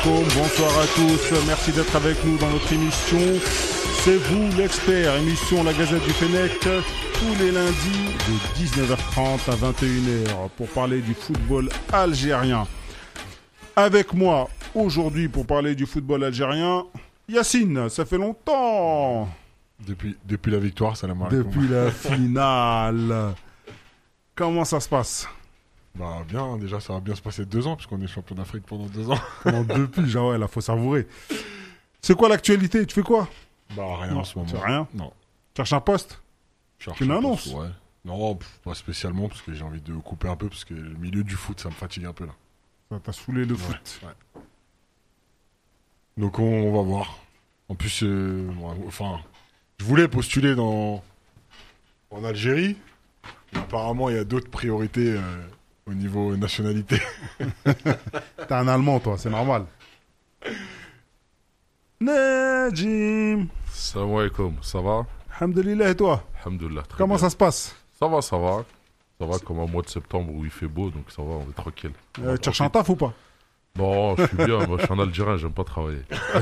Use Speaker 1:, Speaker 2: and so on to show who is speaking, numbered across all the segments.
Speaker 1: alaikum, bonsoir à tous, merci d'être avec nous dans notre émission. C'est vous l'expert, émission La Gazette du Fennec, tous les lundis de 19h30 à 21h pour parler du football algérien. Avec moi aujourd'hui pour parler du football algérien, Yacine, ça fait longtemps.
Speaker 2: Depuis la victoire, salam alaikum.
Speaker 1: Depuis la finale. Comment ça se passe?
Speaker 2: Bah bien, déjà ça va bien se passer 2 ans puisqu'on est champion d'Afrique pendant 2 ans.
Speaker 1: Depuis, genre ouais, là faut savourer. C'est quoi l'actualité? Tu fais quoi?
Speaker 2: Bah rien en ce moment.
Speaker 1: Tu fais rien?
Speaker 2: Non.
Speaker 1: Cherche un poste?
Speaker 2: Cherche
Speaker 1: une
Speaker 2: un
Speaker 1: annonce?
Speaker 2: poste, ouais. Non, pas spécialement parce que j'ai envie de couper un peu parce que le milieu du foot ça me fatigue un peu là.
Speaker 1: Ça t'a saoulé le foot.
Speaker 2: Ouais. Donc on va voir. En plus, je voulais postuler en Algérie. Mais apparemment il y a d'autres priorités au niveau nationalité.
Speaker 1: T'es un Allemand toi, c'est normal. Najim.
Speaker 3: Salam alaikum, ça va?
Speaker 1: Alhamdulillah, et toi?
Speaker 3: Alhamdulillah, très
Speaker 1: Comment
Speaker 3: bien.
Speaker 1: ça se passe?
Speaker 3: Ça va, ça va. Ça va comme un mois de septembre où il fait beau, donc ça va, on est tranquille.
Speaker 1: Tu cherches un taf ou pas?
Speaker 3: Non, je suis bien, moi je suis un Algérien, j'aime pas travailler.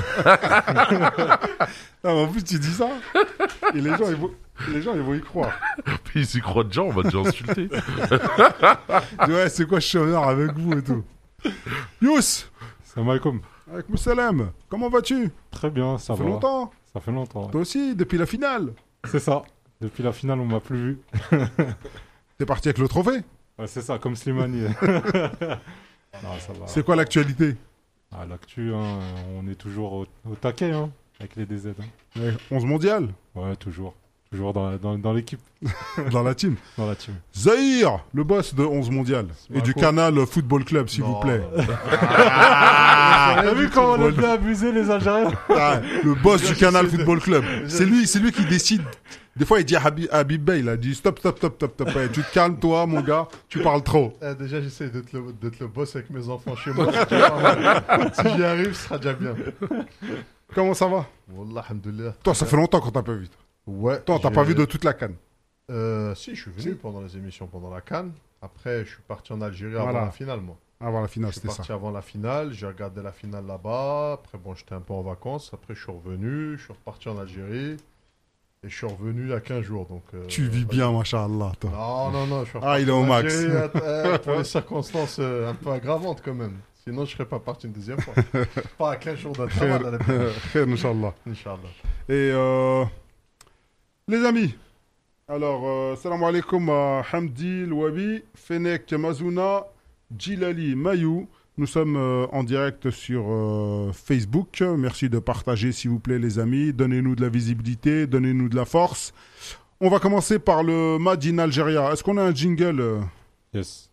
Speaker 1: Non, mais en plus tu dis ça, et les gens ils vont y croire.
Speaker 3: Puis ils y croient déjà, on va déjà insulter.
Speaker 1: Tu dis, ouais, c'est quoi, je suis honneur avec vous et tout. Yous,
Speaker 4: Salam alaikum.
Speaker 1: avec Moussalem, comment vas-tu?
Speaker 4: Très bien, ça
Speaker 1: Ça fait
Speaker 4: va.
Speaker 1: longtemps.
Speaker 4: Ça fait longtemps.
Speaker 1: Toi aussi, depuis la finale.
Speaker 4: C'est ça. Depuis la finale, on m'a plus vu.
Speaker 1: T'es parti avec le trophée.
Speaker 4: Ouais, c'est ça, comme Slimani. Non, ça va.
Speaker 1: C'est quoi l'actualité?
Speaker 4: Ah, l'actu, hein, on est toujours au taquet, hein, avec les DZ. Hein.
Speaker 1: Ouais, 11 mondial
Speaker 4: Ouais, toujours. Toujours dans l'équipe,
Speaker 1: dans la team.
Speaker 4: dans la team.
Speaker 1: Zahir, le boss de 11 mondial. Et du Canal Football Club, s'il vous plaît.
Speaker 4: T'as vu comment on a fait abuser les Algériens?
Speaker 1: Ah, le boss du Canal Football Club. C'est lui qui décide. Des fois, il dit à Habib Bey, il a dit stop. Ouais, tu te calmes, toi, mon gars, tu parles trop.
Speaker 5: Déjà, j'essaie d'être le boss avec mes enfants chez moi. Si j'y arrive, ce sera déjà bien.
Speaker 1: Comment ça va?
Speaker 5: Wallah, alhamdoulilah.
Speaker 1: Toi, ça fait longtemps qu'on t'a pas vu.
Speaker 5: Ouais.
Speaker 1: Toi, t'as pas vu de toute la canne.
Speaker 5: Si, je suis venu pendant les émissions, pendant la CAN. Après, je suis parti en Algérie avant
Speaker 1: Voilà.
Speaker 5: la finale, moi.
Speaker 1: Avant la finale,
Speaker 5: Je suis
Speaker 1: c'était ça.
Speaker 5: parti avant la finale, j'ai regardé la finale là-bas. Après, bon, j'étais un peu en vacances. Après, je suis revenu, je suis reparti en Algérie. Et je suis revenu il y a 15 jours. Donc,
Speaker 1: Tu vis bien, machallah, toi.
Speaker 5: Non, je suis
Speaker 1: Ah, il est
Speaker 5: reparti
Speaker 1: au
Speaker 5: en
Speaker 1: max.
Speaker 5: Algérie, pour les circonstances un peu aggravantes quand même. Sinon, je serais pas parti une deuxième fois. Pas à 15 jours de travail.
Speaker 1: Khair, Inch'Allah.
Speaker 5: Inch'Allah.
Speaker 1: Et les amis, alors, salam alaikum à Hamdi, Louabi, Fennec, Mazouna, Djilali, Mayou. Nous sommes en direct sur Facebook. Merci de partager, s'il vous plaît, les amis. Donnez-nous de la visibilité, donnez-nous de la force. On va commencer par le Made in Algeria. Est-ce qu'on a un jingle
Speaker 4: Yes.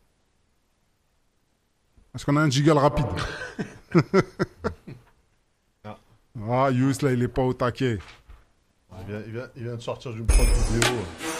Speaker 1: Est-ce qu'on a un jingle rapide? Ah, Yous, là, il est pas au taquet.
Speaker 5: Il vient de sortir d'une prod vidéo.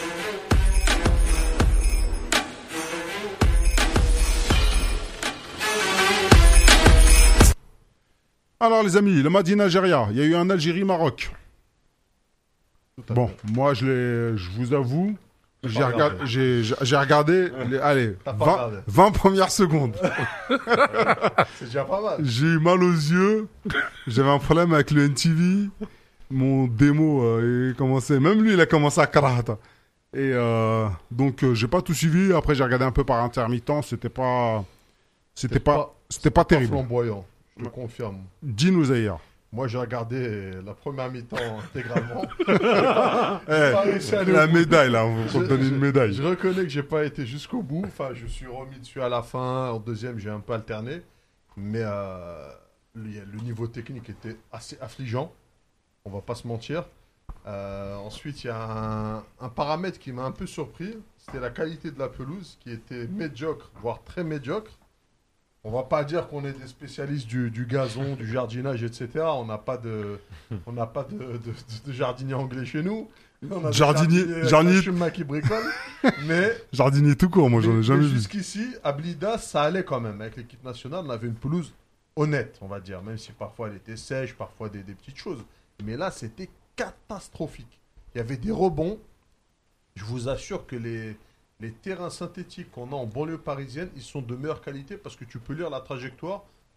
Speaker 1: Alors, les amis, le Made in Algeria. Il y a eu un Algérie-Maroc.
Speaker 5: Tout à
Speaker 1: Bon,
Speaker 5: fait.
Speaker 1: moi, je vous avoue, j'ai
Speaker 5: pas
Speaker 1: regardé, j'ai regardé allez,
Speaker 5: T'as pas
Speaker 1: 20,
Speaker 5: regardé.
Speaker 1: 20 premières secondes.
Speaker 5: C'est déjà pas mal.
Speaker 1: J'ai eu mal aux yeux. J'avais un problème avec le NTV. Mon démo il commençait. Même lui, il a commencé à karahata. Et donc, j'ai pas tout suivi. Après, j'ai regardé un peu par intermittent. C'était pas terrible.
Speaker 5: Flamboyant, je te confirme.
Speaker 1: Dis-nous, Zahir.
Speaker 5: Moi, j'ai regardé la première mi-temps intégralement.
Speaker 1: Eh,
Speaker 5: pas réussi à aller
Speaker 1: la
Speaker 5: au bout.
Speaker 1: médaille, là. On faut te donner une médaille.
Speaker 5: Je reconnais que j'ai pas été jusqu'au bout. Enfin, je suis remis dessus à la fin. En deuxième, j'ai un peu alterné. Mais le niveau technique était assez affligeant. On va pas se mentir. Ensuite, il y a un paramètre qui m'a un peu surpris. C'était la qualité de la pelouse qui était médiocre, voire très médiocre. On va pas dire qu'on est des spécialistes du gazon, du jardinage, etc. On n'a pas de jardinier anglais chez nous. On a des
Speaker 1: Jardinier
Speaker 5: chemins qui bricolent. Mais
Speaker 1: jardinier tout court, moi, j'en ai jamais vu.
Speaker 5: jusqu'ici, à Blida, ça allait quand même. Avec l'équipe nationale, on avait une pelouse honnête, on va dire. Même si parfois elle était sèche, parfois des petites choses. Mais là, c'était catastrophique. Il y avait des rebonds. Je vous assure que les terrains synthétiques qu'on a en banlieue parisienne, ils sont de meilleure qualité parce que tu peux lire la trajectoire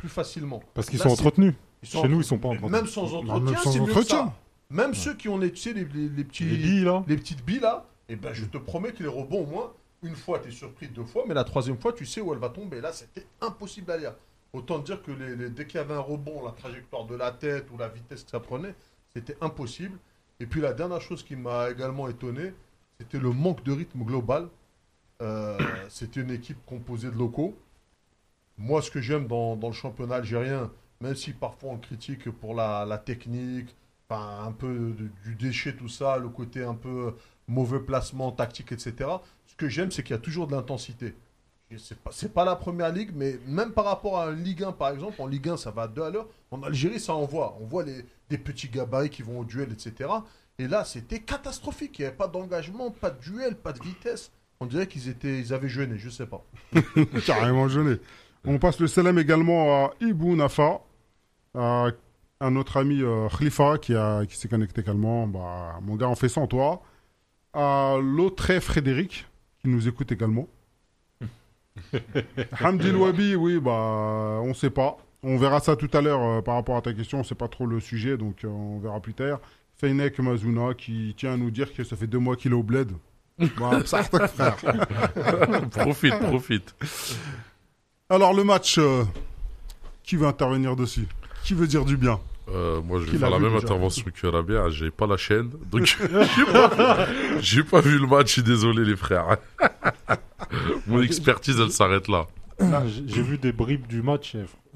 Speaker 5: plus facilement.
Speaker 4: Parce qu'ils
Speaker 5: Là,
Speaker 4: sont
Speaker 5: c'est-
Speaker 4: entretenus.
Speaker 5: ils sont
Speaker 4: Chez nous, ils sont pas
Speaker 5: mais
Speaker 4: entretenus.
Speaker 5: Même sans
Speaker 1: Non,
Speaker 5: entretien,
Speaker 1: même sans
Speaker 5: c'est mieux que
Speaker 1: entretien.
Speaker 5: ça. Même ceux qui ont les, tu sais, les petits,
Speaker 4: Les billes, là.
Speaker 5: les petites billes là, et ben je te promets que les rebonds, au moins, une fois, tu es surpris, 2 fois, mais la 3e fois, tu sais où elle va tomber. Là, c'était impossible à lire. Autant dire que dès qu'il y avait un rebond, la trajectoire de la tête ou la vitesse que ça prenait, c'était impossible. Et puis la dernière chose qui m'a également étonné, c'était le manque de rythme global. C'était une équipe composée de locaux. Moi, ce que j'aime dans le championnat algérien, même si parfois on critique pour la technique, enfin, un peu du déchet, tout ça, le côté un peu mauvais placement, tactique, etc. Ce que j'aime, c'est qu'il y a toujours de l'intensité. C'est pas la première ligue, mais même par rapport à une Ligue 1, par exemple, en Ligue 1, ça va à 2 à l'heure. En Algérie, ça envoie. On voit des petits gabarits qui vont au duel, etc. Et là, c'était catastrophique. Il n'y avait pas d'engagement, pas de duel, pas de vitesse. On dirait ils avaient jeûné, je sais pas.
Speaker 1: Carrément gelé. On passe le salam également à Ibou Nafa, à notre ami Khalifa qui s'est connecté également. Bah, mon gars, on fait sans toi. À l'autre Frédéric qui nous écoute également. Hamdi Louabi, oui, bah, on sait pas. On verra ça tout à l'heure par rapport à ta question. On sait pas trop le sujet, donc on verra plus tard. Feinek Mazouna qui tient à nous dire que ça fait 2 mois qu'il est au bled. Bah, ça, frère.
Speaker 3: Profite.
Speaker 1: Alors le match, qui veut intervenir dessus? Qui veut dire du bien?
Speaker 3: Moi, je
Speaker 1: Qui
Speaker 3: vais
Speaker 1: l'a
Speaker 3: faire la
Speaker 1: vu
Speaker 3: même
Speaker 1: déjà
Speaker 3: intervention que Rabia. J'ai pas la chaîne, donc j'ai pas vu le match. Je suis désolé, les frères. Mon expertise, elle s'arrête là.
Speaker 4: J'ai vu des bribes du match.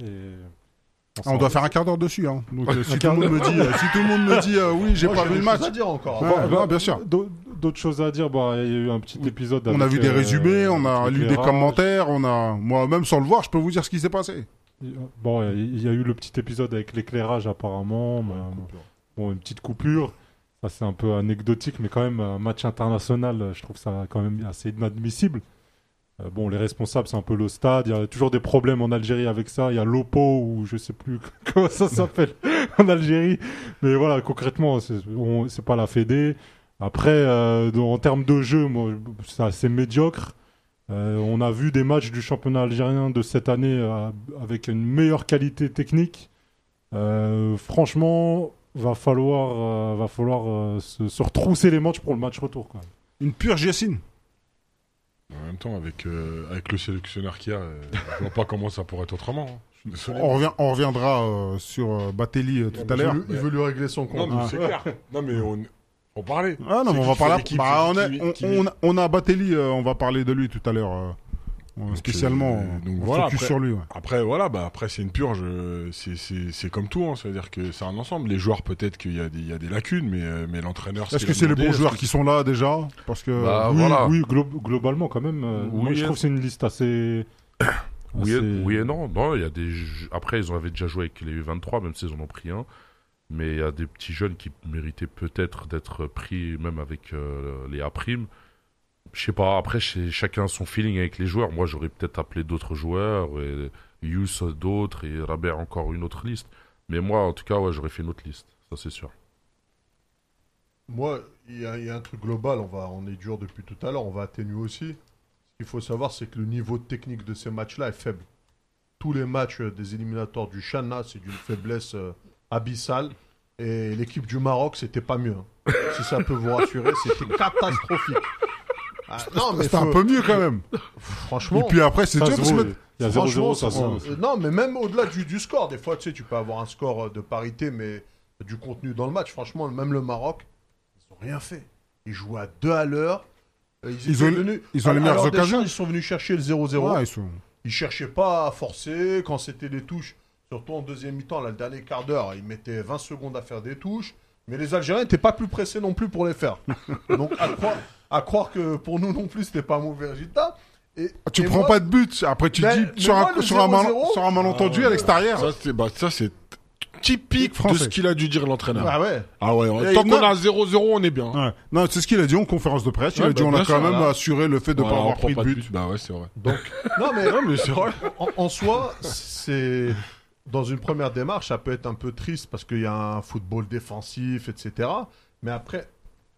Speaker 1: On doit faire un quart d'heure dessus, hein. Donc si tout
Speaker 4: quart
Speaker 1: le monde me dit, oui, j'ai
Speaker 5: Moi,
Speaker 1: pas vu le
Speaker 5: des
Speaker 1: match.
Speaker 5: choses à dire encore.
Speaker 1: Ouais, ouais, bien sûr.
Speaker 4: D'autres choses à dire. Bah, il y a eu un petit épisode.
Speaker 1: On a vu des résumés, on a lu des
Speaker 4: éclairage.
Speaker 1: commentaires, moi même sans le voir, je peux vous dire ce qui s'est passé.
Speaker 4: Bon, il y a eu le petit épisode avec l'éclairage apparemment. Bon, une petite coupure. Ça, c'est un peu anecdotique, mais quand même, un match international, je trouve ça quand même assez inadmissible. Bon, les responsables, c'est un peu le stade. Il y a toujours des problèmes en Algérie avec ça. Il y a l'OPO, ou je sais plus comment ça s'appelle en Algérie. Mais voilà, concrètement, c'est pas la Fédé. Après, en termes de jeu, moi, c'est assez médiocre. On a vu des matchs du championnat algérien de cette année avec une meilleure qualité technique. Franchement, va falloir se retrousser les manches pour le match retour, quand même.
Speaker 1: Une pure Yacine.
Speaker 2: En même temps, avec le sélectionneur qu'il y a, je vois pas comment ça pourrait être autrement. Hein. Je suis désolé.
Speaker 1: On reviendra sur Batelli tout à l'heure.
Speaker 5: Il veut lui régler son
Speaker 2: Non,
Speaker 5: compte.
Speaker 2: mais c'est clair. Non, mais on parlait.
Speaker 1: Ah non, mais on va
Speaker 2: C'est qui fait
Speaker 1: parler.
Speaker 2: l'équipe,
Speaker 1: Bah,
Speaker 2: c'est qui
Speaker 1: on a Batelli, on va parler de lui tout à l'heure. Spécialement,
Speaker 2: donc
Speaker 1: on
Speaker 2: voilà,
Speaker 1: focus
Speaker 2: après-
Speaker 1: sur lui. Ouais.
Speaker 2: Après, voilà, après c'est une purge, c'est comme tout, hein, c'est-à-dire que c'est un ensemble. Les joueurs, peut-être qu'il y a des lacunes, mais l'entrepreneur.
Speaker 1: Est-ce que c'est les bons joueurs qui sont là déjà? Parce que
Speaker 3: Bah,
Speaker 4: Oui,
Speaker 3: voilà.
Speaker 4: oui, globalement, quand même. Moi, je trouve que c'est une liste assez.
Speaker 3: Oui
Speaker 4: assez-
Speaker 3: et non. Non, il y a après, ils avaient déjà joué avec les U23, même s'ils en ont pris un. Mais il y a des petits jeunes qui méritaient peut-être d'être pris, même avec les A'. Je sais pas, après, chacun son feeling avec les joueurs. Moi, j'aurais peut-être appelé d'autres joueurs, et Yous d'autres, et Rabert encore une autre liste. Mais moi, en tout cas, ouais, j'aurais fait une autre liste, ça c'est sûr.
Speaker 5: Moi, il y a un truc global, on est dur depuis tout à l'heure, on va atténuer aussi. Ce qu'il faut savoir, c'est que le niveau technique de ces matchs-là est faible. Tous les matchs des éliminatoires du Chana, c'est d'une faiblesse abyssale. Et l'équipe du Maroc, c'était pas mieux. Hein. Si ça peut vous rassurer, c'était catastrophique. Ah, non, mais
Speaker 1: c'était un peu mieux quand même.
Speaker 5: franchement,
Speaker 1: Et puis après, c'est
Speaker 4: Ça
Speaker 1: dur
Speaker 4: se
Speaker 1: de se
Speaker 4: vaut,
Speaker 1: mettre.
Speaker 4: il y a
Speaker 5: franchement,
Speaker 4: 0-0, ça se vaut.
Speaker 5: non, mais même au-delà du score, des fois, tu sais, tu peux avoir un score de parité, mais du contenu dans le match. Franchement, même le Maroc, ils n'ont rien fait. Ils jouent à 2 à l'heure.
Speaker 1: Ils ont les meilleures occasions.
Speaker 5: Ils sont venus chercher le 0-0.
Speaker 1: Ouais, ils sont-
Speaker 5: Ils cherchaient pas à forcer quand c'était les touches. Surtout en deuxième mi-temps, là, le dernier quart d'heure, ils mettaient 20 secondes à faire des touches. Mais les Algériens n'étaient pas plus pressés non plus pour les faire. Donc à croire que pour nous non plus, c'était pas un mauvais résultat.
Speaker 1: Tu
Speaker 5: et
Speaker 1: prends
Speaker 5: moi-
Speaker 1: pas de but. Après, tu
Speaker 5: Ben,
Speaker 1: dis
Speaker 5: mais
Speaker 1: sur
Speaker 5: moi, le 0-0,
Speaker 1: un malentendu à l'extérieur.
Speaker 2: Ça, c'est typique de
Speaker 1: Français.
Speaker 2: ce qu'il a dû dire l'entraîneur.
Speaker 5: Ah ouais.
Speaker 2: Ah ouais,
Speaker 1: Et
Speaker 2: tant qu'on
Speaker 1: non.
Speaker 2: a 0-0, on est bien.
Speaker 1: Ouais. Non, c'est ce qu'il a dit en conférence de presse. Il
Speaker 2: Ouais,
Speaker 1: a dit
Speaker 2: bah,
Speaker 1: on a
Speaker 2: bien
Speaker 1: quand
Speaker 2: sûr,
Speaker 1: même
Speaker 2: voilà.
Speaker 1: assuré le fait de ne
Speaker 2: Voilà,
Speaker 1: pas
Speaker 2: on
Speaker 1: avoir
Speaker 2: prend
Speaker 1: pris de
Speaker 2: pas
Speaker 1: but.
Speaker 2: Bah ouais, c'est vrai.
Speaker 5: Donc, non, mais
Speaker 2: Non, mais c'est vrai.
Speaker 5: en soi, c'est dans une première démarche, ça peut être un peu triste parce qu'il y a un football défensif, etc. Mais après,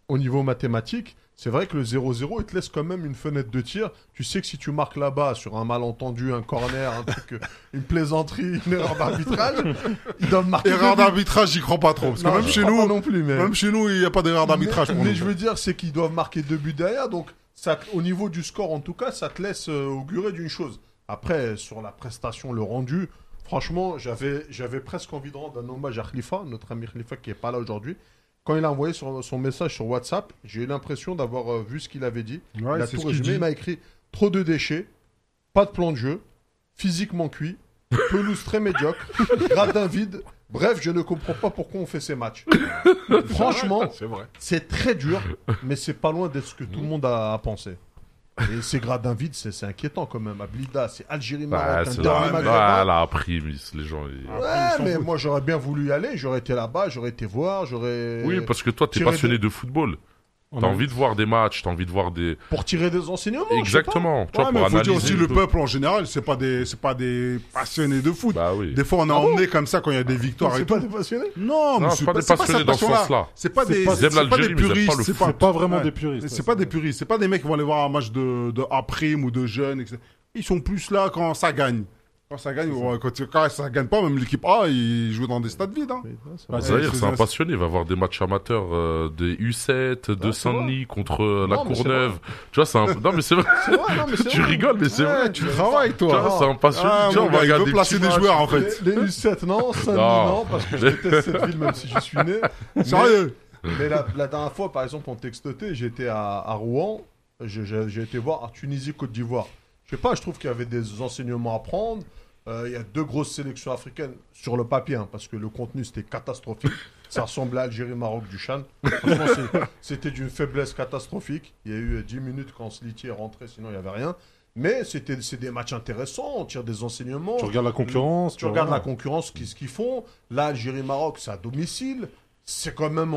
Speaker 5: au niveau mathématique, c'est vrai que le 0-0, il te laisse quand même une fenêtre de tir. Tu sais que si tu marques là-bas sur un malentendu, un corner, un truc, une plaisanterie, une erreur d'arbitrage, ils doivent marquer.
Speaker 1: Erreur d'arbitrage, j'y crois pas trop. Parce que
Speaker 5: Non,
Speaker 1: même
Speaker 5: je
Speaker 1: chez
Speaker 5: crois
Speaker 1: nous,
Speaker 5: pas non plus, mais...
Speaker 1: même chez nous, il n'y a pas d'erreur d'arbitrage. pour
Speaker 5: Mais
Speaker 1: nous.
Speaker 5: je veux dire, c'est qu'ils doivent marquer 2 buts derrière. Donc, ça, au niveau du score, en tout cas, ça te laisse augurer d'une chose. Après, sur la prestation, le rendu, franchement, j'avais presque envie de rendre un hommage à Khalifa, notre ami Khalifa qui est pas là aujourd'hui. Quand il a envoyé son message sur WhatsApp, j'ai eu l'impression d'avoir vu ce qu'il avait dit.
Speaker 1: Ouais,
Speaker 5: il a
Speaker 1: c'est
Speaker 5: tout
Speaker 1: ce qu'il
Speaker 5: résumé.
Speaker 1: dit.
Speaker 5: Il m'a écrit trop de déchets, pas de plan de jeu, physiquement cuit, pelouse très médiocre, gradin vide. Bref, je ne comprends pas pourquoi on fait ces matchs. Franchement,
Speaker 2: C'est vrai.
Speaker 5: c'est très dur, mais c'est pas loin d'être ce que tout le monde a pensé. Et ces gradins vides, c'est inquiétant quand même. Ablida, c'est Algérie,
Speaker 3: Bah,
Speaker 5: Maroc, un
Speaker 3: c'est
Speaker 5: dernier
Speaker 3: là,
Speaker 5: maghrébin.
Speaker 3: la prime, les gens.
Speaker 5: Ouais, mais moi j'aurais bien voulu y aller. J'aurais été là-bas, j'aurais été voir, j'aurais.
Speaker 3: Oui, parce que toi, t'es
Speaker 5: tirer
Speaker 3: passionné de football. T'as envie de voir des matchs, t'as envie de voir des.
Speaker 5: Pour tirer des enseignements. je sais
Speaker 3: Exactement. Tu vois,
Speaker 1: Ouais,
Speaker 3: pour
Speaker 1: mais faut dire
Speaker 3: analyser.
Speaker 1: aussi le peuple en général, c'est pas des passionnés de foot.
Speaker 3: Bah oui.
Speaker 1: Des fois, on est emmené comme ça quand il y a des
Speaker 5: pas.
Speaker 1: victoires
Speaker 5: C'est
Speaker 1: et
Speaker 5: pas
Speaker 1: tout.
Speaker 5: des passionnés.
Speaker 1: Non,
Speaker 3: Non,
Speaker 1: mais
Speaker 3: c'est pas des
Speaker 1: ça,
Speaker 3: passionnés dans ce
Speaker 1: passion-là.
Speaker 3: sens-là.
Speaker 1: C'est pas des,
Speaker 3: Ils aiment
Speaker 1: c'est pas
Speaker 3: l'Algérie,
Speaker 1: des
Speaker 3: mais ils aiment pas
Speaker 1: puristes.
Speaker 3: le
Speaker 1: C'est
Speaker 3: foot.
Speaker 4: C'est pas vraiment
Speaker 1: ouais.
Speaker 4: des puristes.
Speaker 1: C'est pas des puristes. C'est pas des mecs qui vont aller voir un match de A' ou de jeunes, etc. Ils sont plus là quand ça gagne. Quand ça gagne, quand ça gagne pas, même l'équipe A, ils jouent dans des stades vides. Hein.
Speaker 4: Bah,
Speaker 3: Zahir, c'est un
Speaker 1: c'est-
Speaker 3: passionné, il va voir des matchs amateurs des U7, de
Speaker 5: c'est
Speaker 3: Saint-Denis contre la
Speaker 5: Non, mais c'est
Speaker 3: Courneuve. Tu vois, c'est un. Non, mais c'est vrai.
Speaker 5: C'est vrai, non, mais c'est
Speaker 3: Tu
Speaker 5: vrai.
Speaker 3: rigoles, mais c'est vrai.
Speaker 1: Tu travailles,
Speaker 3: Tu vois,
Speaker 1: toi.
Speaker 3: c'est un passionné.
Speaker 1: Ah,
Speaker 3: Tu vois,
Speaker 1: mon
Speaker 3: on va
Speaker 1: gars, il
Speaker 3: regarder
Speaker 1: veut placer
Speaker 3: petits
Speaker 1: des
Speaker 3: matchs.
Speaker 1: joueurs, en fait.
Speaker 5: Les U7, non. Saint-Denis,
Speaker 3: Non.
Speaker 5: non. Parce que je déteste cette ville, même si je suis né.
Speaker 1: Sérieux.
Speaker 5: Mais la dernière fois, par exemple, en textoté, j'étais à Rouen. J'ai été voir à Tunisie, Côte d'Ivoire. Je sais pas, je trouve qu'il y avait des enseignements à prendre. Il y a 2 grosses sélections africaines sur le papier, hein, parce que le contenu c'était catastrophique. Ça ressemblait à Algérie-Maroc du Chan. Franchement, c'était d'une faiblesse catastrophique. Il y a eu 10 minutes quand Sliti est rentré, sinon il n'y avait rien. Mais c'est des matchs intéressants, on tire des enseignements.
Speaker 4: Tu regardes la concurrence.
Speaker 5: Tu regardes la concurrence, ce qu'ils font. Là, Algérie-Maroc, c'est à domicile. C'est quand même,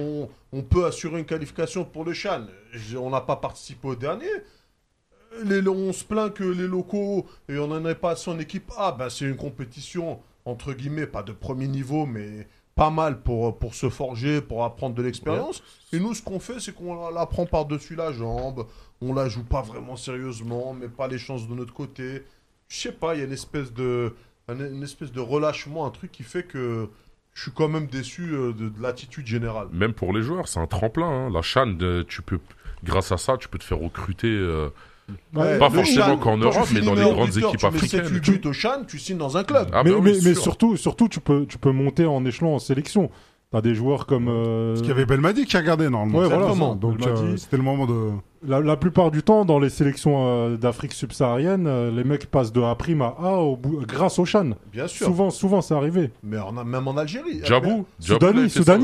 Speaker 5: on peut assurer une qualification pour le Chan. On n'a pas participé au dernier. On se plaint que les locaux, et on n'en est pas assez en équipe A. Ben, c'est une compétition, entre guillemets, pas de premier niveau, mais pas mal pour se forger, pour apprendre de l'expérience. Et nous, ce qu'on fait, c'est qu'on la prend par-dessus la jambe. On la joue pas vraiment sérieusement, mais pas les chances de notre côté. Je sais pas, il y a une espèce de relâchement, un truc qui fait que je suis quand même déçu de l'attitude générale.
Speaker 3: Même pour les joueurs, c'est un tremplin. Hein. La Chan, grâce à ça, tu peux te faire recruter.
Speaker 5: Ouais,
Speaker 3: Pas
Speaker 5: le
Speaker 3: forcément
Speaker 5: Chan,
Speaker 3: qu'en
Speaker 5: quand
Speaker 3: Europe,
Speaker 5: tu
Speaker 3: mais
Speaker 5: finis
Speaker 3: dans les
Speaker 5: meilleur
Speaker 3: grandes
Speaker 5: buteur,
Speaker 3: équipes
Speaker 5: tu mets
Speaker 3: africaines.
Speaker 5: 7-8 buts au Chan, tu signes dans un club.
Speaker 3: Ah,
Speaker 4: mais
Speaker 3: bah oui,
Speaker 4: mais
Speaker 3: sûr.
Speaker 4: surtout, tu peux monter en échelon en sélection. T'as des joueurs comme.
Speaker 1: Parce qu'il y avait Belmadi qui a gardé normalement.
Speaker 4: Ouais, voilà.
Speaker 5: Exactement.
Speaker 4: ça.
Speaker 1: Donc
Speaker 4: Belmadi.
Speaker 1: c'était le moment de.
Speaker 4: La plupart du temps, dans les sélections d'Afrique subsaharienne, les mecs passent de A' à A grâce au Chan.
Speaker 5: Bien sûr.
Speaker 4: Souvent, c'est arrivé.
Speaker 5: Mais même en Algérie.
Speaker 3: Djabou.
Speaker 4: Soudani,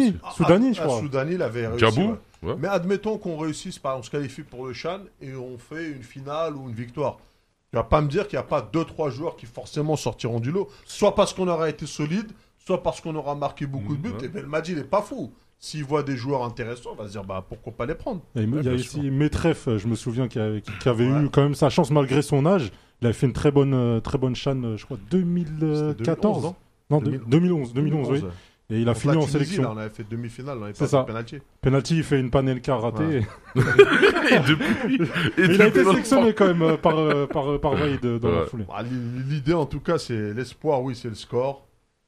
Speaker 4: je crois.
Speaker 5: Soudani, il avait réussi.
Speaker 3: Djabou.
Speaker 5: ouais.
Speaker 3: Ouais.
Speaker 5: Mais admettons qu'on réussisse, on se qualifie pour le Chan et on fait une finale ou une victoire. Tu vas pas me dire qu'il n'y a pas 2-3 joueurs qui forcément sortiront du lot. Soit parce qu'on aura été solide, soit parce qu'on aura marqué beaucoup de buts.
Speaker 3: ouais.
Speaker 5: Et Belmadi, il n'est pas fou. S'il voit des joueurs intéressants, il va se dire pourquoi pas les prendre.
Speaker 4: Il y a
Speaker 3: bien
Speaker 4: ici
Speaker 3: sûr.
Speaker 4: Metref, je me souviens, qui avait
Speaker 5: Ouais.
Speaker 4: eu quand même sa chance malgré son âge. Il avait fait une très bonne Chan, je crois,
Speaker 5: C'était
Speaker 4: 2014.
Speaker 5: 2011,
Speaker 4: Non,
Speaker 5: 2011,
Speaker 4: 2011, oui. Et il a
Speaker 5: Contre
Speaker 4: fini
Speaker 5: la
Speaker 4: en
Speaker 5: Tunisie,
Speaker 4: sélection.
Speaker 5: là, on avait fait demi-finale, on avait
Speaker 4: C'est
Speaker 5: pas
Speaker 4: ça.
Speaker 5: fait penalty.
Speaker 4: Penalty, il fait une Panenka ratée.
Speaker 5: Ouais.
Speaker 3: Et depuis.
Speaker 4: Mais il a été
Speaker 3: depuis
Speaker 4: sélectionné quand même par Vaïd dans la
Speaker 3: Ouais.
Speaker 4: foulée.
Speaker 5: L'idée, en tout cas, c'est l'espoir, oui, c'est le score.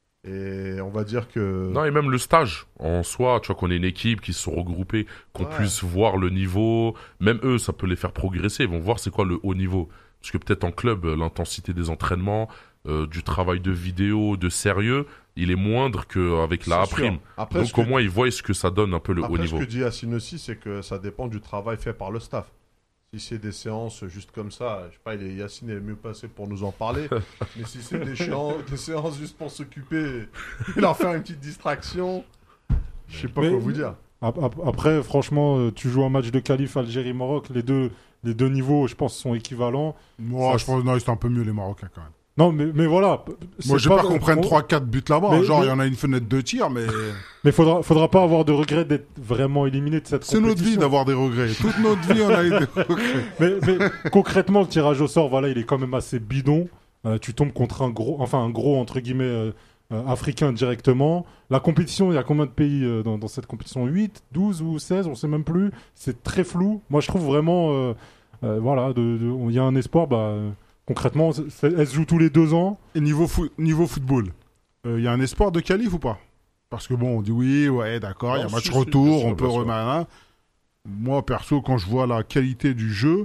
Speaker 5: Et on va dire que...
Speaker 3: Non, et même le stage en soi, tu vois qu'on est une équipe qui se sont regroupés, qu'on
Speaker 5: Ouais.
Speaker 3: puisse voir le niveau. Même eux, ça peut les faire progresser. Ils vont voir c'est quoi le haut niveau. Parce que peut-être en club, l'intensité des entraînements, du travail de vidéo, de sérieux, il est moindre qu'avec la
Speaker 5: C'est sûr.
Speaker 3: A'.
Speaker 5: Après,
Speaker 3: Donc au moins, ils voient ce que ça donne un peu le haut
Speaker 5: Après,
Speaker 3: niveau.
Speaker 5: ce que dit Yacine aussi, c'est que ça dépend du travail fait par le staff. Si c'est des séances juste comme ça, je sais pas, Yacine est mieux passé pour nous en parler. Mais si c'est des séances juste pour s'occuper et leur faire une petite distraction, je sais pas
Speaker 4: Mais-
Speaker 5: quoi vous dire.
Speaker 4: Après, franchement, tu joues un match de qualif Algérie-Maroc, les deux niveaux, je pense, sont équivalents.
Speaker 1: Moi,
Speaker 4: Ça,
Speaker 1: je pense non, c'était un peu mieux les Marocains quand même.
Speaker 4: Non, mais voilà.
Speaker 1: Moi, j'ai pas qu'on prenne 3-4 buts là-bas.
Speaker 4: Mais-
Speaker 1: Genre,
Speaker 4: mais-
Speaker 1: il y en a une fenêtre de tir, mais
Speaker 4: Mais faudra pas avoir de regret d'être vraiment éliminé de cette
Speaker 1: c'est notre vie
Speaker 4: compétition.
Speaker 1: d'avoir des regrets. Toute notre vie, on a eu des regrets.
Speaker 4: Mais concrètement, le tirage au sort, voilà, il est quand même assez bidon. Tu tombes contre un gros entre guillemets, africains directement. La compétition, il y a combien de pays dans cette compétition? 8, 12 ou 16, on ne sait même plus. C'est très flou. Moi, je trouve vraiment, voilà, il y a un espoir. Concrètement, elle se joue tous les 2 ans.
Speaker 1: Et niveau football, il y a un espoir de qualif ou pas? Parce que bon, on dit oui, ouais, d'accord, il y a
Speaker 3: Non,
Speaker 1: match
Speaker 3: si,
Speaker 1: retour,
Speaker 3: bien sûr,
Speaker 1: on peut
Speaker 3: bien sûr.
Speaker 1: remettre. Moi, perso, quand je vois la qualité du jeu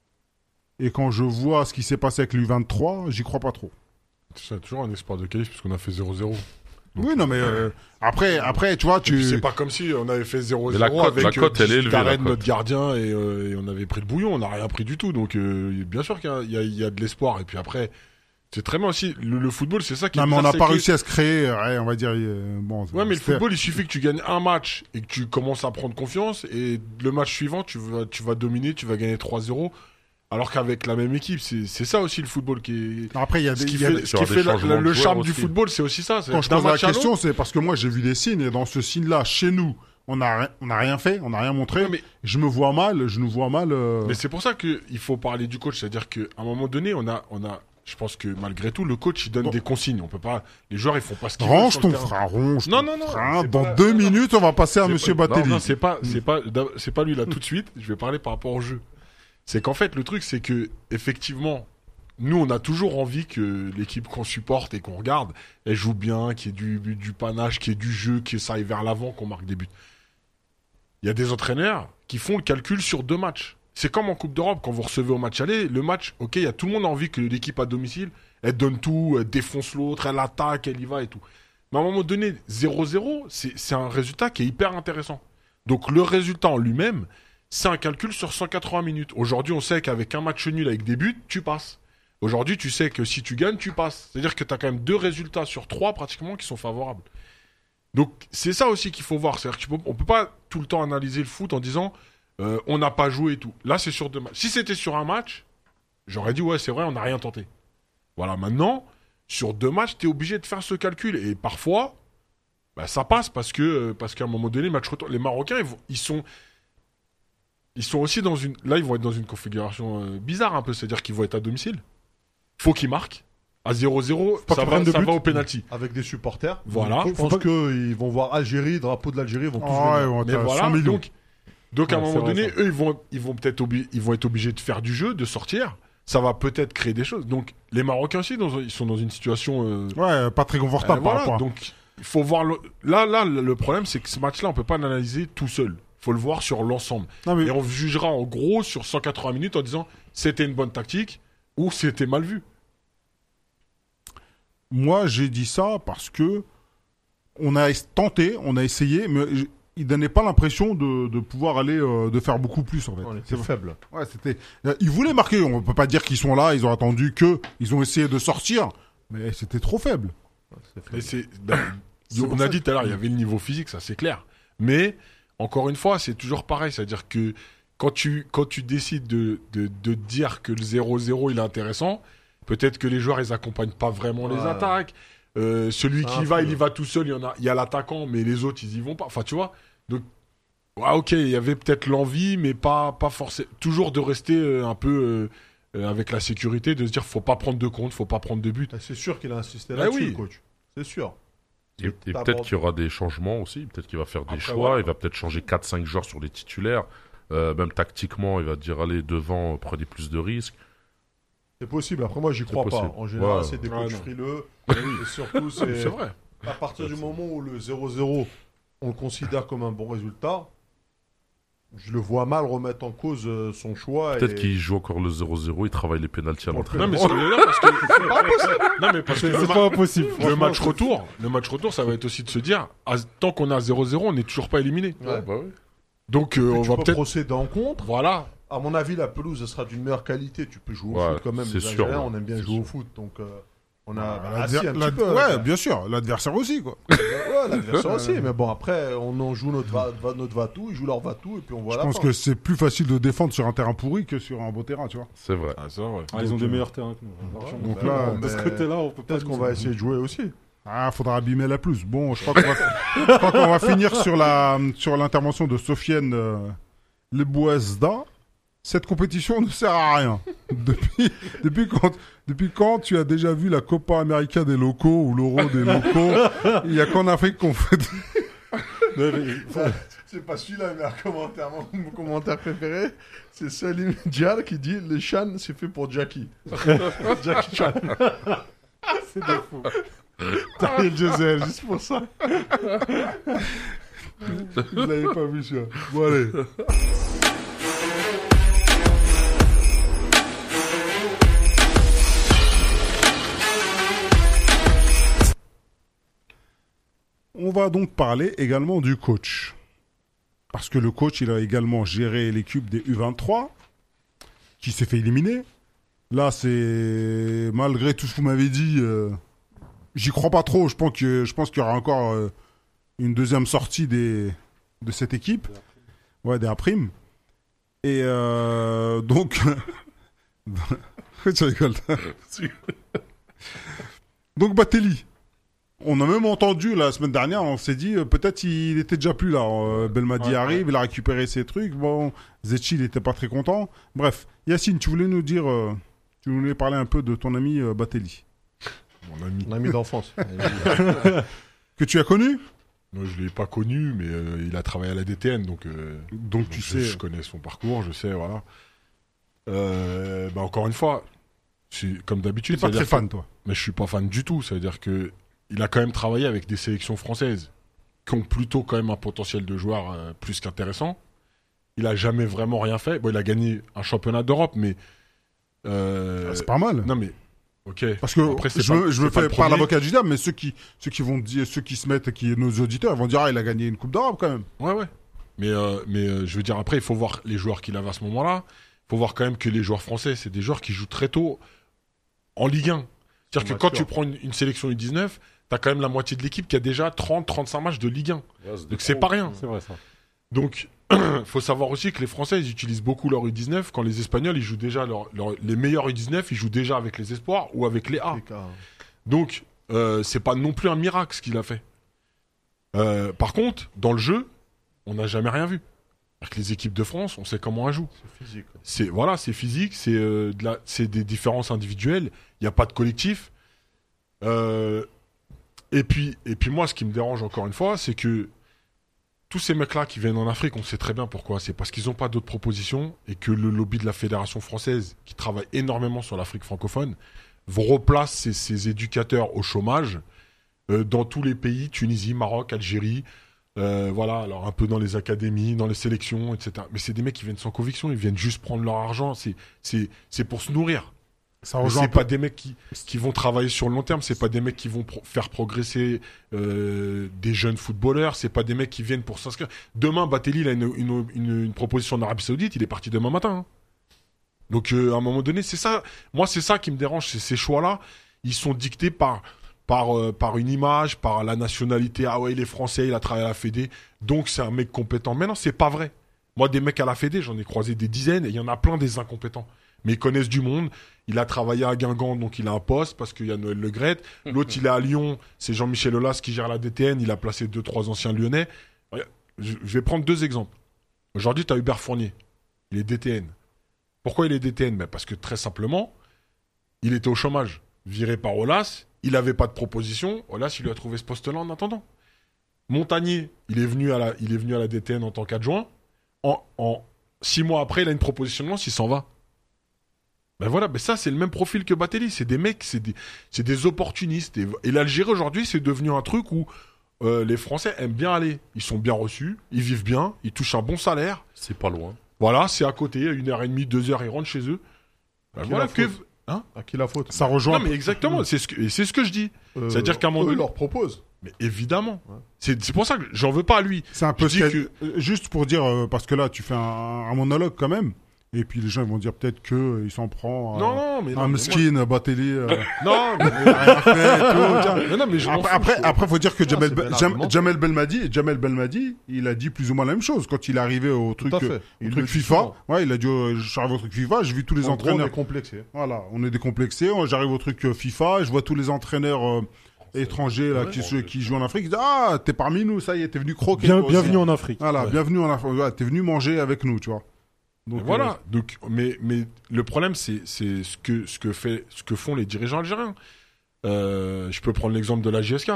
Speaker 1: et quand je vois ce qui s'est passé avec l'U23, j'y crois pas trop.
Speaker 2: C'est toujours un espoir de qualif puisqu'on a fait 0-0.
Speaker 1: Oui, non, mais après, tu vois,
Speaker 2: Et puis,
Speaker 1: tu.
Speaker 2: c'est pas comme si on avait fait 0-0
Speaker 3: Mais la cote,
Speaker 2: avec
Speaker 3: la cote, elle est élevée, la
Speaker 2: Darren,
Speaker 3: cote.
Speaker 2: notre gardien, et on avait pris le bouillon, on n'a rien pris du tout. Donc, bien sûr qu'il y a de l'espoir. Et puis après, c'est très bien aussi. Le football, c'est ça qui est
Speaker 1: Non, mais on
Speaker 2: bizarre,
Speaker 1: n'a pas
Speaker 2: c'est que-
Speaker 1: réussi à se créer, ouais, on va dire. Bon,
Speaker 2: Ouais, mais le
Speaker 1: c'était-
Speaker 2: football, il suffit que tu gagnes un match et que tu commences à prendre confiance. Et le match suivant, tu vas dominer, tu vas gagner 3-0. Alors qu'avec la même équipe, c'est ça aussi le football qui est.
Speaker 1: Non, après, il y a
Speaker 2: Ce
Speaker 1: des.
Speaker 2: qui
Speaker 1: il y a
Speaker 2: fait,
Speaker 1: des-
Speaker 2: ce
Speaker 3: sur
Speaker 2: qui
Speaker 3: des
Speaker 2: fait
Speaker 3: changements de
Speaker 2: le
Speaker 3: joueurs
Speaker 2: charme du
Speaker 3: aussi.
Speaker 2: football, c'est aussi ça.
Speaker 1: Quand je
Speaker 2: D'un
Speaker 1: pose la
Speaker 2: match à l'autre-
Speaker 1: question, c'est parce que moi, j'ai vu des signes et dans ce signe-là, chez nous, on n'a rien fait, on n'a rien montré.
Speaker 2: Ouais, mais-
Speaker 1: Je nous vois mal.
Speaker 2: Mais c'est pour ça qu'il faut parler du coach. C'est-à-dire qu'à un moment donné, on a, je pense que malgré tout, le coach, il donne
Speaker 1: Bon.
Speaker 2: des consignes. On peut pas, les joueurs, ils font pas ce qu'ils veulent.
Speaker 1: Range
Speaker 2: sur
Speaker 1: ton
Speaker 2: le terrain.
Speaker 1: frein, range
Speaker 2: Non,
Speaker 1: ton
Speaker 2: non, non,
Speaker 1: frein.
Speaker 2: c'est
Speaker 1: Dans
Speaker 2: pas-
Speaker 1: 2 minutes, on va passer à
Speaker 2: C'est
Speaker 1: Monsieur
Speaker 2: pas-
Speaker 1: Batelli.
Speaker 2: Non, c'est pas lui là tout de suite. Je vais parler par rapport au jeu. C'est qu'en fait, le truc, c'est que, effectivement, nous, on a toujours envie que l'équipe qu'on supporte et qu'on regarde, elle joue bien, qu'il y ait du panache, qu'il y ait du jeu, que ça aille vers l'avant, qu'on marque des buts. Il y a des entraîneurs qui font le calcul sur 2 matchs. C'est comme en Coupe d'Europe, quand vous recevez au match aller, le match, ok, il y a tout le monde a envie que l'équipe à domicile, elle donne tout, elle défonce l'autre, elle attaque, elle y va et tout. Mais à un moment donné, 0-0, c'est un résultat qui est hyper intéressant. Donc le résultat en lui-même, c'est un calcul sur 180 minutes. Aujourd'hui, on sait qu'avec un match nul avec des buts, tu passes. Aujourd'hui, tu sais que si tu gagnes, tu passes. C'est-à-dire que tu as quand même 2 résultats sur 3 pratiquement qui sont favorables. Donc c'est ça aussi qu'il faut voir. C'est-à-dire qu'on peut pas tout le temps analyser le foot en disant on n'a pas joué et tout. Là, c'est sur 2 matchs. Si c'était sur un match, j'aurais dit ouais, c'est vrai, on n'a rien tenté. Voilà, maintenant, sur 2 matchs, tu es obligé de faire ce calcul. Et parfois, ça passe parce qu'à un moment donné, match retour, les Marocains, ils sont aussi dans une. Là, ils vont être dans une configuration bizarre un peu. C'est-à-dire qu'ils vont être à domicile. Faut qu'ils marquent. À 0-0,
Speaker 4: pas
Speaker 2: ça
Speaker 4: qu'ils prennent de
Speaker 2: va
Speaker 4: but.
Speaker 2: au pénalty.
Speaker 5: Avec des supporters.
Speaker 2: Voilà.
Speaker 5: Je pense qu'ils vont voir Algérie, drapeau de l'Algérie, ils vont tous
Speaker 1: Ah ouais,
Speaker 5: venir.
Speaker 1: on
Speaker 2: Mais
Speaker 1: a 100
Speaker 2: voilà,
Speaker 1: millions.
Speaker 2: donc à un
Speaker 4: Ouais,
Speaker 2: moment
Speaker 4: c'est
Speaker 2: donné,
Speaker 4: vrai,
Speaker 2: eux, ils vont peut-être ils vont être obligés de faire du jeu, de sortir. Ça va peut-être créer des choses. Donc les Marocains aussi, ils sont dans une situation.
Speaker 1: Ouais, pas très confortable par
Speaker 2: Voilà,
Speaker 1: rapport à.
Speaker 2: donc il faut voir. Là, le problème, c'est que ce match-là, on peut pas l'analyser tout seul. Il faut le voir sur l'ensemble.
Speaker 1: Non, mais
Speaker 2: Et on jugera en gros sur 180 minutes en disant c'était une bonne tactique ou c'était mal vu.
Speaker 1: moi, j'ai dit ça parce que on a tenté, on a essayé, mais il donnait pas l'impression de pouvoir aller, de faire beaucoup plus en fait.
Speaker 5: On était faible.
Speaker 1: Ouais, c'était. Ils voulaient marquer. On peut pas dire qu'ils sont là. Ils ont attendu ils ont essayé de sortir, mais c'était trop faible.
Speaker 2: Et
Speaker 1: C'est
Speaker 2: on
Speaker 1: pour
Speaker 2: a
Speaker 1: ça
Speaker 2: dit tout à l'heure, il y avait le niveau physique, ça c'est clair. Mais encore une fois, c'est toujours pareil, c'est-à-dire que quand tu décides de dire que le 0-0 il est intéressant, peut-être que les joueurs ils accompagnent pas vraiment les
Speaker 5: Ouais.
Speaker 2: attaques. Celui
Speaker 5: Ça
Speaker 2: qui
Speaker 5: influe.
Speaker 2: il y va tout seul. Il y a l'attaquant, mais les autres ils y vont pas. Enfin, tu vois. Donc, ouais, ok, il y avait peut-être l'envie, mais pas forcément. Toujours de rester un peu avec la sécurité, de se dire faut pas prendre de compte, faut pas prendre de but.
Speaker 5: C'est sûr qu'il a insisté
Speaker 2: Ah
Speaker 5: là-dessus,
Speaker 2: oui.
Speaker 5: le coach. C'est sûr.
Speaker 3: Et peut-être qu'il y aura des changements aussi. Peut-être qu'il va faire des
Speaker 2: Après,
Speaker 3: choix.
Speaker 2: voilà.
Speaker 3: Il va peut-être changer 4-5 joueurs sur les titulaires. Même tactiquement, il va dire allez, devant, prenez plus de risques.
Speaker 5: C'est possible. Après, moi, j'y crois pas.
Speaker 3: possible.
Speaker 5: En général,
Speaker 3: Ouais.
Speaker 5: c'est des
Speaker 2: Ouais,
Speaker 5: coachs
Speaker 2: non.
Speaker 5: frileux. Et surtout,
Speaker 2: C'est vrai.
Speaker 5: à partir du moment où le 0-0, on le considère comme un bon résultat, je le vois mal remettre en cause son choix.
Speaker 3: Peut-être
Speaker 5: et-
Speaker 3: qu'il joue encore le 0-0. Il travaille les pénaltys à l'entraînement.
Speaker 2: Non mais c'est là parce que non mais parce que
Speaker 4: C'est pas impossible.
Speaker 2: le match retour, ça va être aussi de se dire tant qu'on a 0-0, on n'est toujours pas éliminé.
Speaker 5: Ouais.
Speaker 3: Bah ouais.
Speaker 2: Donc on
Speaker 5: Tu
Speaker 2: va
Speaker 5: peux
Speaker 2: peut-être
Speaker 5: procéder en contre.
Speaker 2: voilà.
Speaker 5: À mon avis, la pelouse elle sera d'une meilleure qualité. Tu peux jouer au
Speaker 3: Ouais,
Speaker 5: foot quand même.
Speaker 3: c'est
Speaker 5: Les
Speaker 3: sûr,
Speaker 5: Algériens,
Speaker 3: ouais.
Speaker 5: on aime bien
Speaker 3: C'est
Speaker 5: jouer au
Speaker 3: sûr.
Speaker 5: foot. Donc, on a.
Speaker 1: L'adver-
Speaker 5: un petit peu.
Speaker 1: ouais, bien sûr. L'adversaire aussi, quoi.
Speaker 5: Ouais, l'adversaire aussi. Mais bon, après, on en joue notre va-tout, ils jouent leur va-tout, et puis on voit
Speaker 1: Je
Speaker 5: la
Speaker 1: pense
Speaker 5: fin.
Speaker 1: que c'est plus facile de défendre sur un terrain pourri que sur un beau terrain, tu vois.
Speaker 3: C'est vrai.
Speaker 2: C'est vrai.
Speaker 4: Ah, ils ont
Speaker 1: Donc,
Speaker 4: des meilleurs terrains que nous.
Speaker 5: Ouais,
Speaker 1: Donc
Speaker 5: bah
Speaker 1: là,
Speaker 5: non,
Speaker 4: De ce
Speaker 5: mais
Speaker 4: côté-là, on peut pas.
Speaker 5: peut-être qu'on va essayer de jouer aussi.
Speaker 1: Ah, faudra abîmer la pelouse. Bon, je crois qu'on va finir sur l'intervention de Sofiane Lebouazda. cette compétition ne sert à rien. Depuis quand tu as déjà vu la Copa América des locaux ou l'Euro des locaux? Il y a qu'en Afrique qu'on fait...
Speaker 5: C'est pas celui-là, mais mon commentaire préféré, c'est Salim Dial qui dit « Le Chan, c'est fait pour Jackie ». Jackie Chan.
Speaker 4: C'est des fous.
Speaker 5: Daniel Joseph, juste pour ça.
Speaker 1: Vous l'avez pas vu, ça. Bon, allez. On va donc parler également du coach. Parce que le coach, il a également géré l'équipe des U23, qui s'est fait éliminer. Là, c'est... Malgré tout ce que vous m'avez dit, j'y crois pas trop. Je pense qu'il y aura encore une deuxième sortie de cette équipe. Ouais, des A'. Et donc... Tu rigoles. Donc, Batelli. On a même entendu la semaine dernière, on s'est dit peut-être il était déjà plus là. Belmadi arrive, il a récupéré ses trucs. Bon, Zetchi, il était pas très content. Bref, Yacine, tu voulais nous dire, tu voulais parler un peu de ton ami Batelli.
Speaker 5: Mon ami d'enfance.
Speaker 1: Que tu as connu?
Speaker 2: Moi, je l'ai pas connu, mais il a travaillé à la DTN, donc
Speaker 1: tu sais.
Speaker 2: Je connais son parcours, je sais, voilà. Encore une fois, comme d'habitude.
Speaker 1: Tu n'es pas très fan, toi.
Speaker 2: Mais je suis pas fan du tout. Ça veut dire que il a quand même travaillé avec des sélections françaises qui ont plutôt quand même un potentiel de joueur plus qu'intéressant. Il a jamais vraiment rien fait. Bon, il a gagné un championnat d'Europe, mais
Speaker 1: c'est pas mal.
Speaker 2: Non mais ok.
Speaker 1: Parce que
Speaker 2: après,
Speaker 1: je me fais pas l'avocat du diable, mais ceux qui vont dire, ceux qui se mettent, nos auditeurs, ils vont dire il a gagné une Coupe d'Europe quand même.
Speaker 2: Ouais. Mais je veux dire après, il faut voir les joueurs qu'il avait à ce moment-là. Il faut voir quand même que les joueurs français, c'est des joueurs qui jouent très tôt en Ligue 1. C'est-à-dire que quand tu prends une sélection U19, t'as quand même la moitié de l'équipe qui a déjà 30-35 matchs de Ligue 1. Donc c'est pas rien.
Speaker 4: C'est vrai ça.
Speaker 2: Donc faut savoir aussi que les Français, ils utilisent beaucoup leur U19 quand les Espagnols, ils jouent déjà les meilleurs U19, ils jouent déjà avec les espoirs ou avec les A. Donc c'est pas non plus un miracle ce qu'il a fait. Par contre, dans le jeu, on n'a jamais rien vu. Avec les équipes de France, on sait comment elles jouent.
Speaker 5: C'est physique.
Speaker 2: C'est physique, c'est des différences individuelles. Il n'y a pas de collectif. Et puis moi, ce qui me dérange encore une fois, c'est que tous ces mecs-là qui viennent en Afrique, on sait très bien pourquoi. C'est parce qu'ils n'ont pas d'autres propositions et que le lobby de la Fédération française, qui travaille énormément sur l'Afrique francophone, replace ces éducateurs au chômage dans tous les pays, Tunisie, Maroc, Algérie. Voilà, alors un peu dans les académies, dans les sélections, etc. Mais c'est des mecs qui viennent sans conviction, ils viennent juste prendre leur argent, c'est pour se nourrir. C'est pas des mecs qui vont travailler sur le long terme, c'est pas des mecs qui vont faire progresser des jeunes footballeurs, c'est pas des mecs qui viennent pour s'inscrire. Demain, Batelli, il a une proposition d'Arabie Saoudite, il est parti demain matin. Hein. Donc à un moment donné, c'est ça. Moi, c'est ça qui me dérange, c'est ces choix-là, ils sont dictés par une image, par la nationalité. Ah ouais, il est français, il a travaillé à la Fédé, donc c'est un mec compétent. Mais non, c'est pas vrai. Moi, des mecs à la Fédé, j'en ai croisé des dizaines, et il y en a plein des incompétents. Mais ils connaissent du monde. Il a travaillé à Guingamp, donc il a un poste, parce qu'il y a Noël Le Graët. L'autre, il est à Lyon, c'est Jean-Michel Aulas qui gère la DTN, il a placé 2-3 anciens lyonnais. Je vais prendre 2 exemples. Aujourd'hui, tu as Hubert Fournier, il est DTN. Pourquoi il est DTN? Parce que très simplement, il était au chômage, viré par Aulas. Il n'avait pas de proposition. Aulas, il lui a trouvé ce poste-là en attendant. Montagnier, il est venu à la DTN en tant qu'adjoint. En 6 mois après, il a une proposition de lance, il s'en va. Ben voilà, ben ça, c'est le même profil que Batelli. C'est des mecs, c'est des opportunistes. Et l'Algérie, aujourd'hui, c'est devenu un truc où les Français aiment bien aller. Ils sont bien reçus, ils vivent bien, ils touchent un bon salaire.
Speaker 3: C'est pas loin.
Speaker 2: Voilà, c'est à côté, 1h30, 2h, ils rentrent chez eux. Ben voilà que...
Speaker 5: Hein? À qui la faute?
Speaker 1: Ça rejoint.
Speaker 2: Non, mais exactement, c'est ce que je dis. C'est-à-dire qu'à un moment donné,
Speaker 5: leur propose.
Speaker 2: Mais évidemment. Ouais. C'est pour ça que j'en veux pas à lui.
Speaker 1: C'est un peu juste pour dire, parce que là, tu fais un monologue quand même. Et puis les gens ils vont dire peut-être qu'il s'en prend à Meskin, Batelli.
Speaker 2: Non, mais
Speaker 1: rien fait et tout.
Speaker 2: Non, mais
Speaker 1: après, faut dire que Jamel Belmadi, il a dit plus ou moins la même chose quand il est arrivé au truc FIFA. Ouais, il a dit j'arrive au truc FIFA, j'ai vu tous les entraîneurs.
Speaker 5: On est décomplexés.
Speaker 1: Voilà, on est décomplexés. J'arrive au truc FIFA, je vois tous les entraîneurs étrangers là qui jouent en Afrique. Ils disent, ah, t'es parmi nous, ça y est, t'es venu croquer.
Speaker 4: Bienvenue en Afrique.
Speaker 1: Voilà, bienvenue en Afrique. Ouais, t'es venu manger avec nous, tu vois. Donc,
Speaker 2: voilà. Donc, mais le problème, c'est ce que font les dirigeants algériens. Je peux prendre l'exemple de la JSK.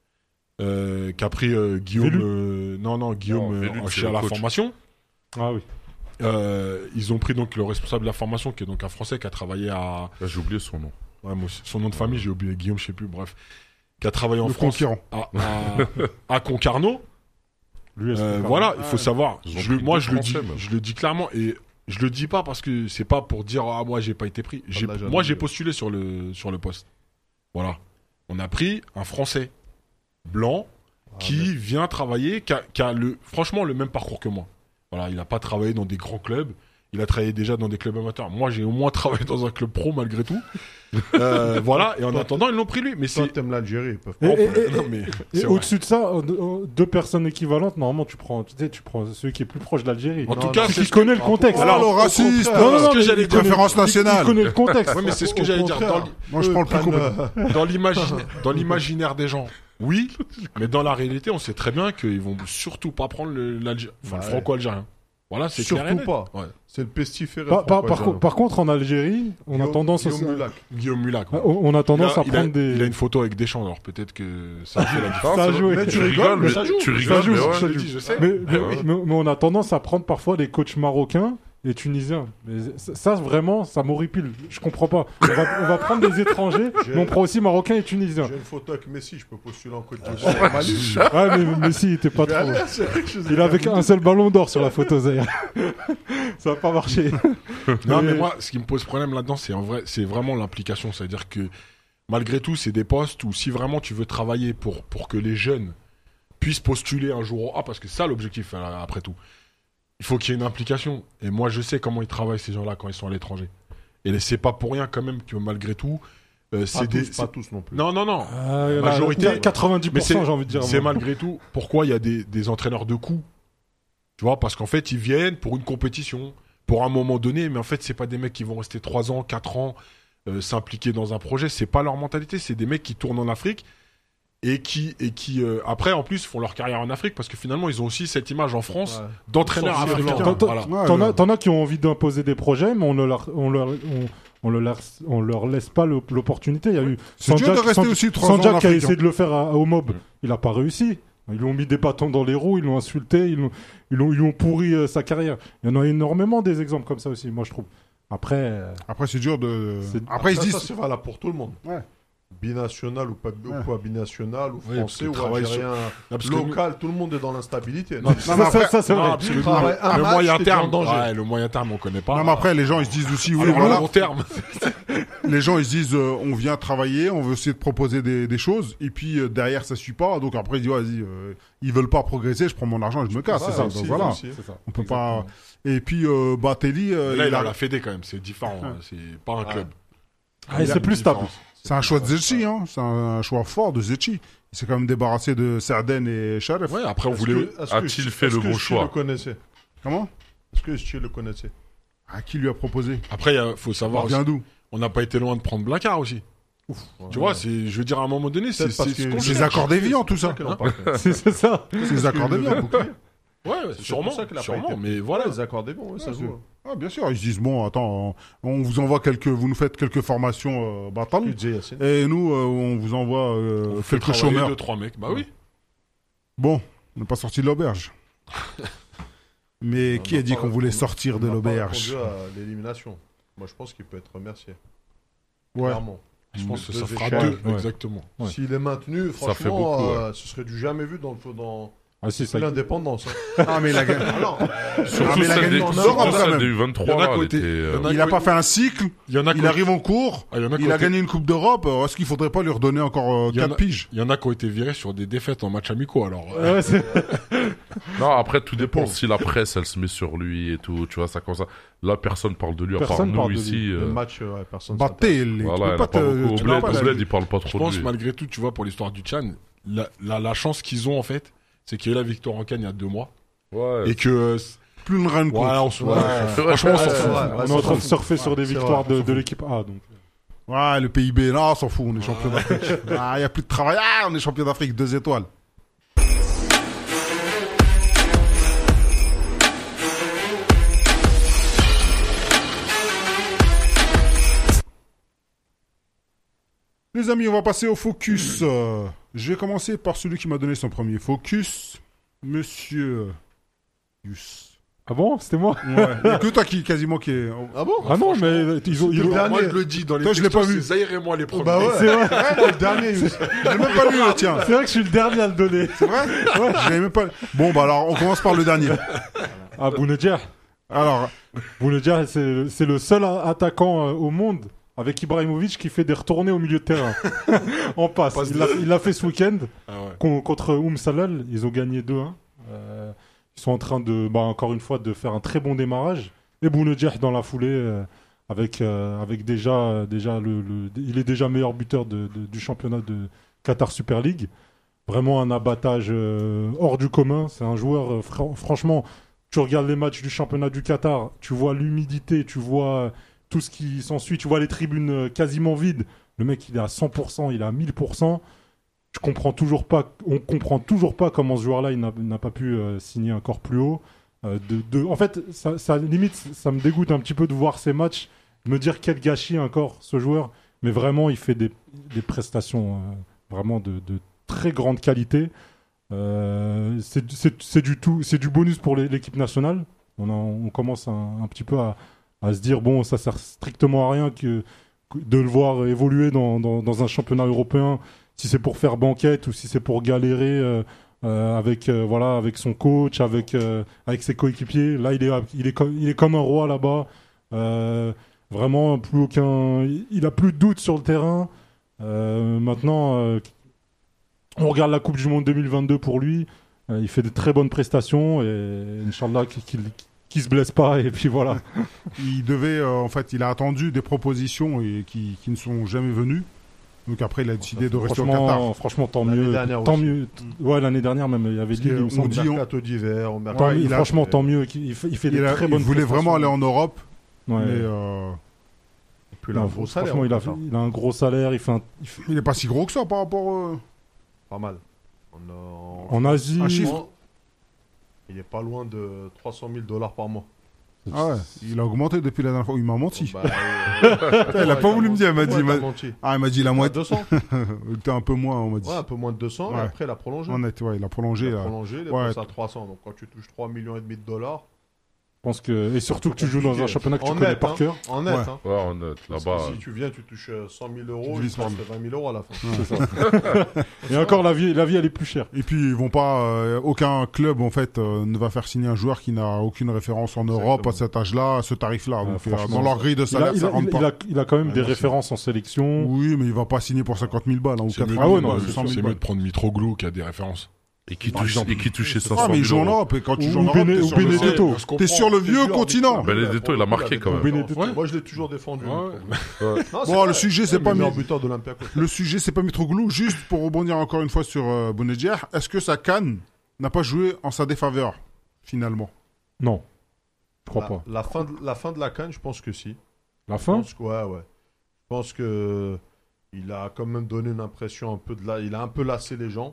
Speaker 2: Qu'a pris Guillaume. Guillaume
Speaker 3: Vélu, c'est
Speaker 2: à
Speaker 3: le
Speaker 2: la
Speaker 3: coach.
Speaker 2: formation.
Speaker 4: Ah oui.
Speaker 2: Ils ont pris donc le responsable de la formation, qui est donc un Français qui a travaillé à.
Speaker 3: Là, j'ai oublié son nom.
Speaker 2: Ouais, moi aussi. Son nom de famille, j'ai oublié. Guillaume, je sais plus. Bref, qui a travaillé en
Speaker 1: le
Speaker 2: France
Speaker 1: conquérant.
Speaker 2: à Concarneau.
Speaker 4: Lui,
Speaker 2: Voilà, il faut savoir.
Speaker 3: Ils ont pris
Speaker 2: Moi,
Speaker 3: deux
Speaker 2: je le dis,
Speaker 3: Français, même.
Speaker 2: je le dis clairement, et je le dis pas parce que c'est pas pour dire moi j'ai pas été pris. Moi j'ai postulé sur le poste. Voilà, on a pris un Français blanc qui vient travailler, qui a franchement le même parcours que moi. Voilà, il a pas travaillé dans des grands clubs. Il a travaillé déjà dans des clubs amateurs. Moi, j'ai au moins travaillé dans un club pro malgré tout. Voilà, et en attendant, ils l'ont pris lui. Mais
Speaker 5: Toi,
Speaker 2: c'est.
Speaker 5: t'aimes l'Algérie, ils peuvent
Speaker 4: Et-
Speaker 5: pas.
Speaker 2: Non, mais
Speaker 4: Et
Speaker 2: c'est vrai.
Speaker 4: au-dessus de ça, deux personnes équivalentes, normalement, tu prends celui qui est plus proche de l'Algérie.
Speaker 2: En tout cas,
Speaker 4: Celui
Speaker 2: c'est
Speaker 4: qui
Speaker 2: ce
Speaker 4: connaît le contexte.
Speaker 1: Alors, le
Speaker 5: au
Speaker 1: raciste,
Speaker 5: contraire,
Speaker 2: ce que
Speaker 4: mais
Speaker 2: j'allais
Speaker 4: il
Speaker 2: dire,
Speaker 4: connaît-
Speaker 1: référence nationale.
Speaker 4: Il connaît le contexte.
Speaker 2: Ouais, mais c'est ce que
Speaker 5: Au
Speaker 2: j'allais dire.
Speaker 5: contraire.
Speaker 1: Moi, je prends le plus commun.
Speaker 2: Dans l'imaginaire des gens, oui, mais dans la réalité, on sait très bien qu'ils vont surtout pas prendre le
Speaker 5: Ouais.
Speaker 2: franco-algérien. Voilà, c'est clair et
Speaker 5: Surtout
Speaker 2: net.
Speaker 5: pas.
Speaker 2: Ouais.
Speaker 5: C'est le pestiféré.
Speaker 4: Par contre, en Algérie, on a tendance à...
Speaker 2: Guillaume Mulac. ouais.
Speaker 4: On a tendance à
Speaker 2: il a
Speaker 4: prendre des...
Speaker 2: il a une photo avec Deschamps, alors peut-être que ça fait la différence.
Speaker 4: Ça a joué.
Speaker 5: Mais
Speaker 3: Tu rigoles, mais tu rigoles,
Speaker 4: joue,
Speaker 3: mais ouais.
Speaker 2: Je le dis, je sais.
Speaker 4: Mais,
Speaker 3: ouais.
Speaker 4: mais on a tendance à prendre parfois des coachs marocains et tunisiens. Mais ça, vraiment, ça m'horripile. Je comprends pas. On va prendre des étrangers, mais on prend aussi marocains et tunisiens.
Speaker 5: J'ai une photo avec Messi, je peux postuler en Côte d'Ivoire. Au Mali.
Speaker 4: Ouais, mais Messi, il était pas
Speaker 5: Je vais
Speaker 4: trop...
Speaker 5: aller, c'est vrai que je
Speaker 4: Il avait un seul ballon d'or sur la photo, Zahir. Ça va pas marcher.
Speaker 2: Non, mais moi, ce qui me pose problème là-dedans, c'est vraiment l'implication. C'est-à-dire que, malgré tout, c'est des postes où si vraiment tu veux travailler pour que les jeunes puissent postuler un jour au A, parce que c'est ça l'objectif, après tout. Il faut qu'il y ait une implication. Et moi, je sais comment ils travaillent, ces gens-là, quand ils sont à l'étranger. Et c'est pas pour rien, quand même, que malgré tout,
Speaker 5: Pas tous non plus.
Speaker 2: Non.
Speaker 4: La
Speaker 2: Majorité-
Speaker 4: 90%,
Speaker 2: Mais c'est-
Speaker 4: j'ai envie de dire.
Speaker 2: C'est
Speaker 4: moi.
Speaker 2: malgré tout pourquoi il y a des entraîneurs de coups. Tu vois, parce qu'en fait, ils viennent pour une compétition, pour un moment donné, mais en fait, c'est pas des mecs qui vont rester 3 ans, 4 ans, s'impliquer dans un projet. C'est pas leur mentalité. C'est des mecs qui tournent en Afrique et qui après, en plus, font leur carrière en Afrique parce que finalement, ils ont aussi cette image en France
Speaker 5: Ouais.
Speaker 2: d'entraîneurs
Speaker 5: Sorcier
Speaker 2: africains.
Speaker 5: blanc.
Speaker 2: Voilà.
Speaker 1: Ouais,
Speaker 4: T'en as qui ont envie d'imposer des projets, mais on leur laisse pas l'opportunité. Il y a eu
Speaker 1: C'est dur de rester aussi 3 ans en
Speaker 4: Sanjak qui a
Speaker 1: Afrique,
Speaker 4: essayé
Speaker 1: hein.
Speaker 4: de le faire au MOB. Il a pas réussi. Ils lui ont mis des bâtons dans les roues, ils l'ont insulté, ils lui ont pourri sa carrière. Il y en a énormément des exemples comme ça aussi, moi je trouve. Après,
Speaker 1: Après, c'est dur de.
Speaker 4: C'est-
Speaker 1: Après, ils se
Speaker 5: Ça,
Speaker 1: disent.
Speaker 5: c'est valable pour tout le monde.
Speaker 1: Ouais.
Speaker 5: Binational ou pas, ou
Speaker 1: Ouais.
Speaker 5: pas binational, ou
Speaker 2: Oui, parce
Speaker 5: français,
Speaker 2: que
Speaker 5: ou
Speaker 2: travail sur-
Speaker 5: algérien,
Speaker 2: parce que-
Speaker 5: local, tout le monde est dans l'instabilité.
Speaker 2: Non,
Speaker 1: Non, mais après-
Speaker 4: ça, c'est
Speaker 2: Non,
Speaker 4: vrai.
Speaker 2: parce que le,
Speaker 5: Travail, un
Speaker 2: le
Speaker 5: match,
Speaker 2: moyen
Speaker 5: t'es
Speaker 2: terme,
Speaker 5: en danger.
Speaker 2: le moyen terme, on connaît pas.
Speaker 1: Non, mais après, les gens, ils se disent aussi, oui,
Speaker 2: Alors,
Speaker 1: voilà.
Speaker 2: le long terme.
Speaker 1: Les gens, ils se disent, on vient travailler, on veut essayer de proposer des choses, et puis derrière, ça suit pas. Donc après, ils disent, vas-y, ils veulent pas progresser, je prends mon argent et je me casse.
Speaker 5: Ouais,
Speaker 1: c'est ça.
Speaker 5: aussi,
Speaker 1: Donc, voilà.
Speaker 5: aussi.
Speaker 4: C'est ça.
Speaker 1: On peut pas. Et puis, Batelli,
Speaker 2: Là, il
Speaker 1: il
Speaker 2: a
Speaker 1: a-
Speaker 2: la Fédé quand même, c'est différent. hein, C'est pas un club.
Speaker 4: Ah, et c'est plus stable.
Speaker 1: c'est un choix de Zetchi, hein. C'est un choix fort de Zetchi. Il s'est quand même débarrassé de Sarden et Sharef.
Speaker 2: Ouais, après, on
Speaker 5: Est-ce
Speaker 2: voulait.
Speaker 5: que- est-ce que-
Speaker 3: A-t-il fait
Speaker 5: est-ce
Speaker 3: le
Speaker 5: que
Speaker 3: bon
Speaker 5: Chi
Speaker 3: choix
Speaker 5: le connaissait
Speaker 1: Comment
Speaker 5: Est-ce que Chi le connaissait
Speaker 1: À qui lui a proposé
Speaker 2: Après, il faut
Speaker 1: On
Speaker 2: savoir.
Speaker 1: vient d'où
Speaker 2: On n'a pas été loin de prendre Blacard aussi. Tu vois, je veux dire, à un moment donné, c'est
Speaker 5: Peut-être parce
Speaker 2: ce
Speaker 5: que-
Speaker 2: qu'on
Speaker 1: C'est les
Speaker 2: cherche.
Speaker 1: accords d'évian, tout ça.
Speaker 5: C'est pour ça qu'il en parle.
Speaker 4: C'est ça.
Speaker 1: C'est les accords d'évian.
Speaker 2: Ouais,
Speaker 5: C'est
Speaker 2: sûrement.
Speaker 5: pour ça qu'il a pas
Speaker 2: Sûrement,
Speaker 5: été.
Speaker 2: mais
Speaker 5: Voilà,
Speaker 2: voilà.
Speaker 5: les accords des bons, ouais, ça
Speaker 1: Ouais,
Speaker 5: joue.
Speaker 1: Ah, bien sûr, ils se disent, bon, attends, on vous envoie vous nous faites quelques formations Batal,
Speaker 5: Tu disais, Yacine.
Speaker 1: et nous, on vous envoie
Speaker 2: On fait
Speaker 1: quelques
Speaker 2: travailler
Speaker 1: chômeurs.
Speaker 2: 2-3 mecs. Bah oui.
Speaker 1: Bon, on n'est pas sorti de l'auberge. Mais
Speaker 5: Non,
Speaker 1: qui a
Speaker 5: non,
Speaker 1: dit
Speaker 5: pas-
Speaker 1: qu'on voulait
Speaker 5: on-
Speaker 1: sortir
Speaker 5: on
Speaker 1: de
Speaker 5: n'a pas
Speaker 1: l'auberge
Speaker 5: répondu à l'élimination. Moi, je pense qu'il peut être remercié.
Speaker 1: Ouais.
Speaker 5: Clairement.
Speaker 2: Je pense que ça
Speaker 5: Deux
Speaker 2: fera
Speaker 5: échecs.
Speaker 2: 2.
Speaker 4: Ouais.
Speaker 2: Exactement.
Speaker 4: Ouais.
Speaker 5: S'il est maintenu,
Speaker 3: Ça fait
Speaker 5: franchement,
Speaker 3: beaucoup,
Speaker 5: ce serait du jamais vu dans
Speaker 4: Ah si, ça.
Speaker 5: l'indépendance. hein.
Speaker 1: Ah, mais il a gagné.
Speaker 3: Surtout
Speaker 1: mais il a
Speaker 3: celle
Speaker 1: gagné
Speaker 3: des
Speaker 1: en
Speaker 3: surtout
Speaker 1: Europe, quand
Speaker 3: celle
Speaker 1: même.
Speaker 3: des
Speaker 2: Il y en
Speaker 3: U23,
Speaker 2: a
Speaker 3: là,
Speaker 2: qui ont
Speaker 3: elle
Speaker 2: été-
Speaker 3: était,
Speaker 2: il y en a-
Speaker 1: Il a pas fait un cycle,
Speaker 2: Il y en a
Speaker 1: il
Speaker 2: qui-
Speaker 1: arrive en cours,
Speaker 2: Ah, il y en a qui
Speaker 1: il
Speaker 2: ont
Speaker 1: a
Speaker 2: été-
Speaker 1: gagné une Coupe d'Europe. Est-ce qu'il faudrait pas lui redonner encore
Speaker 2: Il y en
Speaker 1: 4
Speaker 2: a-
Speaker 1: piges
Speaker 2: Il y en a qui ont été virés sur des défaites en match amicaux, alors.
Speaker 4: Ouais, c'est-
Speaker 3: Non, après, tout dépend
Speaker 5: pauvre.
Speaker 3: si la presse, elle se met sur lui et tout, tu vois, ça comme ça. Là, personne parle de lui, à part
Speaker 4: Personne
Speaker 3: nous
Speaker 4: parle de
Speaker 3: ici.
Speaker 4: lui.
Speaker 5: Le match, ouais, personne ne
Speaker 1: Batel,
Speaker 3: Voilà,
Speaker 1: tu
Speaker 3: il
Speaker 1: peux
Speaker 3: a
Speaker 1: pas
Speaker 3: pas beaucoup.
Speaker 1: te.
Speaker 3: Au
Speaker 1: tu
Speaker 3: bled,
Speaker 1: peux pas
Speaker 3: au
Speaker 1: la-
Speaker 3: bled, il parle pas
Speaker 2: Je
Speaker 3: trop de
Speaker 2: pense,
Speaker 3: lui.
Speaker 2: malgré tout, tu vois, pour l'histoire du Tchad, la chance qu'ils ont, en fait, c'est qu'il y a eu la victoire en Cannes il y a 2 mois.
Speaker 3: Ouais.
Speaker 2: Et que.
Speaker 1: Plus une reine compte.
Speaker 2: Voilà, on se
Speaker 5: Ouais.
Speaker 2: Franchement, on s'en
Speaker 5: Ouais,
Speaker 2: fout.
Speaker 5: ouais,
Speaker 4: On est en train de surfer sur des
Speaker 5: c'est
Speaker 4: victoires
Speaker 5: vrai,
Speaker 4: de l'équipe A. Donc.
Speaker 1: Ouais, le PIB, là, on s'en fout, on est champion d'Afrique. Ah, il n'y a plus de travail. Ah, on est champion d'Afrique, 2 étoiles. Les amis, on va passer au focus. Je vais commencer par celui qui m'a donné son premier focus. Monsieur Yus.
Speaker 4: Ah bon, c'était moi?
Speaker 1: Ouais. Il y a que toi quasiment qui est...
Speaker 5: Ah bon?
Speaker 4: Ah non, mais ils ont.
Speaker 2: Moi, je le dis dans les
Speaker 1: Toi, je l'ai pas
Speaker 2: textos,
Speaker 1: vu.
Speaker 2: c'est Zahir et moi les premiers.
Speaker 5: Bah ouais.
Speaker 4: C'est vrai.
Speaker 5: Ouais, le dernier.
Speaker 1: Je l'ai même pas lu, le tien.
Speaker 4: C'est vrai que je suis le dernier à le donner.
Speaker 1: C'est vrai? Ouais. Je l'avais même pas... Bon, bah alors, on commence par le dernier.
Speaker 4: Ah, Bounedjah.
Speaker 1: Alors,
Speaker 4: Bounedjah, c'est le seul attaquant au monde avec Ibrahimovic qui fait des retournées au milieu de terrain. En passe. Il l'a fait ce week-end
Speaker 2: Ah ouais.
Speaker 4: contre Salal. Ils ont gagné 2-1. Ils sont en train de, encore une fois, de faire un très bon démarrage. Et Bounedjah dans la foulée, avec déjà il est déjà meilleur buteur du championnat de Qatar Super League. Vraiment un abattage hors du commun. C'est un joueur, franchement, tu regardes les matchs du championnat du Qatar, tu vois l'humidité, tu vois tout ce qui s'ensuit, tu vois les tribunes quasiment vides. Le mec, il est à 100%, il est à 1000%. On comprend toujours pas comment ce joueur-là il n'a pas pu signer encore plus haut. En fait, ça limite, ça me dégoûte un petit peu de voir ces matchs, de me dire quel gâchis encore ce joueur. Mais vraiment, il fait des prestations vraiment de très grande qualité. C'est du bonus pour l'équipe nationale. On commence un petit peu à se dire bon, ça sert strictement à rien de le voir évoluer dans un championnat européen. Si c'est pour faire banquette ou si c'est pour galérer avec son coach, avec ses coéquipiers. Là, il est comme un roi là-bas. Vraiment, il a plus de doute sur le terrain. Maintenant, on regarde la Coupe du Monde 2022 pour lui. Il fait de très bonnes prestations et Inch'Allah qu'il se blesse pas et puis voilà.
Speaker 1: il devait, il a attendu des propositions qui ne sont jamais venues. Donc après, il a décidé de rester au Qatar.
Speaker 4: Franchement, tant
Speaker 5: L'année
Speaker 4: mieux.
Speaker 5: dernière
Speaker 4: Tant
Speaker 5: aussi.
Speaker 4: mieux. Ouais, l'année dernière même, il y avait Lille, il me semble.
Speaker 1: dit-
Speaker 5: Au mercato d'hiver, au mercato...
Speaker 4: Tant mieux,
Speaker 1: il a-
Speaker 4: franchement, tant mieux. Il fait des très bonnes
Speaker 1: il voulait
Speaker 4: prestations.
Speaker 1: vraiment aller en Europe,
Speaker 4: Ouais.
Speaker 1: mais
Speaker 5: Puis là, un gros salaire.
Speaker 4: Franchement,
Speaker 5: au Qatar.
Speaker 4: il a un gros salaire.
Speaker 1: il est pas si gros que ça par rapport...
Speaker 5: Pas mal.
Speaker 4: En Asie.
Speaker 1: Un chiffre.
Speaker 5: Il est pas loin de 300 000 $ par mois.
Speaker 1: Ah ouais, il a augmenté depuis la dernière fois. Il m'a menti.
Speaker 5: Bah,
Speaker 1: Il a pas voulu me dire, il m'a dit.
Speaker 5: il m'a menti.
Speaker 1: Ah, il m'a dit la moitié.
Speaker 5: 200.
Speaker 1: T'es un peu moins, on m'a dit.
Speaker 5: Ouais, un peu moins de 200.
Speaker 1: Ouais.
Speaker 5: Et après, il a prolongé.
Speaker 1: Honnête, ouais, il a prolongé.
Speaker 5: Il a
Speaker 1: là.
Speaker 5: prolongé, il est
Speaker 1: Ouais.
Speaker 5: passé à 300. Donc quand tu touches 3,5 millions de dollars,
Speaker 4: Je pense que et surtout que tu joues dans un championnat que tu
Speaker 5: En
Speaker 4: connais
Speaker 5: net,
Speaker 4: par
Speaker 5: hein.
Speaker 4: cœur.
Speaker 5: en net.
Speaker 1: Ouais.
Speaker 5: Hein.
Speaker 3: Ouais, on est
Speaker 5: Parce
Speaker 3: là-bas.
Speaker 5: que si tu viens, tu touches 100 000 euros,
Speaker 1: Tu
Speaker 5: il
Speaker 1: divises
Speaker 5: te
Speaker 1: par
Speaker 5: reste 20 000 € à la fin.
Speaker 4: C'est ça. Et encore la vie elle est plus chère.
Speaker 1: Et puis ils vont pas, aucun club en fait ne va faire signer un joueur qui n'a aucune référence en Europe à cet âge-là, à ce tarif-là. Donc
Speaker 4: franchement,
Speaker 1: dans leur grille de salaire, ça rentre pas.
Speaker 4: Il a quand même des
Speaker 5: merci.
Speaker 4: références en sélection.
Speaker 1: Oui, mais il va pas signer pour 50 000 balles hein, ou
Speaker 2: C'est
Speaker 1: 80
Speaker 2: mieux,
Speaker 1: 000
Speaker 4: Ah ouais,
Speaker 1: balles,
Speaker 4: non,
Speaker 1: 100 000
Speaker 2: c'est mieux
Speaker 1: balles.
Speaker 2: de prendre Mitroglou qui a des références.
Speaker 3: Et qui
Speaker 2: Par
Speaker 3: touche
Speaker 2: exemple.
Speaker 3: 500
Speaker 1: Ah, mais il
Speaker 3: 000
Speaker 1: joue en
Speaker 3: euros.
Speaker 1: Europe et quand tu
Speaker 4: Ou
Speaker 1: joues en Europe,
Speaker 4: Bene-
Speaker 1: t'es
Speaker 4: ou
Speaker 1: sur le-
Speaker 4: Benedetto.
Speaker 1: T'es sur le vieux continent.
Speaker 3: Benedetto, il a marqué quand même.
Speaker 4: Benedetto.
Speaker 5: Moi, je l'ai toujours défendu.
Speaker 2: Ouais.
Speaker 5: Non, c'est
Speaker 1: Bon,
Speaker 5: vrai.
Speaker 1: le sujet, c'est
Speaker 5: Le
Speaker 1: pas
Speaker 5: meilleur
Speaker 1: mis-
Speaker 5: buteur de l'Olympiakos.
Speaker 1: Le sujet, c'est pas Mitroglou. Juste pour rebondir encore une fois sur Bounedjah, est-ce que sa canne n'a pas joué en sa défaveur, finalement?
Speaker 4: Non. Je crois pas.
Speaker 5: La fin de la CAN, je pense que si.
Speaker 4: La
Speaker 5: Je
Speaker 4: fin
Speaker 5: pense que, ouais. Je pense que il a quand même donné une impression un peu il a un peu lassé les gens.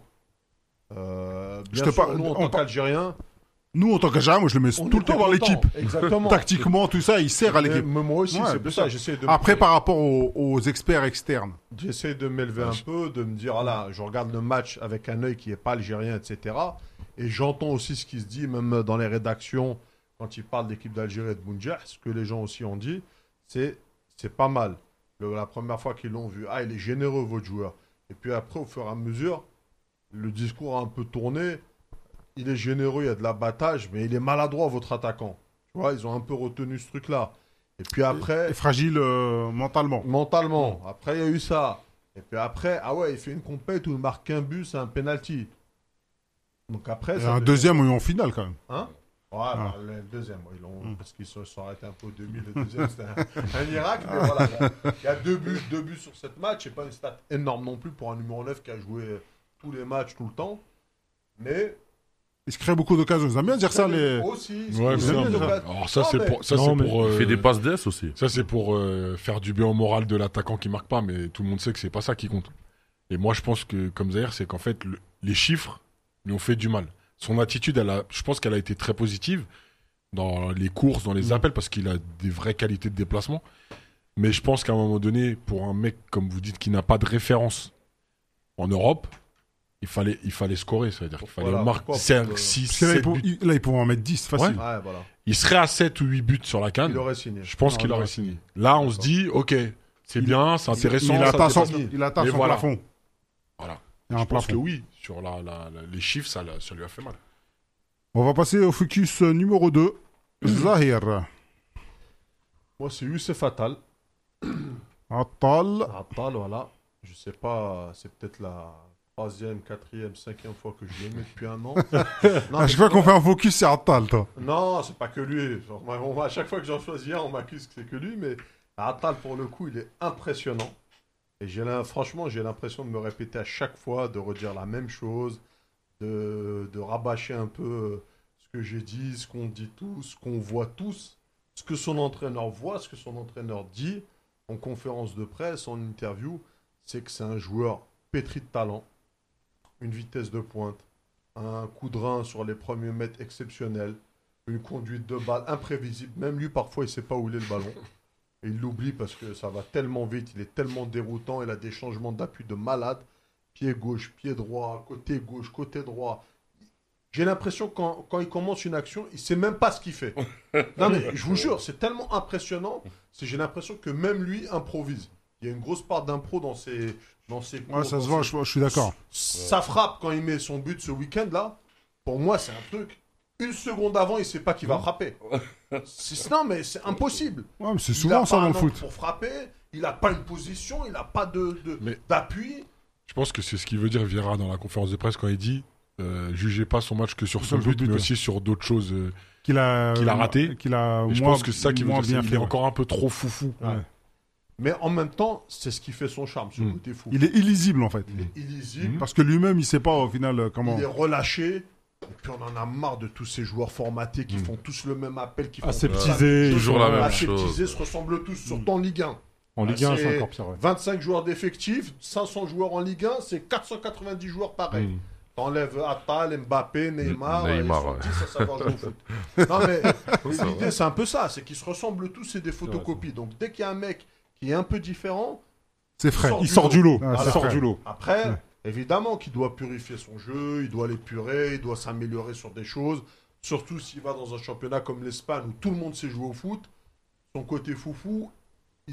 Speaker 1: Je
Speaker 5: Bien
Speaker 1: te
Speaker 5: sûr,
Speaker 1: par-
Speaker 5: nous, en
Speaker 1: on
Speaker 5: tant
Speaker 1: par-
Speaker 5: qu'Algériens,
Speaker 1: Nous, en tant qu'Algérien, moi, je le mets
Speaker 5: on
Speaker 1: tout le
Speaker 5: était
Speaker 1: temps dans
Speaker 5: contents.
Speaker 1: l'équipe.
Speaker 5: Exactement.
Speaker 1: Tactiquement, tout ça, il sert à l'équipe.
Speaker 5: Mais moi aussi,
Speaker 1: Ouais,
Speaker 5: c'est pour ça j'essaie de
Speaker 1: Après, par rapport aux experts externes.
Speaker 5: J'essaie de m'élever un peu, de me dire, ah là, je regarde le match avec un œil qui n'est pas algérien, etc. Et j'entends aussi ce qui se dit, même dans les rédactions, quand ils parlent d'équipe d'Algérie et de Bounedjah, ce que les gens aussi ont dit, c'est pas mal. La première fois qu'ils l'ont vu, ah, il est généreux, votre joueur. Et puis après, au fur et à mesure, le discours a un peu tourné. Il est généreux, il y a de l'abattage, mais il est maladroit, votre attaquant. Tu vois, ils ont un peu retenu ce truc-là. Et puis après...
Speaker 1: Et fragile mentalement.
Speaker 5: Mentalement. Après, il y a eu ça. Et puis après, ah ouais, il fait une compète où il marque un but, c'est un penalty. Donc après,
Speaker 1: Et
Speaker 5: ça
Speaker 1: un
Speaker 5: devient-
Speaker 1: deuxième en finale, quand même.
Speaker 5: Hein Ouais, bah, le deuxième, ils l'ont parce qu'ils se sont arrêtés un peu au 2000. Le deuxième, c'était un miracle. Mais voilà, il y a deux buts sur cette match. C'est pas une stat énorme non plus pour un numéro 9 qui a joué tous les matchs tout le temps. Mais
Speaker 1: Il se crée beaucoup d'occasions. Ils aiment bien dire ça, les...
Speaker 5: aussi,
Speaker 2: Ouais,
Speaker 5: ils
Speaker 2: mais
Speaker 5: ont
Speaker 2: ça,
Speaker 5: mis de place.
Speaker 2: alors ça
Speaker 5: Non,
Speaker 2: c'est
Speaker 5: mais-
Speaker 2: pour
Speaker 4: Non, mais-
Speaker 3: Il fait des passes DS aussi.
Speaker 2: ça c'est pour faire du bien au moral de l'attaquant qui marque pas, mais tout le monde sait que c'est pas ça qui compte. Et moi je pense que comme Zahir, c'est qu'en fait les chiffres lui ont fait du mal. Son attitude, je pense qu'elle a été très positive dans les courses, dans les appels, parce qu'il a des vraies qualités de déplacement. Mais je pense qu'à un moment donné, pour un mec, comme vous dites, qui n'a pas de référence en Europe, il fallait scorer. C'est-à-dire qu'il fallait marquer 5, 6,
Speaker 1: Parce que
Speaker 2: 7 buts.
Speaker 1: là, il pourrait en mettre 10 facile.
Speaker 5: Ouais, voilà.
Speaker 2: Il serait à 7 ou 8 buts sur la CAN.
Speaker 5: Il aurait signé.
Speaker 2: Je pense qu'il aurait signé. Là, on se dit, ok, c'est bien, c'est intéressant.
Speaker 1: Il atteint
Speaker 2: ça
Speaker 1: son
Speaker 2: Mais voilà.
Speaker 1: plafond.
Speaker 2: Voilà.
Speaker 1: Il y a un
Speaker 2: Je pense que
Speaker 1: plafond.
Speaker 2: oui, sur les chiffres, ça lui a fait mal.
Speaker 1: On va passer au focus numéro 2. Zahir.
Speaker 5: Moi, c'est Youssef Attal.
Speaker 1: Attal.
Speaker 5: Attal, voilà. Je sais pas, c'est peut-être la 3e, 4e, 5e fois que je le mets depuis un an. Non,
Speaker 1: À chaque fois qu'on fait un focus, c'est Attal, toi.
Speaker 5: Non, c'est pas que lui. À chaque fois que j'en choisis un, on m'accuse que c'est que lui, mais Attal, pour le coup, il est impressionnant. Et franchement, j'ai l'impression de me répéter à chaque fois, de redire la même chose, de rabâcher un peu ce que j'ai dit, ce qu'on dit tous, ce qu'on voit tous, ce que son entraîneur voit, ce que son entraîneur dit en conférence de presse, en interview. C'est que c'est un joueur pétri de talent, une vitesse de pointe, un coup de rein sur les premiers mètres exceptionnel, une conduite de balle imprévisible. Même lui, parfois, il ne sait pas où il est le ballon. Et il l'oublie parce que ça va tellement vite, il est tellement déroutant, il a des changements d'appui de malade. Pied gauche, pied droit, côté gauche, côté droit. J'ai l'impression que quand il commence une action, il ne sait même pas ce qu'il fait. Non mais je vous jure, c'est tellement impressionnant. J'ai l'impression que même lui improvise. Il y a une grosse part d'impro dans ses cours.
Speaker 1: Ouais, ça se voit, je suis d'accord.
Speaker 5: Ça frappe quand il met son but ce week-end-là. Pour moi, c'est un truc. Une seconde avant, il ne sait pas qu'il va frapper. Non, mais c'est impossible.
Speaker 1: Ouais, mais c'est
Speaker 5: Il
Speaker 1: souvent
Speaker 5: a
Speaker 1: ça
Speaker 5: pas
Speaker 1: dans
Speaker 5: un
Speaker 1: le
Speaker 5: angle
Speaker 1: foot.
Speaker 5: pour frapper, il n'a pas une position, il n'a pas d'appui.
Speaker 2: Je pense que c'est ce qu'il veut dire Vieira dans la conférence de presse quand il dit jugez pas son match que sur son
Speaker 1: Sur le
Speaker 2: but,
Speaker 1: but,
Speaker 2: mais
Speaker 1: ouais.
Speaker 2: aussi sur d'autres choses
Speaker 1: Qu'il a
Speaker 2: raté.
Speaker 1: Qu'il a
Speaker 2: Et je
Speaker 1: moins-
Speaker 2: pense que c'est ça qu'il veut
Speaker 1: moins
Speaker 2: dire.
Speaker 1: bien
Speaker 2: Il
Speaker 1: fait,
Speaker 2: est
Speaker 1: ouais.
Speaker 2: encore un peu trop foufou.
Speaker 1: Ouais.
Speaker 5: Mais en même temps, c'est ce qui fait son charme, ce côté fou.
Speaker 1: Il est illisible, en fait.
Speaker 5: Il est illisible,
Speaker 1: Parce que lui-même, il sait pas, au final, comment...
Speaker 5: il est relâché. Et puis on en a marre de tous ces joueurs formatés qui font tous le même appel, qui font
Speaker 4: Aseptisés.
Speaker 3: Toujours la même
Speaker 5: aseptisés,
Speaker 3: chose.
Speaker 5: se ressemblent tous, surtout en Ligue 1.
Speaker 4: En Ligue 1, c'est
Speaker 5: c'est
Speaker 4: encore pire. Ouais.
Speaker 5: 25 joueurs d'effectifs, 500 joueurs en Ligue 1, c'est 490 joueurs pareils. T'enlèves Attal, Mbappé, Neymar, ils
Speaker 3: Neymar,
Speaker 5: sont
Speaker 3: ouais.
Speaker 5: 10 à savoir jouer au foot. Non mais l'idée c'est un peu ça, c'est qu'ils se ressemblent tous, c'est des photocopies. Donc dès qu'il y a un mec qui est un peu différent,
Speaker 1: C'est frais.
Speaker 4: Il sort du lot.
Speaker 1: Ah,
Speaker 4: Il
Speaker 1: c'est
Speaker 4: sort
Speaker 1: vrai.
Speaker 4: du lot.
Speaker 5: après,
Speaker 1: Ouais.
Speaker 5: évidemment qu'il doit purifier son jeu, il doit l'épurer, il doit s'améliorer sur des choses. Surtout s'il va dans un championnat comme l'Espagne où tout le monde sait jouer au foot, son côté foufou, il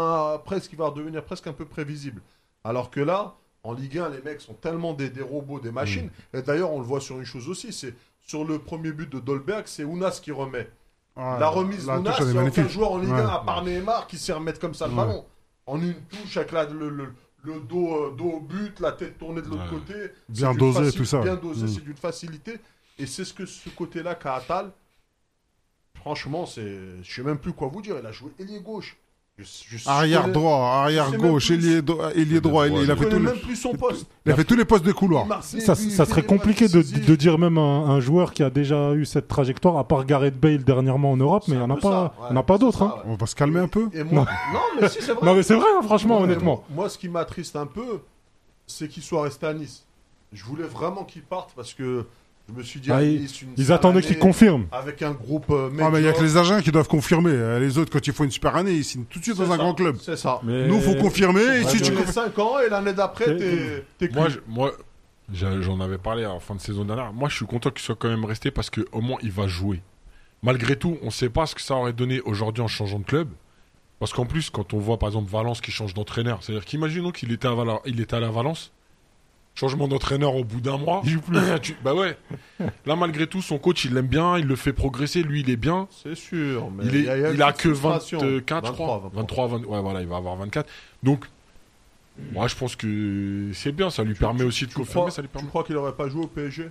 Speaker 5: va redevenir presque un peu prévisible. Alors que là, en Ligue 1, les mecs sont tellement des robots, des machines. Et d'ailleurs, on le voit sur une chose aussi, c'est sur le premier but de Dolberg, c'est Ounas qui remet.
Speaker 1: Ouais,
Speaker 5: La remise
Speaker 1: la
Speaker 5: d'Ounas,
Speaker 1: touche, elle est
Speaker 5: il n'y a aucun
Speaker 1: magnifique.
Speaker 5: joueur en Ligue 1
Speaker 1: Ouais.
Speaker 5: à part Neymar qui sait remettre comme ça le
Speaker 1: Ouais.
Speaker 5: ballon. En une touche avec le dos au but, la tête tournée de l'autre
Speaker 2: Ouais.
Speaker 5: côté.
Speaker 1: Bien
Speaker 5: C'est d'une
Speaker 1: dosé, tout ça.
Speaker 5: Bien dosé,
Speaker 1: Mm.
Speaker 5: c'est d'une facilité. Et c'est ce côté-là qu'a Attal. Franchement, je sais même plus quoi vous dire. Il a joué ailier gauche.
Speaker 1: Arrière
Speaker 5: connais-
Speaker 1: droit, arrière
Speaker 5: je sais même
Speaker 1: gauche,
Speaker 5: plus.
Speaker 1: ailier droit. Il a
Speaker 5: Je
Speaker 1: fait
Speaker 5: connais
Speaker 1: tous
Speaker 5: même
Speaker 1: les...
Speaker 5: plus son poste.
Speaker 1: Il a fait tous les postes de couloir.
Speaker 4: Ça serait compliqué de dire même un joueur qui a déjà eu cette trajectoire, à part Gareth Bale dernièrement en Europe, mais il n'y en a pas, il y en a pas d'autres. Hein.
Speaker 1: On va se calmer un peu.
Speaker 5: Et moi, non, mais si, c'est vrai.
Speaker 4: Non mais c'est vrai, hein, franchement,
Speaker 5: Ouais,
Speaker 4: honnêtement.
Speaker 5: Moi, ce qui m'attriste un peu, c'est qu'il soit resté à Nice. Je voulais vraiment qu'il parte parce que je me suis dit,
Speaker 4: Ah,
Speaker 5: à
Speaker 4: ils-
Speaker 5: Nice, une
Speaker 4: Ils
Speaker 5: sale
Speaker 4: attendaient
Speaker 5: année
Speaker 4: qu'il confirme.
Speaker 5: avec un groupe
Speaker 1: Ah, mais il n'y a que les agents qui doivent confirmer. Les autres, quand ils font une super année, ils signent tout de suite dans un grand club.
Speaker 5: C'est ça.
Speaker 4: Mais...
Speaker 1: Nous, faut confirmer. Et si tu
Speaker 5: Tu 5 ans et l'année d'après, t'es
Speaker 2: Moi,
Speaker 5: cuit.
Speaker 2: j'en avais parlé à la fin de saison dernière. Moi, je suis content qu'il soit quand même resté parce qu'au moins, il va jouer. Malgré tout, on ne sait pas ce que ça aurait donné aujourd'hui en changeant de club. Parce qu'en plus, quand on voit par exemple Valence qui change d'entraîneur, c'est-à-dire qu'imaginons qu'il était à la Valence, changement d'entraîneur au bout d'un mois.
Speaker 4: Il joue plus.
Speaker 2: Bah ouais. Là, malgré tout, son coach, il l'aime bien, il le fait progresser, lui, il est bien.
Speaker 5: C'est sûr. Mais
Speaker 2: Il a
Speaker 5: une
Speaker 2: que
Speaker 5: petite frustration.
Speaker 2: 24, je crois. 23, 20, ouais, voilà, il va avoir 24. Donc, moi, je pense que c'est bien, ça lui permet aussi de confirmer. Ça lui
Speaker 5: Tu
Speaker 2: permet.
Speaker 5: crois qu'il aurait pas joué au PSG?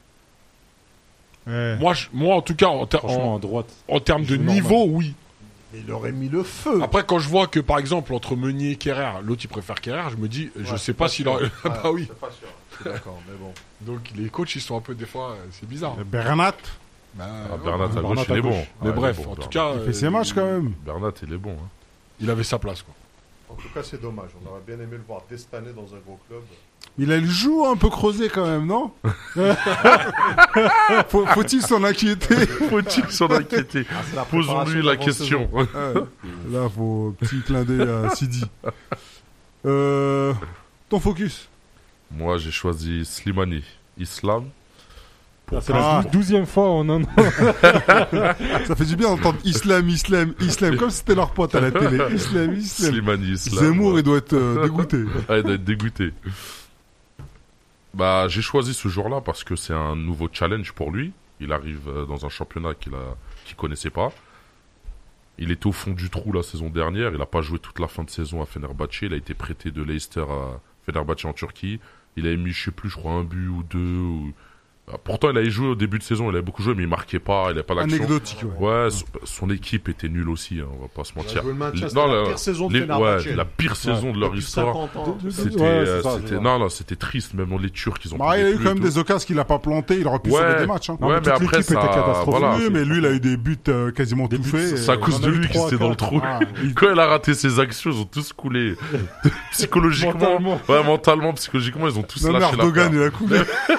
Speaker 1: Ouais.
Speaker 2: Moi, en tout cas,
Speaker 4: Franchement, à droite.
Speaker 2: en termes de
Speaker 4: joue normal.
Speaker 2: niveau, oui.
Speaker 5: Mais il aurait mis le feu.
Speaker 2: Après, quand je vois que, par exemple, entre Meunier et Kerrer, l'autre, il préfère Kerrer, je me dis, je
Speaker 5: Ouais,
Speaker 2: sais pas s'il aurait...
Speaker 5: sûr.
Speaker 2: Bah oui.
Speaker 5: C'est pas sûr. Je suis d'accord, mais bon.
Speaker 2: Donc, les coachs, ils sont un peu, des fois, c'est bizarre.
Speaker 1: Bernat,
Speaker 2: Bah,
Speaker 3: Ah, Bernat à
Speaker 4: Bernat
Speaker 3: gauche,
Speaker 4: à
Speaker 3: il est
Speaker 4: gauche.
Speaker 3: bon.
Speaker 2: mais
Speaker 3: Ah, il est
Speaker 2: bref,
Speaker 3: bon,
Speaker 2: en tout
Speaker 3: Bernat.
Speaker 2: cas...
Speaker 1: il fait ses matchs quand même.
Speaker 3: Bernat, il est bon. Hein.
Speaker 2: Il avait sa place, quoi.
Speaker 5: En tout cas, c'est dommage. On aurait bien aimé le voir destaner dans un gros club.
Speaker 1: Il a le joue un peu creusé quand même, non? Faut-il s'en inquiéter?
Speaker 3: Faut-il s'en inquiéter?
Speaker 5: C'est la
Speaker 3: Posons-lui
Speaker 5: préparation
Speaker 3: la
Speaker 5: d'avant
Speaker 3: question.
Speaker 1: Là, faut petit clin d'œil à Sidi. Ton focus?
Speaker 3: Moi, j'ai choisi Slimani. Islam.
Speaker 4: C'est la 12e fois en un an.
Speaker 1: Ça fait du bien d'entendre islam, comme si c'était leur pote à la télé. Islam.
Speaker 3: Slimani, Islam.
Speaker 1: Zemmour, il doit être dégoûté.
Speaker 3: Ah, il doit être dégoûté. Bah, j'ai choisi ce jour-là parce que c'est un nouveau challenge pour lui. Il arrive dans un championnat qu'il connaissait pas. Il était au fond du trou la saison dernière. Il a pas joué toute la fin de saison à Fenerbahçe. Il a été prêté de Leicester à Fenerbahçe en Turquie. Il avait mis, je crois, un but ou deux. Pourtant, il avait joué au début de saison, il avait beaucoup joué, mais il marquait pas, il n'avait pas d'action.
Speaker 1: Anecdotique,
Speaker 3: ouais. Son équipe était nulle aussi, hein, on va pas se mentir.
Speaker 5: Il a joué le Manchester, la pire saison de Fenerbahçe.
Speaker 3: La pire saison de leur
Speaker 5: Depuis
Speaker 3: histoire.
Speaker 5: 50 ans.
Speaker 3: C'était triste, même les Turcs, ils ont
Speaker 1: Bah, il a eu quand même des occasions qu'il a pas planté, il aurait pu sauver des matchs. Hein.
Speaker 3: Ouais, mais après, ça,
Speaker 1: voilà. Oui, mais lui, il a eu des buts quasiment tout faits.
Speaker 3: C'est à cause de lui qu'il était dans le trou. Quand il a raté ses actions, ils ont tous coulé. Psychologiquement, mentalement, psychologiquement, ils ont tous lâché l'affaire.
Speaker 1: Erdogan, il a coulé.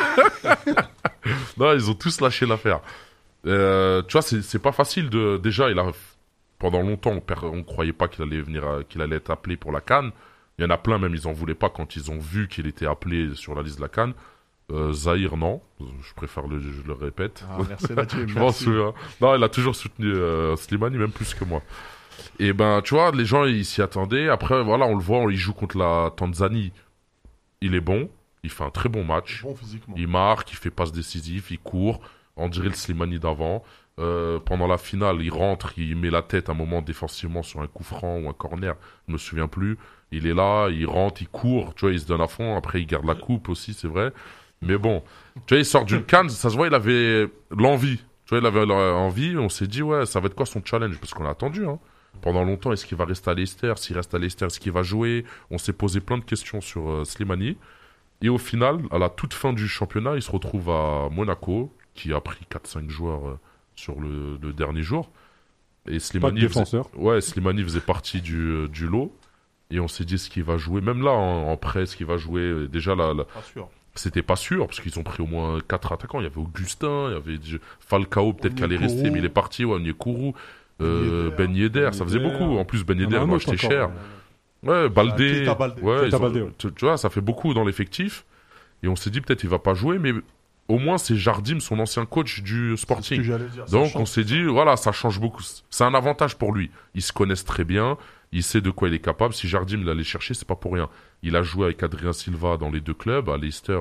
Speaker 3: Non, ils ont tous lâché l'affaire. Tu vois, c'est pas facile de. Déjà, pendant longtemps, on croyait pas qu'il allait être appelé pour la CAN. Il y en a plein, même, ils en voulaient pas quand ils ont vu qu'il était appelé sur la liste de la CAN. Zahir, non. Je préfère je le répète.
Speaker 5: Ah, merci Mathieu.
Speaker 3: Je m'en souviens. Non, il a toujours soutenu Slimani, même plus que moi. Et ben, tu vois, les gens, ils s'y attendaient. Après, voilà, on le voit, il joue contre la Tanzanie. Il est bon. Il fait un très bon match.
Speaker 5: Bon physiquement.
Speaker 3: Il marque, il fait passe décisive, il court. On dirait le Slimani d'avant. Pendant la finale, il rentre, il met la tête un moment défensivement sur un coup franc ou un corner. Je me souviens plus. Il est là, il rentre, il court. Tu vois, il se donne à fond. Après, il garde la coupe aussi, c'est vrai. Mais bon, tu vois, il sort d'une CAN. Ça se voit, il avait l'envie. Tu vois, il avait envie. On s'est dit, ouais, ça va être quoi son challenge? Parce qu'on a attendu, hein. Pendant longtemps, est-ce qu'il va rester à Leicester? S'il reste à Leicester, est-ce qu'il va jouer? On s'est posé plein de questions sur Slimani. Et au final, à la toute fin du championnat, il se retrouve à Monaco, qui a pris 4-5 joueurs sur le dernier jour. Et Slimani, Slimani faisait partie du lot. Et on s'est dit ce qu'il va jouer. Même là, en prêt, ce qu'il va jouer. Déjà,
Speaker 5: Pas sûr.
Speaker 3: c'était pas sûr, parce qu'ils ont pris au moins 4 attaquants. Il y avait Augustin, il y avait Falcao, peut-être qu'il allait rester, mais il est parti. Ouais, Onyekuru, Ben Yedder, ça faisait beaucoup. En plus, Ben Yedder, moi, acheté cher. Ouais, Baldé. Ouais, tu vois, ça fait beaucoup dans l'effectif. Et on s'est dit peut-être il va pas jouer, mais au moins c'est Jardim, son ancien coach du Sporting.
Speaker 5: C'est ce que j'allais dire,
Speaker 3: donc on s'est dit, voilà, ça change beaucoup. C'est un avantage pour lui. Ils se connaissent très bien. Il sait de quoi il est capable. Si Jardim l'allait chercher, c'est pas pour rien. Il a joué avec Adrien Silva dans les deux clubs, à Leicester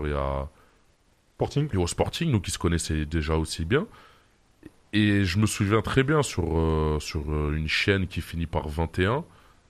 Speaker 3: et au Sporting, donc ils se connaissaient déjà aussi bien. Et je me souviens très bien sur une chaîne qui finit par 21.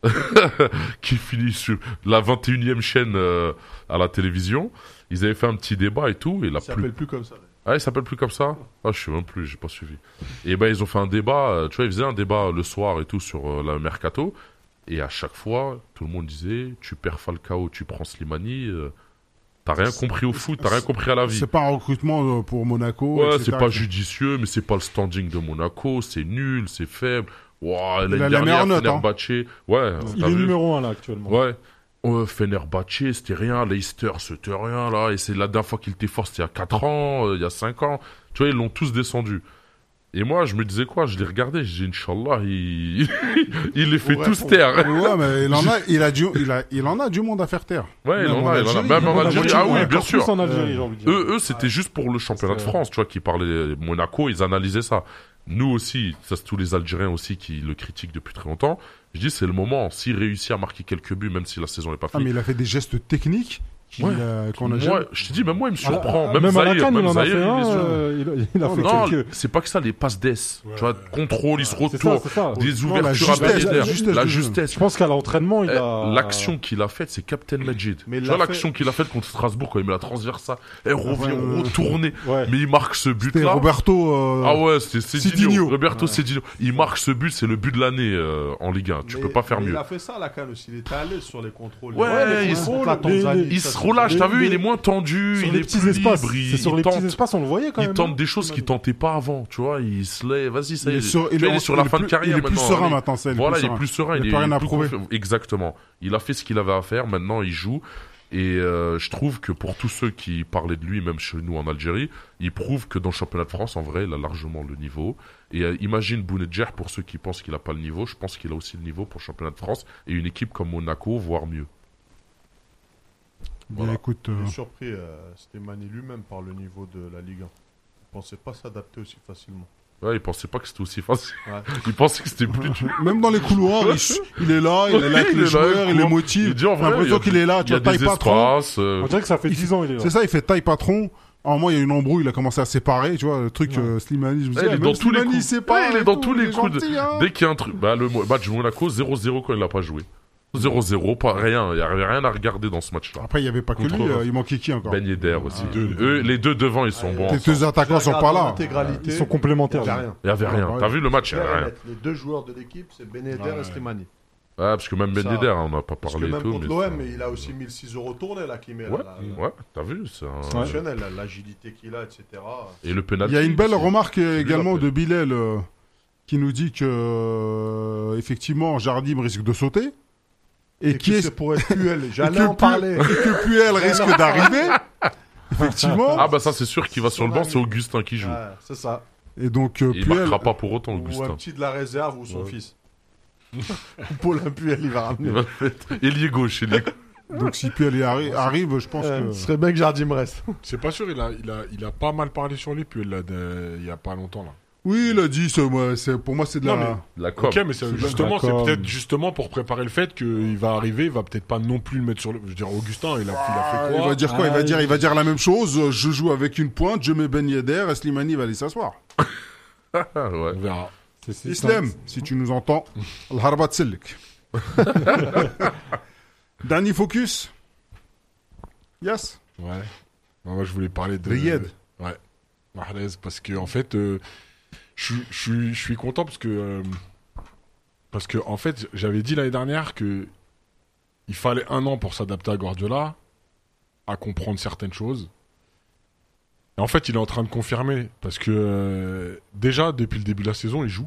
Speaker 3: Qui finit sur la 21e chaîne à la télévision. Ils avaient fait un petit débat et tout.
Speaker 5: Il s'appelle plus comme ça.
Speaker 3: Ah, il s'appelle plus comme ça? Ah, je sais même plus, j'ai pas suivi. Et ben, ils ont fait un débat, tu vois, ils faisaient un débat le soir et tout sur le mercato. Et à chaque fois, tout le monde disait, tu perds Falcao, tu prends Slimani, t'as rien compris au foot, t'as rien compris à la vie.
Speaker 1: C'est pas un recrutement pour Monaco.
Speaker 3: Ouais,
Speaker 1: etc.
Speaker 3: c'est pas judicieux, mais c'est pas le standing de Monaco, c'est nul, c'est faible. Wow,
Speaker 1: il a la meilleure note.
Speaker 3: Fenerbahçe, ouais.
Speaker 4: Il est numéro 1 là actuellement.
Speaker 3: Ouais. Fenerbahçe, c'était rien. Leicester, c'était rien là. Et c'est la dernière fois qu'il était fort, c'était il y a 4 ans, il y a 5 ans. Tu vois, ils l'ont tous descendu. Et moi, je me disais quoi? Je les regardais, je dis Inch'Allah, il les fait tous taire.
Speaker 1: Ouais, mais il en a du monde à faire taire.
Speaker 3: Ouais, il en a. Même en Algérie. Ah oui, bien sûr.
Speaker 4: En Algérie, j'ai envie de dire.
Speaker 3: Eux, c'était juste pour le championnat de France, tu vois, qui parlaient Monaco, ils analysaient ça. Nous aussi, ça c'est tous les Algériens aussi qui le critiquent depuis très longtemps. Je dis c'est le moment. S'il réussit à marquer quelques buts, même si la saison n'est pas finie.
Speaker 1: Ah mais il a fait des gestes techniques qu'on a
Speaker 3: jamais. Je te dis, même moi il me surprend.
Speaker 4: Même
Speaker 3: Zahir,
Speaker 4: à la CAN,
Speaker 3: même
Speaker 4: il en a
Speaker 3: Zahir,
Speaker 4: fait un. Il a fait
Speaker 3: non,
Speaker 4: quelques.
Speaker 3: c'est pas que ça, les passes d'ess. Tu vois, contrôle, il se
Speaker 4: C'est
Speaker 3: retourne.
Speaker 4: ça.
Speaker 3: Des
Speaker 1: Non, la
Speaker 3: ouvertures à
Speaker 1: justesse,
Speaker 3: Ben Yedder.
Speaker 1: la
Speaker 3: La
Speaker 1: justesse.
Speaker 3: justesse.
Speaker 4: Je pense qu'à l'entraînement, il a.
Speaker 3: L'action qu'il a faite, c'est Captain Majid.
Speaker 5: Mais
Speaker 3: Tu
Speaker 5: il
Speaker 3: vois
Speaker 5: l'a
Speaker 3: l'action qu'il a faite contre Strasbourg quand il met la transversale. Elle revient retourner.
Speaker 4: Ouais.
Speaker 3: Mais il marque ce
Speaker 1: C'était
Speaker 3: but-là.
Speaker 1: Roberto.
Speaker 3: Ah ouais, c'est Cedinho.
Speaker 1: Cedinho.
Speaker 3: Roberto Cedinho. Il marque ce but, c'est le but de l'année en Ligue 1. Tu peux pas faire mieux.
Speaker 5: Il a fait ça à la CAN aussi. Il était à l'aise sur les contrôles.
Speaker 3: Ouais,
Speaker 5: les
Speaker 3: il
Speaker 5: contrôles,
Speaker 3: se-
Speaker 5: la Tanzanie,
Speaker 3: Il
Speaker 5: ça,
Speaker 3: se
Speaker 5: c'est-
Speaker 3: relâche, t'as vu,
Speaker 4: mais-
Speaker 3: il est moins tendu,
Speaker 4: Sur
Speaker 3: il
Speaker 4: les
Speaker 3: est
Speaker 4: petits
Speaker 3: plus
Speaker 4: espaces.
Speaker 3: libre,
Speaker 4: C'est sur les petits
Speaker 3: tente.
Speaker 4: espaces, on le voyait quand
Speaker 3: Il
Speaker 4: même.
Speaker 3: tente des choses qu'il tentait pas avant, tu vois, il se lève, vas-y, ça y est.
Speaker 1: Il est sur-
Speaker 3: Tu vois, il est sur la fin de carrière
Speaker 1: Il est plus
Speaker 3: maintenant.
Speaker 1: serein
Speaker 3: Il est-
Speaker 1: maintenant, ça.
Speaker 3: Voilà, il est plus serein,
Speaker 1: Il
Speaker 3: il
Speaker 1: n'y a
Speaker 3: est
Speaker 1: plus rien à
Speaker 3: plus
Speaker 1: prouver.
Speaker 3: Exactement. Il a fait ce qu'il avait à faire, maintenant il joue. Et je trouve que pour tous ceux qui parlaient de lui, même chez nous en Algérie, il prouve que dans le championnat de France, en vrai, il a largement le niveau. Et imagine Bounedjah, pour ceux qui pensent qu'il n'a pas le niveau, je pense qu'il a aussi le niveau pour le championnat de France et une équipe comme Monaco, voire mieux.
Speaker 1: Bien,
Speaker 3: Voilà.
Speaker 1: écoute,
Speaker 5: Je suis surpris, Slimani lui-même, par le niveau de la Ligue 1. Il pensait pas s'adapter aussi facilement.
Speaker 3: Ouais, il pensait pas que c'était aussi facile.
Speaker 5: Ouais.
Speaker 3: Il pensait que c'était plus dur.
Speaker 1: même dans les couloirs, il est là avec
Speaker 3: Il
Speaker 1: les
Speaker 3: est là,
Speaker 1: joueurs, il les
Speaker 3: court.
Speaker 1: motive.
Speaker 3: Il dit en
Speaker 1: J'ai
Speaker 3: vrai,
Speaker 1: l'impression qu'il est là,
Speaker 3: il
Speaker 1: tu
Speaker 3: y a
Speaker 1: vois, taille
Speaker 3: des
Speaker 1: patron.
Speaker 3: espaces.
Speaker 4: On dirait que ça fait 10 ans il est là.
Speaker 1: C'est ça, il fait taille patron. À un moment, il y a une embrouille, il a commencé à séparer, tu vois, le truc Slimani. Je me
Speaker 3: Ouais,
Speaker 1: dis,
Speaker 3: il est
Speaker 1: même
Speaker 3: dans tous les
Speaker 1: Slimani,
Speaker 3: coups.
Speaker 1: sépare
Speaker 3: Ouais, il est
Speaker 1: et
Speaker 3: dans
Speaker 1: tout,
Speaker 3: tous les
Speaker 1: il est
Speaker 3: coups.
Speaker 1: gentil, hein.
Speaker 3: Dès qu'il y a un truc. Bah, le match de Monaco, 0-0 quand il n'a pas joué. 0-0, pas rien. Il n'y avait rien à regarder dans ce match-là.
Speaker 1: Après, il n'y avait pas que
Speaker 3: Contre-
Speaker 1: lui, il manquait qui encore?
Speaker 3: Ben Yedder aussi.
Speaker 2: Ah, deux.
Speaker 3: Eux, les deux devant, ils sont bons.
Speaker 1: Tes deux attaquants sont pas là.
Speaker 5: Intégralité,
Speaker 4: Ils sont complémentaires.
Speaker 5: il y a
Speaker 4: là.
Speaker 5: rien.
Speaker 3: Il n'y avait rien.
Speaker 1: ouais.
Speaker 3: T'as vu le match? Il n'y
Speaker 5: Clair et
Speaker 3: avait rien.
Speaker 5: net. Les deux joueurs de l'équipe, c'est Ben Yedder
Speaker 2: Ouais.
Speaker 5: et Slimani.
Speaker 3: Ouais, parce que même Ben
Speaker 5: Ça-
Speaker 3: Yedder, on n'a pas
Speaker 5: Parce que
Speaker 3: parlé et
Speaker 5: même
Speaker 3: tout.
Speaker 5: contre
Speaker 3: mais
Speaker 5: l'OM, il a aussi 1006 euros tournés là qu'il met.
Speaker 3: Ouais,
Speaker 5: Là,
Speaker 3: ouais, t'as vu, c'est un...
Speaker 5: exceptionnel, là, l'agilité qu'il a, etc.
Speaker 3: Et le penalty.
Speaker 1: Il y a une belle
Speaker 3: aussi.
Speaker 1: remarque également
Speaker 3: l'appelle.
Speaker 1: de Bilal qui nous dit que, effectivement, Jardim risque de sauter. Et qui
Speaker 5: que
Speaker 1: est
Speaker 5: c'est pour être Puel. J'allais
Speaker 1: que
Speaker 5: en parler.
Speaker 1: que Puel risque d'arriver. Effectivement.
Speaker 3: Ah bah ça c'est sûr qu'il va sur le banc, c'est Augustin qui joue.
Speaker 5: Ouais, c'est ça.
Speaker 1: Et donc,
Speaker 3: Et il
Speaker 1: Puel.
Speaker 3: marquera pas pour autant
Speaker 5: Ou un
Speaker 3: Augustin.
Speaker 5: petit de la réserve ou son
Speaker 3: Ouais.
Speaker 5: fils. Paul Puel, il va
Speaker 3: Il
Speaker 5: ramener.
Speaker 3: va être ailier gauche, ailier
Speaker 1: Donc, si Puel arrive, je pense que.
Speaker 5: Ce serait bien que Jardim reste.
Speaker 2: C'est pas sûr, il a pas mal parlé sur lui, puis il y a pas longtemps là.
Speaker 1: Oui, il a dit, pour moi, c'est de
Speaker 2: Non,
Speaker 1: la.
Speaker 3: la com.
Speaker 2: Ok, mais c'est justement, c'est
Speaker 4: D'accord.
Speaker 2: peut-être justement pour préparer le fait qu'il va arriver, il va peut-être pas non plus le mettre sur le. Je veux dire, Augustin, il a fait
Speaker 1: Il
Speaker 2: quoi
Speaker 1: va dire quoi? Il va dire la même chose. Je joue avec une pointe, je mets Ben Yedder, et Slimani va aller s'asseoir.
Speaker 3: Ouais.
Speaker 2: On verra.
Speaker 1: Islam, si tu nous entends, Al-Harba Tsellik. Dernier focus. Yes.
Speaker 2: Ouais. Moi, je voulais parler de.
Speaker 1: Riyad.
Speaker 2: Ouais. Mahrez, parce que en fait, je suis content parce que en fait, j'avais dit l'année dernière que il fallait 1 an pour s'adapter à Guardiola, à comprendre certaines choses. Et en fait, il est en train de confirmer parce que déjà depuis le début de la saison, il joue.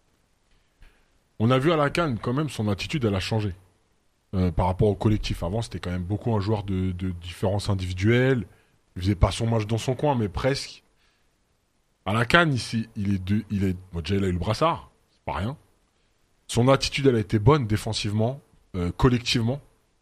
Speaker 2: On a vu à la CAN quand même son attitude, elle a changé par rapport au collectif. Avant, c'était quand même beaucoup un joueur de différence individuelle. Il faisait pas son match dans son coin, mais presque. À la CAN, ici, bon, déjà, il a eu le brassard, c'est pas rien. Son attitude, elle a été bonne défensivement, collectivement.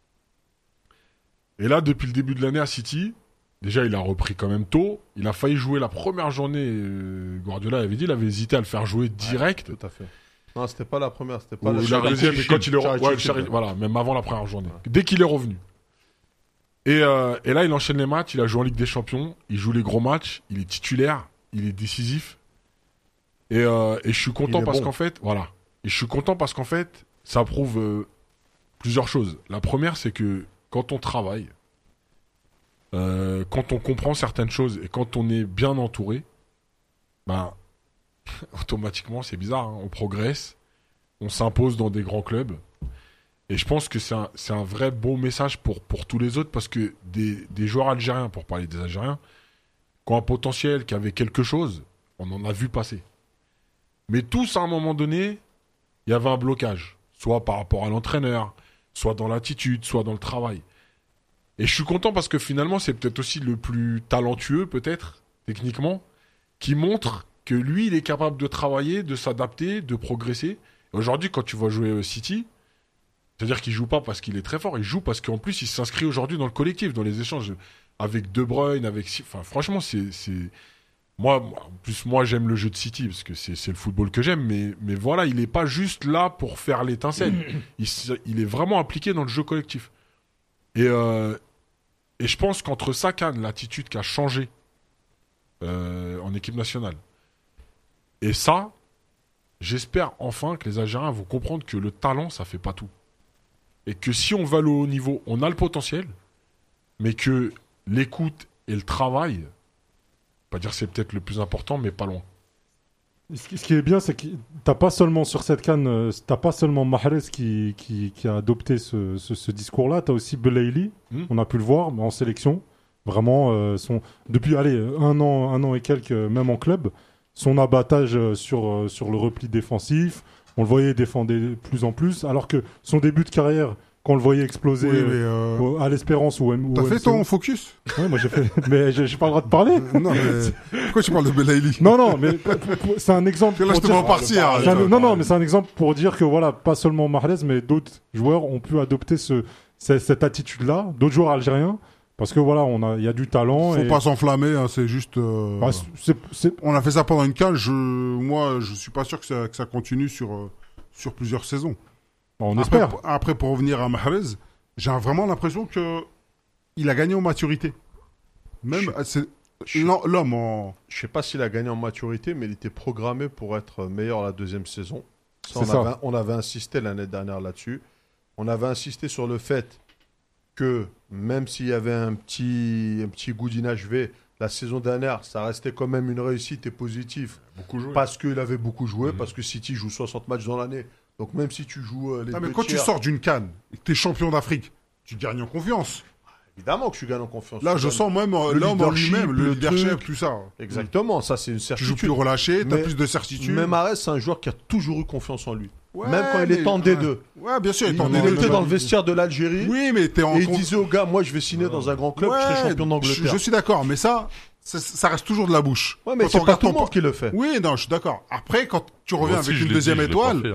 Speaker 2: Et là, depuis le début de l'année à City, déjà, il a repris quand même tôt. Il a failli jouer la première journée. Guardiola avait dit, il avait hésité à le faire jouer direct.
Speaker 5: Tout à fait. Non, c'était pas la première, c'était pas
Speaker 2: Ou la deuxième, mais quand il est
Speaker 5: Charity
Speaker 2: ouais,
Speaker 5: Shield.
Speaker 2: voilà, même avant la première journée. Dès qu'il est revenu. Et là, il enchaîne les matchs. Il a joué en Ligue des Champions. Il joue les gros matchs. Il est titulaire. Il est décisif. Et je suis content
Speaker 5: Il est
Speaker 2: parce
Speaker 5: bon.
Speaker 2: qu'en fait, voilà. Et je suis content parce qu'en fait, ça prouve plusieurs choses. La première, c'est que quand on travaille, quand on comprend certaines choses et quand on est bien entouré, ben automatiquement, c'est bizarre, hein, on progresse, on s'impose dans des grands clubs. Et je pense que c'est un vrai beau message pour tous les autres parce que des joueurs algériens, pour parler des Algériens, qui ont un potentiel, qui avaient quelque chose, on en a vu passer. Mais tous, à un moment donné, il y avait un blocage. Soit par rapport à l'entraîneur, soit dans l'attitude, soit dans le travail. Et je suis content parce que finalement, c'est peut-être aussi le plus talentueux, peut-être, techniquement, qui montre que lui, il est capable de travailler, de s'adapter, de progresser. Et aujourd'hui, quand tu vas jouer City, c'est-à-dire qu'il joue pas parce qu'il est très fort, il joue parce qu'en plus, il s'inscrit aujourd'hui dans le collectif, dans les échanges avec De Bruyne, enfin, franchement, c'est... Moi, j'aime le jeu de City parce que c'est le football que j'aime, mais voilà, il n'est pas juste là pour faire l'étincelle. Il est vraiment impliqué dans le jeu collectif. Et je pense qu'entre sa canne, l'attitude qui a changé en équipe nationale, et ça, j'espère enfin que les Algériens vont comprendre que le talent, ça fait pas tout. Et que si on va au haut niveau, on a le potentiel, mais que l'écoute et le travail, pas dire c'est peut-être le plus important, mais pas loin.
Speaker 4: Ce qui est bien, c'est que t'as pas seulement sur cette canne, t'as pas seulement Mahrez qui a adopté ce discours-là, t'as aussi Belaïli, on a pu le voir en sélection. Vraiment, depuis un an et quelques, même en club, son abattage sur le repli défensif, on le voyait défendre de plus en plus, alors que son début de carrière, quand on le voyait exploser
Speaker 1: Oui, mais
Speaker 4: à l'Espérance ou
Speaker 1: t'as fait ton focus
Speaker 4: Ouais, moi j'ai fait. Mais j'ai pas le droit de parler.
Speaker 1: Non, mais pourquoi tu parles de Belaïli?
Speaker 4: Non, mais c'est un exemple.
Speaker 1: Là, je
Speaker 4: pour
Speaker 1: te
Speaker 4: dire-
Speaker 1: vois partir.
Speaker 4: Non, mais c'est un exemple pour dire que voilà, pas seulement Mahrez, mais d'autres joueurs ont pu adopter cette attitude-là, d'autres joueurs algériens, parce que voilà, il y a du talent.
Speaker 1: Faut pas s'enflammer, hein, c'est juste.
Speaker 4: Bah, c'est-
Speaker 1: On a fait ça pendant une CAN. Moi, je suis pas sûr que ça continue sur plusieurs saisons.
Speaker 4: on espère.
Speaker 1: Après, pour revenir à Mahrez, j'ai vraiment l'impression que il a gagné en maturité. Même l'homme en.
Speaker 5: Je sais pas s'il a gagné en maturité, mais il était programmé pour être meilleur la deuxième saison.
Speaker 4: C'est ça.
Speaker 5: On avait insisté l'année dernière là-dessus. On avait insisté sur le fait que même s'il y avait un petit goût d'inachevé, la saison dernière, ça restait quand même une réussite et positif.
Speaker 2: Beaucoup joué.
Speaker 5: Parce qu'il avait beaucoup joué, parce que City joue 60 matchs dans l'année. Donc même si tu joues les
Speaker 1: Ah, mais
Speaker 5: deux
Speaker 1: quand tu
Speaker 5: tiers,
Speaker 1: sors d'une CAN et que t'es champion d'Afrique, tu gagnes en confiance.
Speaker 5: évidemment que je gagne en confiance.
Speaker 1: Là,
Speaker 5: Tu
Speaker 1: je
Speaker 5: gagnes.
Speaker 1: sens même
Speaker 5: Le
Speaker 1: l'homme en
Speaker 5: leadership,
Speaker 1: lui-même, le
Speaker 5: le
Speaker 1: leadership,
Speaker 5: truc.
Speaker 1: tout ça.
Speaker 5: Exactement, ça c'est une
Speaker 1: Tu joues
Speaker 5: certitude.
Speaker 1: plus relâché, t'as
Speaker 5: Mais-
Speaker 1: plus de certitude.
Speaker 5: Même Mahrez, c'est un joueur qui a toujours eu confiance en lui.
Speaker 1: Ouais,
Speaker 5: Même quand il
Speaker 1: mais-
Speaker 5: est en D2.
Speaker 1: Ouais, bien sûr, il est en
Speaker 5: Il
Speaker 1: D2.
Speaker 5: était dans le vestiaire de l'Algérie.
Speaker 1: Oui, mais t'es en
Speaker 5: Et il
Speaker 1: compte-
Speaker 5: disait aux gars, moi je vais signer dans un grand club, je serai champion d'Angleterre.
Speaker 1: Je suis d'accord, mais ça reste toujours de la bouche.
Speaker 5: Ouais, mais
Speaker 1: Quand
Speaker 5: c'est
Speaker 1: on
Speaker 5: pas
Speaker 1: regarde
Speaker 5: tout le
Speaker 1: ton
Speaker 5: monde qui le fait.
Speaker 1: Oui, non, je suis d'accord. Après, quand tu reviens
Speaker 3: Moi aussi,
Speaker 1: avec
Speaker 3: je
Speaker 1: une
Speaker 3: l'ai
Speaker 1: deuxième
Speaker 3: dit, je l'ai pas
Speaker 1: étoile,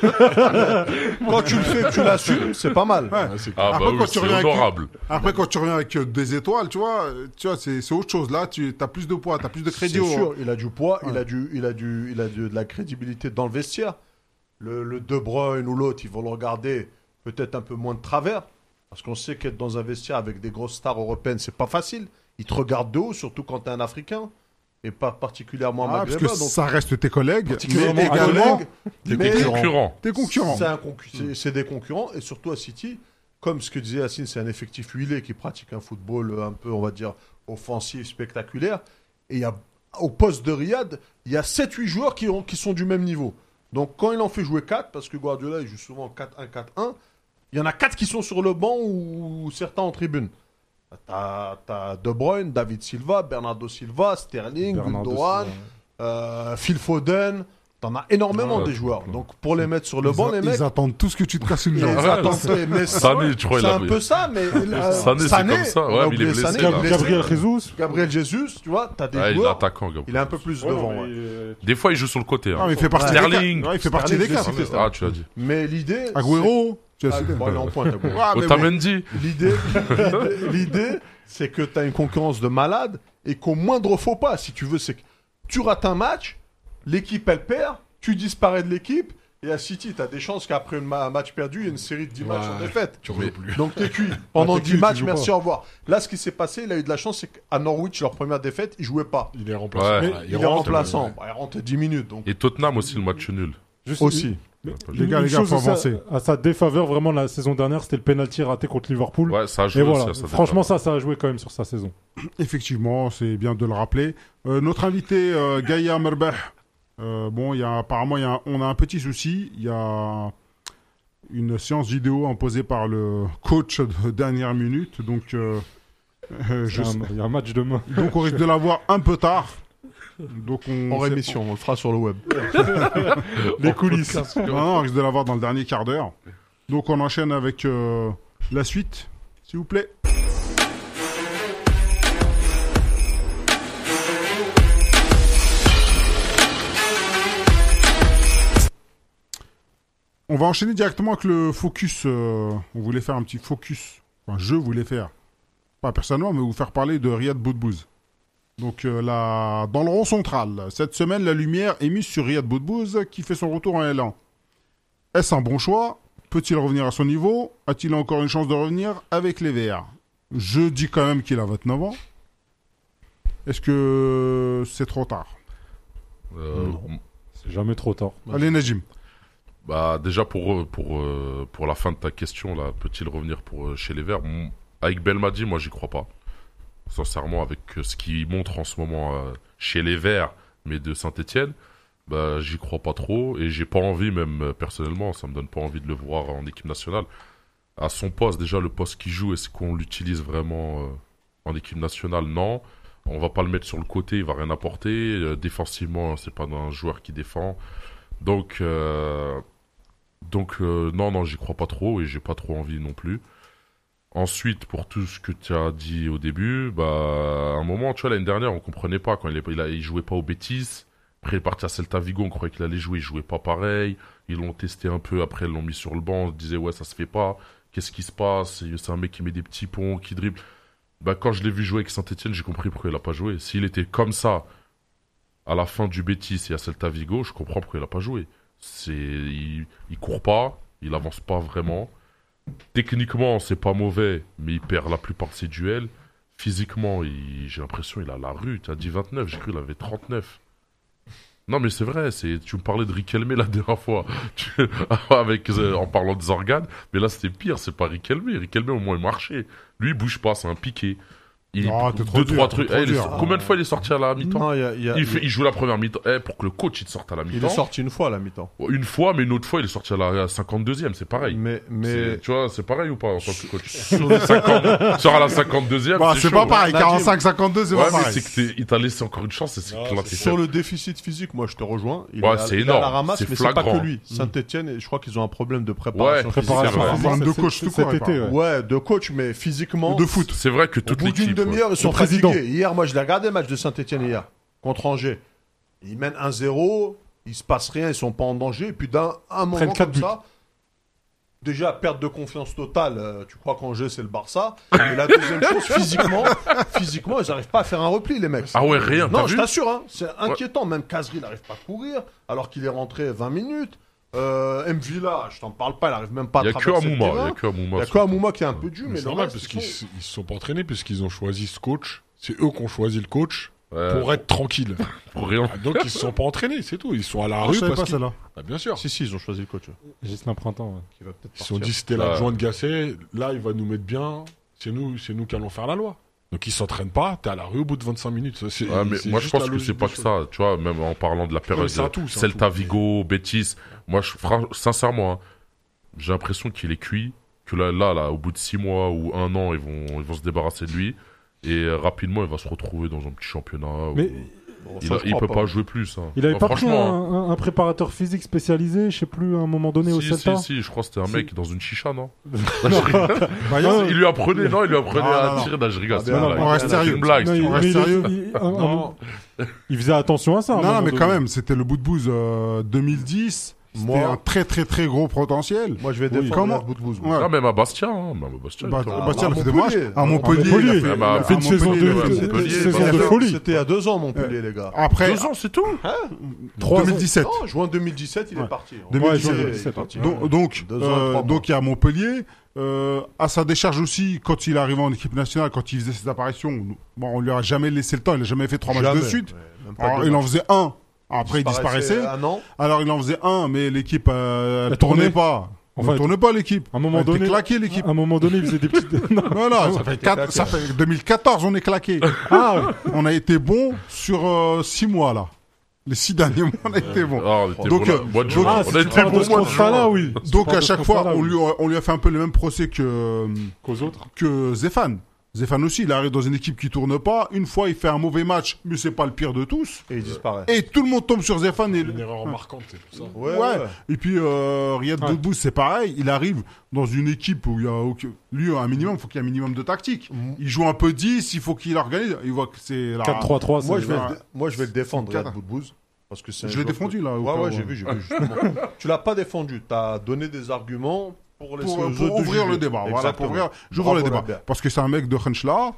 Speaker 3: fait, hein.
Speaker 5: Quand tu le fais, que tu l'assumes, c'est pas mal.
Speaker 1: ouais.
Speaker 2: Ouais, c'est clair.
Speaker 3: Ah
Speaker 1: Après,
Speaker 3: bah
Speaker 1: quand
Speaker 3: oui,
Speaker 1: tu
Speaker 3: c'est
Speaker 1: reviens avec-
Speaker 3: honorable.
Speaker 1: Après, quand tu reviens avec des étoiles, tu vois, c'est autre chose. Là, tu as plus de poids, tu as plus de crédit.
Speaker 5: C'est sûr, il a du poids,
Speaker 1: Ouais.
Speaker 5: il a de la crédibilité dans le vestiaire. Le De Bruyne ou l'autre, ils vont le regarder peut-être un peu moins de travers. Parce qu'on sait qu'être dans un vestiaire avec des grosses stars européennes, c'est pas facile. Ils te regardent de haut, surtout quand t'es un Africain. Et pas particulièrement
Speaker 1: Ah, parce
Speaker 5: maghrébin.
Speaker 1: que
Speaker 5: donc,
Speaker 1: ça reste tes collègues, mais
Speaker 5: particulièrement un
Speaker 1: également
Speaker 5: collègue,
Speaker 3: T'es
Speaker 5: mais
Speaker 3: concurrent.
Speaker 1: tes concurrents.
Speaker 5: c'est des concurrents. Et surtout à City, comme ce que disait Yacine, c'est un effectif huilé qui pratique un football un peu, on va dire, offensif, spectaculaire. Et il y a, au poste de Riyad, il y a 7-8 joueurs qui sont du même niveau. Donc quand il en fait jouer 4, parce que Guardiola il joue souvent 4-1, 4-1, il y en a 4 qui sont sur le banc ou certains en tribune. T'as De Bruyne, David Silva, Bernardo Silva, Sterling, Gundogan, Phil Foden. T'en as énormément
Speaker 3: Ouais,
Speaker 5: des joueurs. Donc pour les mettre sur le
Speaker 1: Ils
Speaker 5: banc,
Speaker 1: a-
Speaker 5: les mecs,
Speaker 1: Ils attendent tout ce que tu te casses une
Speaker 5: ils
Speaker 1: jambe.
Speaker 3: Ouais,
Speaker 5: attendent. Mais
Speaker 3: Sané, tu crois, il
Speaker 5: c'est
Speaker 3: a
Speaker 5: un
Speaker 3: fait-
Speaker 5: peu ça, mais
Speaker 3: Sané, c'est comme ça.
Speaker 5: on
Speaker 3: Ouais,
Speaker 5: a
Speaker 3: mais il est
Speaker 5: oublié
Speaker 3: blessé,
Speaker 5: Sané,
Speaker 3: là.
Speaker 5: il est blessé.
Speaker 4: Gabriel Jesus.
Speaker 5: Gabriel Jesus, tu vois, t'as des
Speaker 3: Ah, il est
Speaker 5: joueurs.
Speaker 3: attaquant, Gabriel.
Speaker 5: Il est un peu plus
Speaker 4: Ouais,
Speaker 5: devant.
Speaker 4: non,
Speaker 5: ouais.
Speaker 4: mais,
Speaker 3: Des fois, il joue sur le côté.
Speaker 1: Ah,
Speaker 3: hein.
Speaker 1: mais il fait partie
Speaker 3: Sterling.
Speaker 1: des 4. Ouais, il fait partie
Speaker 5: Sterling,
Speaker 1: des 4.
Speaker 5: je sais,
Speaker 3: Ah, tu l'as dit.
Speaker 5: Mais l'idée.
Speaker 1: Agüero, tu as
Speaker 5: c'est-
Speaker 1: cité.
Speaker 5: Ah, bon, il est en pointe, Agüero.
Speaker 1: Ah, mais bon.
Speaker 3: Otamendi.
Speaker 5: L'idée, c'est que tu as une concurrence de malade et qu'au moindre faux pas, si tu veux, c'est que tu rates un match, l'équipe elle perd, tu disparais de l'équipe, et à City, tu as des chances qu'après un match perdu, il y ait une série de 10 matchs en
Speaker 2: Ouais.
Speaker 5: défaite.
Speaker 2: Tu reviens plus.
Speaker 5: Donc t'es cuit. Pendant
Speaker 4: t'es
Speaker 5: 10
Speaker 4: cuit, tu
Speaker 5: matchs,
Speaker 4: joues
Speaker 5: merci,
Speaker 4: pas.
Speaker 5: au revoir. Là, ce qui s'est passé, il a eu de la chance, c'est qu'à Norwich, leur première défaite, il jouait pas.
Speaker 2: Il est remplaçant.
Speaker 3: Ouais.
Speaker 2: Voilà,
Speaker 5: Il est
Speaker 2: rentre,
Speaker 5: remplaçant.
Speaker 2: ouais.
Speaker 5: Bah, il rentre 10 minutes. Donc.
Speaker 3: Et Tottenham aussi, le match nul.
Speaker 4: juste-
Speaker 5: Aussi.
Speaker 4: mais
Speaker 1: Les gars,
Speaker 4: une chose
Speaker 1: faut
Speaker 4: aussi
Speaker 1: avancer.
Speaker 4: à sa défaveur, vraiment, la saison dernière, c'était le penalty raté contre Liverpool.
Speaker 3: Ouais, ça a
Speaker 4: Et
Speaker 3: joué
Speaker 4: voilà,
Speaker 3: aussi à sa
Speaker 4: franchement,
Speaker 3: défense.
Speaker 4: ça a joué quand même sur sa saison.
Speaker 1: Effectivement, c'est bien de le rappeler. Notre invité, Gaïa Merbeh, bon, apparemment, on a un petit souci. Il y a une séance vidéo imposée par le coach de dernière minute. Donc,
Speaker 4: Il y a un match demain.
Speaker 1: donc on risque de la voir un peu tard. Donc
Speaker 5: En rémission, on le fera sur le web.
Speaker 4: Les coulisses.
Speaker 1: Non, on risque de la voir dans le dernier quart d'heure. Donc on enchaîne avec la suite, s'il vous plaît. On va enchaîner directement avec le focus. On voulait faire un petit focus. Enfin, je voulais faire. Pas personnellement, mais vous faire parler de Riyad Boudbouz. Donc, dans le rond central, cette semaine, la lumière est mise sur Riyad Boudbouz qui fait son retour en L1. Est-ce un bon choix? Peut-il revenir à son niveau? A-t-il encore une chance de revenir avec les Verts? Je dis quand même qu'il a 29 ans. Est-ce que c'est trop tard?
Speaker 4: C'est jamais trop tard.
Speaker 1: Allez, Najim.
Speaker 3: Bah déjà pour la fin de ta question là, peut-il revenir chez les Verts? Avec Belmadi, moi j'y crois pas. Sincèrement, avec ce qu'il montre en ce moment chez les Verts, mais de Saint-Etienne, bah j'y crois pas trop et j'ai pas envie même personnellement, ça me donne pas envie de le voir en équipe nationale. À son poste déjà, le poste qu'il joue, est-ce qu'on l'utilise vraiment en équipe nationale? Non. On va pas le mettre sur le côté, il va rien apporter. Défensivement, c'est pas un joueur qui défend. Donc Donc, non, j'y crois pas trop et j'ai pas trop envie non plus. Ensuite, pour tout ce que tu as dit au début, à un moment, tu vois, l'année dernière, on comprenait pas quand il jouait pas au Betis. Après, il est parti à Celta Vigo, on croyait qu'il allait jouer, il jouait pas pareil. Ils l'ont testé un peu, après, ils l'ont mis sur le banc, on se disait, ouais, ça se fait pas. Qu'est-ce qui se passe? C'est un mec qui met des petits ponts, qui dribble. Quand je l'ai vu jouer avec Saint-Etienne, j'ai compris pourquoi il a pas joué. S'il était comme ça, à la fin du Betis et à Celta Vigo, je comprends pourquoi il a pas joué. Il court pas, il avance pas vraiment. Techniquement, c'est pas mauvais, mais il perd la plupart de ses duels. Physiquement, j'ai l'impression qu'il a la rue. Tu as dit 29, j'ai cru qu'il avait 39. Non, mais c'est vrai, tu me parlais de Riquelme la dernière fois, en parlant de Zorgan, mais là c'était pire, c'est pas Riquelme. Riquelme, au moins, il marchait. Lui, il bouge pas, c'est un piqué.
Speaker 1: T'es trop dur,
Speaker 3: trois trucs.
Speaker 1: t'es trop dur.
Speaker 3: Combien de fois il est sorti à la mi-temps?
Speaker 5: Non,
Speaker 3: Il joue la première mi-temps. Pour que le coach il te sorte à la mi-temps.
Speaker 5: il est sorti une fois à la mi-temps.
Speaker 3: Une fois, mais une autre fois, il est sorti à la 52e, c'est pareil.
Speaker 5: Mais
Speaker 3: Tu vois, c'est pareil ou pas en tant que coach? Sur à la 52e,
Speaker 1: c'est
Speaker 3: chaud.
Speaker 1: pas pareil, 45-52, c'est
Speaker 3: Ouais,
Speaker 1: pas
Speaker 3: mais
Speaker 1: pareil.
Speaker 3: c'est il t'a laissé encore une chance et c'est éclaté.
Speaker 5: sur le déficit physique, moi je te rejoins.
Speaker 3: C'est
Speaker 5: il a la
Speaker 3: énorme,
Speaker 5: ramasse,
Speaker 3: c'est
Speaker 5: mais c'est pas
Speaker 3: flagrant.
Speaker 5: que lui. Saint-Etienne, je crois qu'ils ont un problème de préparation.
Speaker 3: Ouais,
Speaker 5: physique.
Speaker 4: Préparation
Speaker 3: C'est vrai.
Speaker 4: physique,
Speaker 1: Problème de
Speaker 4: c'est-
Speaker 1: coach
Speaker 4: c'est
Speaker 1: tout
Speaker 4: cet
Speaker 1: court,
Speaker 4: été, ouais.
Speaker 5: Ouais, de coach, mais physiquement.
Speaker 1: De foot.
Speaker 3: C'est vrai que
Speaker 5: Au
Speaker 3: toute
Speaker 5: bout d'une
Speaker 3: l'équipe.
Speaker 5: demi-heure, ils sont
Speaker 4: Le président.
Speaker 5: fatigués. Hier, moi, je l'ai regardé le match de Saint-Etienne hier, contre Angers. Ils mènent 1-0, il se passe rien, ils sont pas en danger. Et puis d'un moment
Speaker 4: Prennent 4
Speaker 5: comme
Speaker 4: buts.
Speaker 5: ça, déjà perte de confiance totale. Tu crois qu'Angers c'est le Barça. Et la deuxième chose, physiquement, ils n'arrivent pas à faire un repli, les mecs.
Speaker 3: Ah ouais, rien,
Speaker 5: Non,
Speaker 3: t'as
Speaker 5: je
Speaker 3: vu?
Speaker 5: t'assure, hein, c'est inquiétant. Même Kazri, il n'arrive pas à courir, alors qu'il est rentré 20 minutes. Mvila, je t'en parle pas, il n'arrive même pas à
Speaker 3: Il y a que
Speaker 5: traverser le
Speaker 3: Amouma.
Speaker 5: terrain.
Speaker 3: Il y a que
Speaker 5: Il y
Speaker 3: Amouma.
Speaker 5: a que Amouma qui est un peu dur, mais
Speaker 2: C'est
Speaker 5: le
Speaker 2: normal
Speaker 5: reste,
Speaker 2: parce
Speaker 5: ils
Speaker 2: qu'ils
Speaker 5: sont-
Speaker 2: se sont pas entraînés puisqu'ils ont choisi ce coach. C'est eux qui ont choisi le coach
Speaker 3: Ouais,
Speaker 2: pour être tranquilles.
Speaker 3: pour rien.
Speaker 2: Ah, donc ils se sont pas entraînés, c'est tout. Ils sont à la
Speaker 1: Ah,
Speaker 2: rue
Speaker 1: je savais
Speaker 2: parce
Speaker 1: pas
Speaker 2: qu'ils...
Speaker 1: celle-là.
Speaker 2: Ah, bien sûr.
Speaker 5: Si, ils ont choisi le coach.
Speaker 4: Gislain Printemps, ouais.
Speaker 5: Qui va peut-être
Speaker 2: Ils se sont
Speaker 5: partir.
Speaker 2: dit c'était
Speaker 3: Ouais.
Speaker 2: l'adjoint de Gasset, là il va nous mettre bien, c'est nous qui allons faire la loi. Donc ils s'entraînent pas, t'es à la rue au bout de 25 minutes. Ça, c'est-
Speaker 3: Ouais, mais
Speaker 2: c'est
Speaker 3: moi je
Speaker 2: juste
Speaker 3: pense
Speaker 2: la
Speaker 3: que
Speaker 2: logique
Speaker 3: c'est pas
Speaker 2: des
Speaker 3: que
Speaker 2: choses.
Speaker 3: ça, tu vois, même en parlant de la période
Speaker 2: c'est un tout, c'est un
Speaker 3: Celta
Speaker 2: tout.
Speaker 3: Vigo, Betis, moi sincèrement, hein, j'ai l'impression qu'il est cuit, que là, au bout de 6 mois ou 1 an, ils vont se débarrasser de lui et rapidement il va se retrouver dans un petit championnat.
Speaker 4: Mais
Speaker 5: Bon,
Speaker 3: Il,
Speaker 5: ça,
Speaker 3: a-
Speaker 5: je
Speaker 3: il
Speaker 5: crois
Speaker 3: peut pas jouer plus. Hein.
Speaker 4: il avait
Speaker 3: Bah,
Speaker 4: pas pris
Speaker 3: franchement,
Speaker 4: un préparateur physique spécialisé, je sais plus, à un moment donné au Celta.
Speaker 3: si, je crois que c'était un
Speaker 4: Si.
Speaker 3: mec dans une chicha, non?
Speaker 1: Bah, il y a-
Speaker 3: Il lui apprenait, non, il lui apprenait
Speaker 1: Non,
Speaker 3: à
Speaker 1: non,
Speaker 3: tirer. Là, je rigole.
Speaker 5: Ah,
Speaker 3: c'est
Speaker 5: bien,
Speaker 3: une
Speaker 5: non,
Speaker 3: blague.
Speaker 1: on reste
Speaker 3: C'est
Speaker 1: sérieux.
Speaker 3: une blague.
Speaker 4: Non,
Speaker 3: c'est
Speaker 4: il,
Speaker 3: une
Speaker 1: reste
Speaker 4: mais
Speaker 1: sérieux
Speaker 2: Non,
Speaker 4: il faisait attention à ça. à un
Speaker 1: Non,
Speaker 4: moment
Speaker 1: mais
Speaker 4: donné.
Speaker 1: quand même, c'était le bout de bouse 2010. C'était
Speaker 5: Moi-
Speaker 1: un très très très gros potentiel.
Speaker 5: Moi, je vais
Speaker 1: Oui.
Speaker 5: défendre
Speaker 1: Comment-
Speaker 5: la bout de bouse.
Speaker 1: Ouais.
Speaker 3: Non, même à Bastia. Hein, même à Bastia.
Speaker 1: Bah,
Speaker 3: il tourne.
Speaker 1: Bastien
Speaker 5: à
Speaker 1: a fait des matchs.
Speaker 5: Montpellier.
Speaker 1: À Montpellier,
Speaker 4: Montpellier,
Speaker 1: il a
Speaker 3: il
Speaker 1: fait,
Speaker 3: a
Speaker 4: fait une saison
Speaker 1: Montpellier,
Speaker 4: de-
Speaker 1: ouais,
Speaker 4: de-
Speaker 3: Montpellier,
Speaker 4: saison
Speaker 3: bah,
Speaker 4: de folie.
Speaker 5: C'était il y a 2 ans, Montpellier, les gars.
Speaker 1: Après,
Speaker 3: 2 ans, c'est tout.
Speaker 1: 2017.
Speaker 5: Non, juin 2017, il est parti.
Speaker 1: 2017.
Speaker 5: Il est
Speaker 4: 2017,
Speaker 5: parti.
Speaker 1: Donc,
Speaker 5: 2 ans et 3 mois.
Speaker 1: donc il y a Montpellier. À sa décharge aussi, quand il est arrivé en équipe nationale, quand il faisait ses apparitions, bon, on lui a jamais laissé le temps. Il a jamais fait 3 matchs de
Speaker 5: Jamais.
Speaker 1: suite.
Speaker 5: Ouais, même pas
Speaker 1: Alors,
Speaker 5: deux
Speaker 1: il en
Speaker 5: matchs.
Speaker 1: faisait un. Après, il disparaissait.
Speaker 5: Un an.
Speaker 1: Alors, il en faisait un, mais l'équipe elle
Speaker 4: Elle
Speaker 1: tournait
Speaker 4: tournait.
Speaker 1: pas.
Speaker 4: Enfin,
Speaker 1: Elle tournait pas l'équipe.
Speaker 4: À un moment
Speaker 1: Elle était
Speaker 4: donné,
Speaker 1: claquée l'équipe.
Speaker 4: à un moment donné, il faisait des petites. Non.
Speaker 1: Voilà, ça fait 2014, on est claqué.
Speaker 4: Ah,
Speaker 1: On a été bon sur 6 mois là. Les 6 derniers mois, on a été bon.
Speaker 3: Ah, on était
Speaker 1: Donc,
Speaker 3: bon, mois de juin.
Speaker 4: ah,
Speaker 3: On
Speaker 4: si
Speaker 3: a
Speaker 4: tu
Speaker 3: été
Speaker 4: parles
Speaker 3: bon
Speaker 4: de ce
Speaker 3: mois de
Speaker 4: constat-là,
Speaker 3: juin.
Speaker 4: oui. Si tu
Speaker 1: Donc
Speaker 4: parles
Speaker 1: à
Speaker 4: de ce
Speaker 1: chaque fois,
Speaker 4: constat-là, oui.
Speaker 1: on lui a fait un peu le même procès
Speaker 4: Qu'aux autres.
Speaker 1: que Zéphane. Zéphane aussi, il arrive dans une équipe qui tourne pas. Une fois, il fait un mauvais match, mais c'est pas le pire de tous.
Speaker 5: Et il disparaît.
Speaker 1: Et tout le monde tombe sur Zéphane. Et...
Speaker 2: une erreur marquante, c'est pour ça.
Speaker 5: Ouais,
Speaker 1: Ouais.
Speaker 5: ouais.
Speaker 1: Et puis Riyad
Speaker 4: Ouais.
Speaker 1: Boudbouz, c'est pareil. Il arrive dans une équipe où il y a lui un minimum, il faut qu'il y ait un minimum de tactique. Il joue un peu 10, il faut qu'il organise. Il voit que c'est la...
Speaker 4: 4-3-3,
Speaker 5: Moi,
Speaker 4: c'est-
Speaker 5: je vais le défendre,
Speaker 1: C'est une
Speaker 5: Riyad Boudbouz. Parce que c'est un
Speaker 1: Je l'ai
Speaker 5: joueur
Speaker 1: défendu
Speaker 5: que-
Speaker 1: là. au
Speaker 5: Ouais,
Speaker 1: cas
Speaker 5: ouais,
Speaker 1: où.
Speaker 5: j'ai vu, justement. Tu l'as pas défendu. Tu as donné des arguments pour laisser
Speaker 1: Pour
Speaker 5: aux autres de
Speaker 1: ouvrir
Speaker 5: juger.
Speaker 1: le débat. Voilà,
Speaker 5: Exactement.
Speaker 1: pour ouvrir, j'ouvre le
Speaker 5: Bravo,
Speaker 1: débat.
Speaker 5: Rabia.
Speaker 1: Parce que c'est un mec de Khenchla.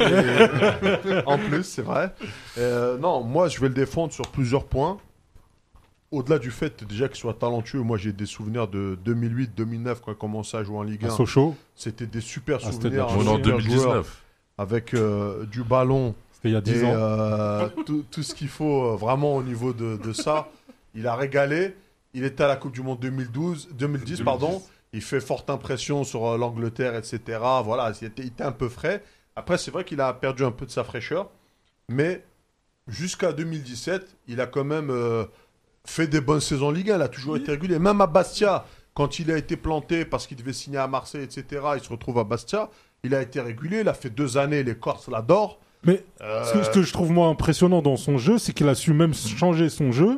Speaker 5: En plus, c'est vrai. Non, moi, je vais le défendre sur plusieurs points. Au-delà du fait déjà qu'il soit talentueux, moi j'ai des souvenirs de 2008-2009 quand il commençait à jouer en Ligue
Speaker 4: à
Speaker 5: 1.
Speaker 4: Sochaux.
Speaker 5: C'était des super
Speaker 4: Ah, c'était de
Speaker 5: souvenirs.
Speaker 4: la
Speaker 5: un
Speaker 3: On est en
Speaker 5: super joueur
Speaker 3: 2019.
Speaker 5: avec du ballon
Speaker 4: C'était il y a 10
Speaker 5: et
Speaker 4: ans.
Speaker 5: tout ce qu'il faut vraiment au niveau de ça. Il a régalé. Il était à la Coupe du Monde 2010, pardon. Il fait forte impression sur l'Angleterre, etc. Voilà, il était un peu frais. Après, c'est vrai qu'il a perdu un peu de sa fraîcheur. Mais jusqu'à 2017, il a quand même fait des bonnes saisons en Ligue 1. Il a toujours été régulier. Même à Bastia, quand il a été planté parce qu'il devait signer à Marseille, etc., il se retrouve à Bastia. Il a été régulier. Il a fait 2 années. Les Corses l'adorent.
Speaker 4: Mais ce que je trouve moi impressionnant dans son jeu, c'est qu'il a su même changer son jeu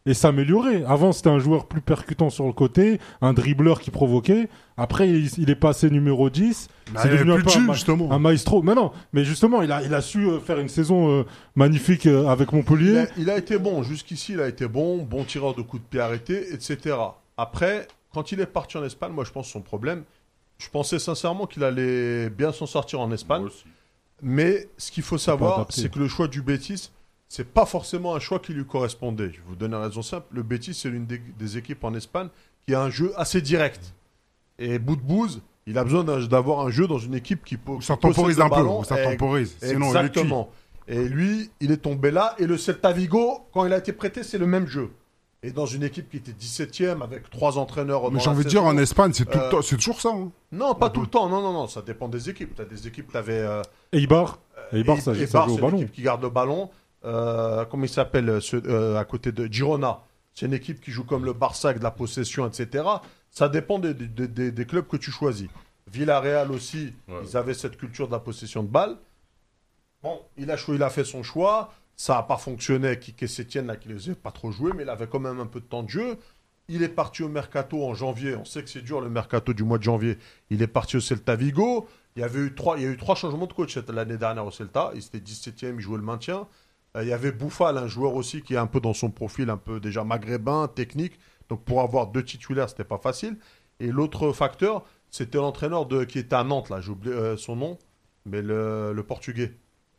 Speaker 4: et s'améliorer. Avant, c'était un joueur plus percutant sur le côté, un dribbleur qui provoquait. Après, il est passé numéro 10.
Speaker 1: Il n'y avait plus de jus, justement.
Speaker 4: Un maestro. Mais non, mais justement, il a su faire une saison magnifique avec Montpellier.
Speaker 5: Il a été bon. Jusqu'ici, il a été bon. Bon tireur de coups de pied arrêtés, etc. Après, quand il est parti en Espagne, moi, je pense son problème. Je pensais sincèrement qu'il allait bien s'en sortir en Espagne. Mais ce qu'il faut savoir, c'est que le choix du Betis, c'est pas forcément un choix qui lui correspondait. Je vais vous donner une raison simple. Le Betis, c'est l'une des équipes en Espagne qui a un jeu assez direct. Et Boudbouz, il a besoin d'avoir un jeu dans une équipe qui peut.
Speaker 1: Ça temporise un peu. Ça temporise. Sinon,
Speaker 5: exactement. Et lui, il est tombé là. Et le Celta Vigo, quand il a été prêté, c'est le même jeu. Et dans une équipe qui était 17ème avec 3 entraîneurs.
Speaker 1: Mais j'ai envie de dire, en Espagne, c'est toujours ça. Hein.
Speaker 5: Non, pas tout le temps. Non. Ça dépend des équipes. Tu as des équipes, tu avais.
Speaker 4: Eibar, ça joue au ballon.
Speaker 5: C'est l'équipe qui garde le ballon. Comment il s'appelle à côté de Girona. C'est une équipe qui joue comme le Barça avec de la possession, etc. Ça dépend des clubs que tu choisis. Villarreal aussi, ils avaient cette culture de la possession de balle. Bon, il a fait son choix. Ça n'a pas fonctionné. Kike Sétienne, là, qui ne les a pas trop joués, mais il avait quand même un peu de temps de jeu. Il est parti au Mercato en janvier. On sait que c'est dur le Mercato du mois de janvier. Il est parti au Celta Vigo. Il y a eu 3 changements de coach l'année dernière au Celta. Il était 17e, il jouait le maintien. Il y avait Bouffal, un joueur aussi qui est un peu dans son profil, un peu déjà maghrébin, technique. Donc pour avoir 2 titulaires, c'était pas facile. Et l'autre facteur, c'était l'entraîneur qui était à Nantes, là, j'ai oublié son nom, mais le portugais.